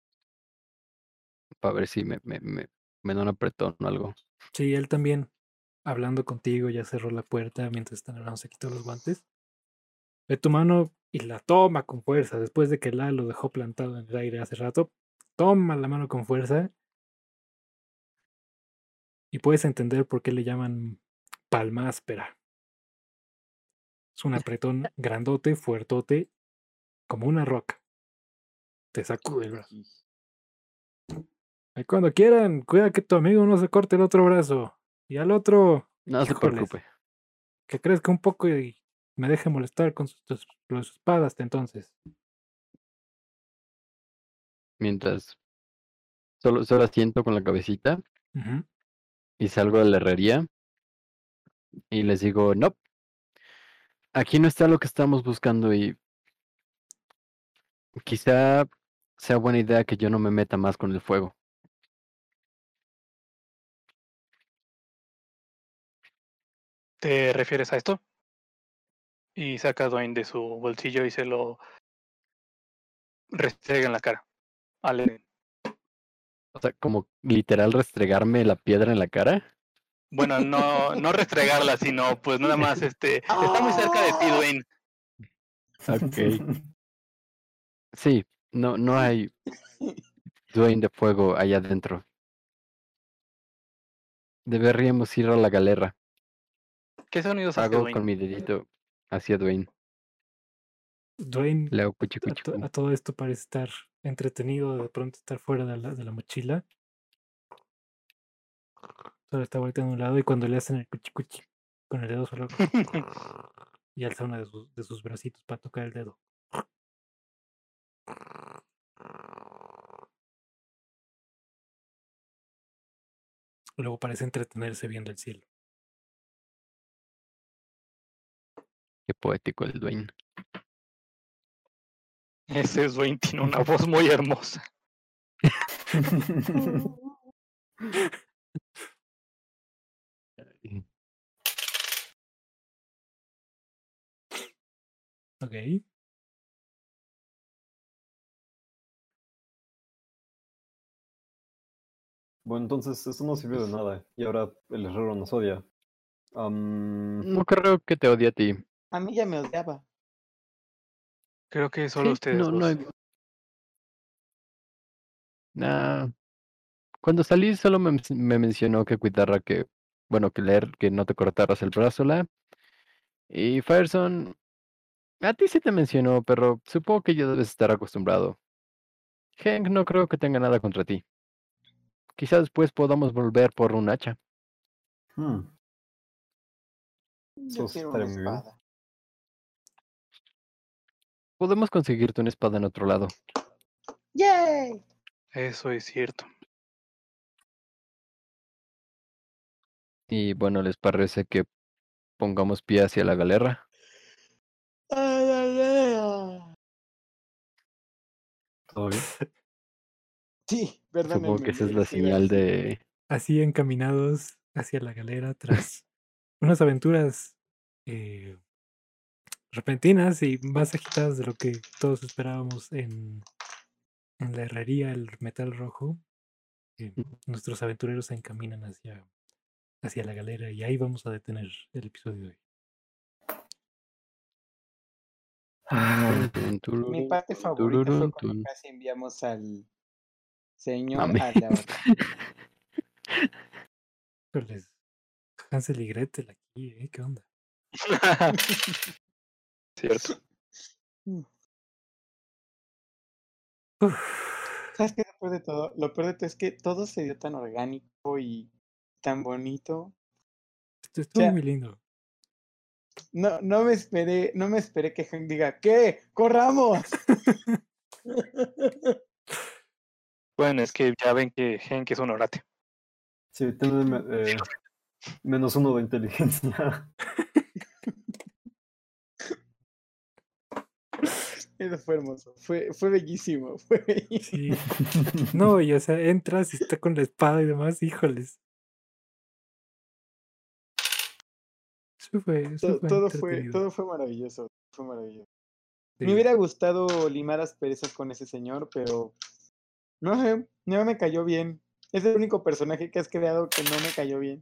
para ver si me, me, me, me da un apretón o algo. Sí, él también, hablando contigo, ya cerró la puerta mientras están hablando, se quitó los guantes. Ve tu mano y la toma con fuerza. Después de que la lo dejó plantado en el aire hace rato, toma la mano con fuerza y puedes entender por qué le llaman palma áspera. Es un apretón grandote, fuertote, como una roca. Te sacude el brazo. Ahí cuando quieran, cuida que tu amigo no se corte el otro brazo. Y al otro, No se híjoles, preocupe. que crezca un poco y me deje molestar con sus, sus- sus espadas hasta entonces. Mientras solo, solo asiento con la cabecita Ujú. y salgo de la herrería y les digo, no, aquí no está lo que estamos buscando y quizá sea buena idea que yo no me meta más con el fuego. ¿Te refieres a esto? Y saca a Dwayne de su bolsillo y se lo restrega en la cara. A Lenin. O sea, como literal restregarme la piedra en la cara. Bueno, no, no restregarla, sino pues nada más, este, está muy cerca de ti, Dwayne. Ok. Sí, no, no hay Dwayne de fuego allá adentro. Deberíamos ir a la galera. ¿Qué sonidos hace Hago Dwayne? con mi dedito hacia Dwayne. Dwayne, Le hago cuchi a, cuchi to- cu. a todo esto parece estar entretenido, de pronto estar fuera de la, de la mochila. Solo está volteando a un lado y cuando le hacen el cuchi cuchi con el dedo solo y alza uno de sus, de sus bracitos para tocar el dedo. Luego parece entretenerse viendo el cielo. Qué poético el Dwayne. Ese Dwayne tiene una voz muy hermosa. Ok. Bueno, entonces eso no sirvió de nada. Y ahora el herrero nos odia. Am, No creo que te odie a ti. A mí ya me odiaba. Creo que solo Sí, ustedes no, no dos. hay... Nah. Cuando salí solo me, me mencionó que cuidara que, bueno, que leer, que no te cortaras el brazo, la. Y Fireson, a ti sí te mencionó, pero supongo que ya debes estar acostumbrado. Hank no creo que tenga nada contra ti. Quizás después podamos volver por un hacha. hmm, Yo Eso quiero estaría una muy bien. espada. Podemos conseguirte una espada en otro lado. ¡Yay! Eso es cierto. Y bueno, ¿les parece que pongamos pie hacia la galera? Ay, ay, ay. ¿Todo bien? Sí, Supongo que perdónenme, esa es me la quedé señal así. de... Así encaminados hacia la galera tras unas aventuras eh, repentinas y más agitadas de lo que todos esperábamos en, en la herrería, el metal rojo. eh, nuestros aventureros se encaminan hacia, hacia la galera y ahí vamos a detener el episodio de hoy. Tun, tun, Mi tururún, parte tun, favorita fue tururún, cuando tun. casi enviamos al señor Mame. a la horca. Híjoles, Hansel y Gretel aquí, ¿eh? ¿Qué onda? Cierto. Uf, ¿Sabes qué es lo peor de todo? Lo peor de todo es que todo se dio tan orgánico y tan bonito. esto O estuvo sea, muy lindo. no, no me esperé, no me esperé que Hank diga, ¿qué? ¡Corramos! Bueno, es que ya ven que Henk es un orate. Sí, tiene me- eh, menos uno de inteligencia. Eso fue hermoso, fue, fue bellísimo, fue bellísimo. Sí. No, y o sea, entras y está con la espada y demás, híjoles. Eso fue, eso To- fue todo fue, entretenido. todo fue maravilloso, fue maravilloso. Sí. Me hubiera gustado limar asperezas con ese señor, pero no sé, no me cayó bien. Es el único personaje que has creado que no me cayó bien.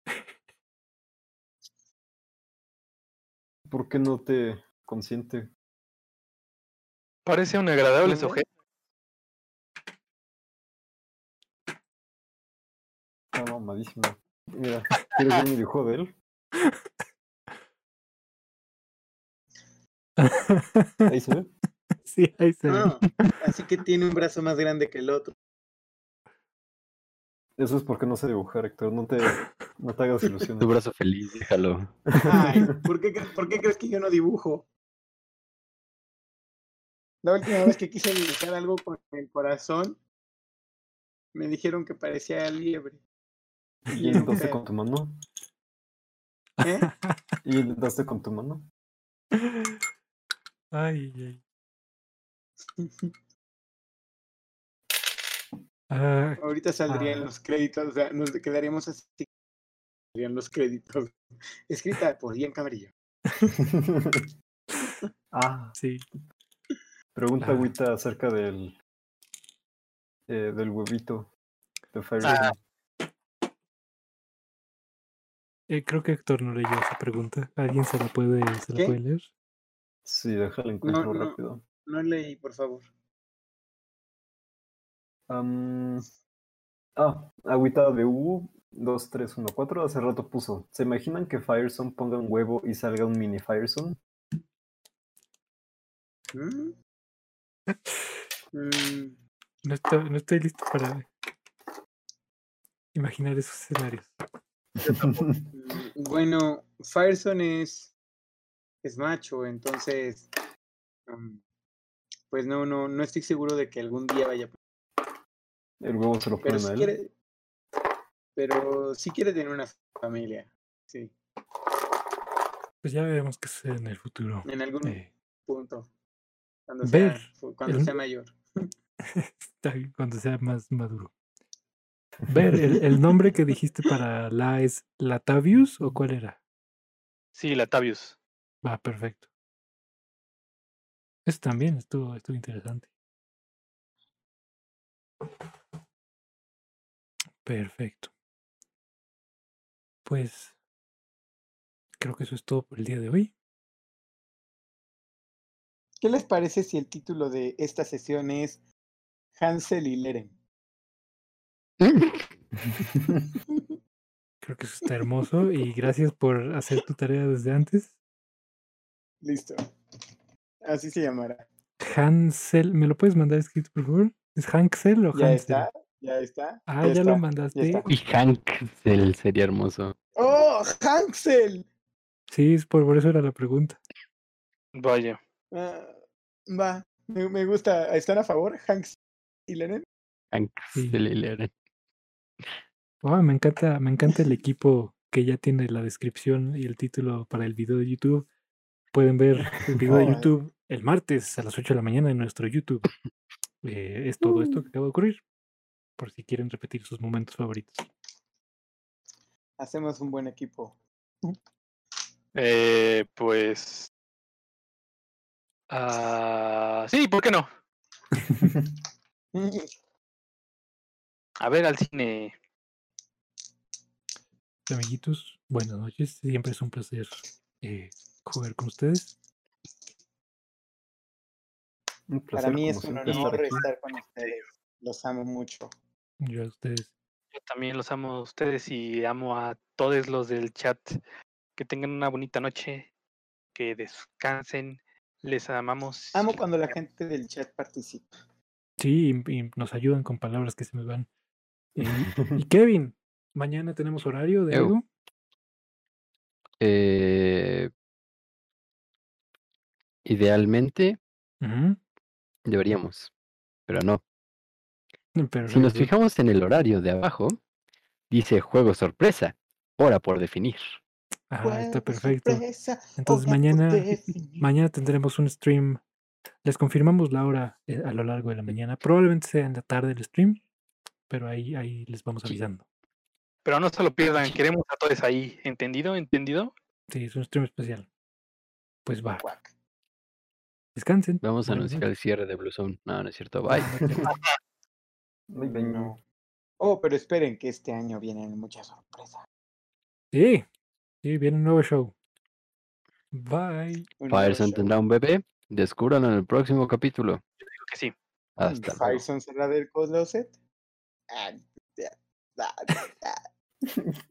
¿Por qué no te consiente? Parece un agradable ¿Mande? sujeto. Está mamadísimo. Mira, ¿quieres ver mi dibujo de él? Ahí se ve. Sí, ahí se ve. Ah, así que tiene un brazo más grande que el otro. Eso es porque no sé dibujar, Héctor. No te, no te hagas ilusiones. Tu brazo feliz, déjalo. Ay, ¿por qué, cre- ¿por qué crees que yo no dibujo? La última vez que quise dibujar algo con el corazón, me dijeron que parecía liebre. ¿Y Y yo intentaste nunca... con tu mano? ¿Eh? ¿Y intentaste con tu mano? Ay, ay. Ah, Ahorita saldrían ah, los créditos, o sea, nos quedaríamos así. Saldrían los créditos. Escrita por Ian Camarillo. Ah, sí. pregunta Ah, Agüita acerca del, eh, del huevito de Ah, Firestone. eh, creo que Héctor no leyó esa pregunta. ¿Alguien se la puede, se la ¿Qué? puede leer? Sí, déjala No, encuentro no, rápido. no leí, por favor. Am, ah, Agüita de U dos tres uno cuatro hace rato puso. ¿Se imaginan que Firestone ponga un huevo y salga un mini Firestone? ¿Mm? Mm, No estoy, no estoy listo para imaginar esos escenarios. yo tampoco. mm, bueno, Firestone es, es macho, entonces, um, pues no, no, no estoy seguro de que algún día vaya. El huevo se lo Pero ponen a sí él. quiere, pero sí quiere tener una familia, sí, Pues ya veremos qué sucede en el futuro. en algún Eh, punto, cuando ver sea, cuando el- sea mayor. está bien, cuando sea más maduro. Ver, el, el nombre que dijiste para la es Latavius o cuál era? Sí, Latavius. Va, perfecto. Eso también estuvo, estuvo interesante. Perfecto. Pues creo que eso es todo por el día de hoy. ¿Qué les parece si el título de esta sesión es Hansel y Leren? Creo que eso está hermoso y gracias por hacer tu tarea desde antes. Listo. Así se llamará. Hansel, ¿me lo puedes mandar escrito, por favor? ¿Es Hansel o Ya Hansel? está, ya está. Ah, ya ya lo está, mandaste. ya está. Uy, Hansel sería hermoso. ¡Oh, Hansel! Sí, es por, por eso era la pregunta. Vaya. Ah, va, me, me gusta. ¿Están a favor, Hanks y Leren? Hansel y Leren. Oh, me encanta, me encanta el equipo que ya tiene la descripción y el título para el video de YouTube. Pueden ver el video de Oh, YouTube el martes a las ocho de la mañana en nuestro YouTube. Eh, es todo esto que acaba de ocurrir, por si quieren repetir sus momentos favoritos. hacemos un buen equipo. Eh, pues. ah, sí, ¿por qué no? A ver al cine. Amiguitos, buenas noches. Siempre es un placer eh, jugar con ustedes. Un Para placer, mí como es un siempre, honor estar aquí. estar con ustedes. Los amo mucho. Yo a ustedes. Yo también los amo a ustedes y amo a todos los del chat. Que tengan una bonita noche. Que descansen. Les amamos. Amo cuando la gente del chat participa. Sí, y, y nos ayudan con palabras que se me van. Eh, y Kevin, mañana tenemos horario de Eu. algo. Eh, idealmente Ujú. deberíamos, pero no. Si nos Perfecto. fijamos en el horario de abajo, dice juego sorpresa, hora por definir. Ah, está Juego perfecto. sorpresa, Entonces hora por mañana, definir. mañana tendremos un stream. Les confirmamos la hora eh, a lo largo de la mañana. Probablemente sea en la tarde el stream, pero ahí, ahí les vamos avisando. Pero no se lo pierdan. Queremos a todos ahí. ¿Entendido? ¿Entendido? Sí, es un stream especial. Pues va. Cuac. Descansen. Vamos a Buenas anunciar noches. el cierre de Blue Zone. No, no es cierto. Bye. Buenas noches. Bye, bye. No. Oh, pero esperen que este año vienen muchas sorpresas. Sí, sí, viene un nuevo show. Bye. Un nuevo Fireson show. tendrá un bebé. Descúbranlo en el próximo capítulo. Digo que sí. Hasta luego. Fireson será del closet. Ah, ya, ah, ah.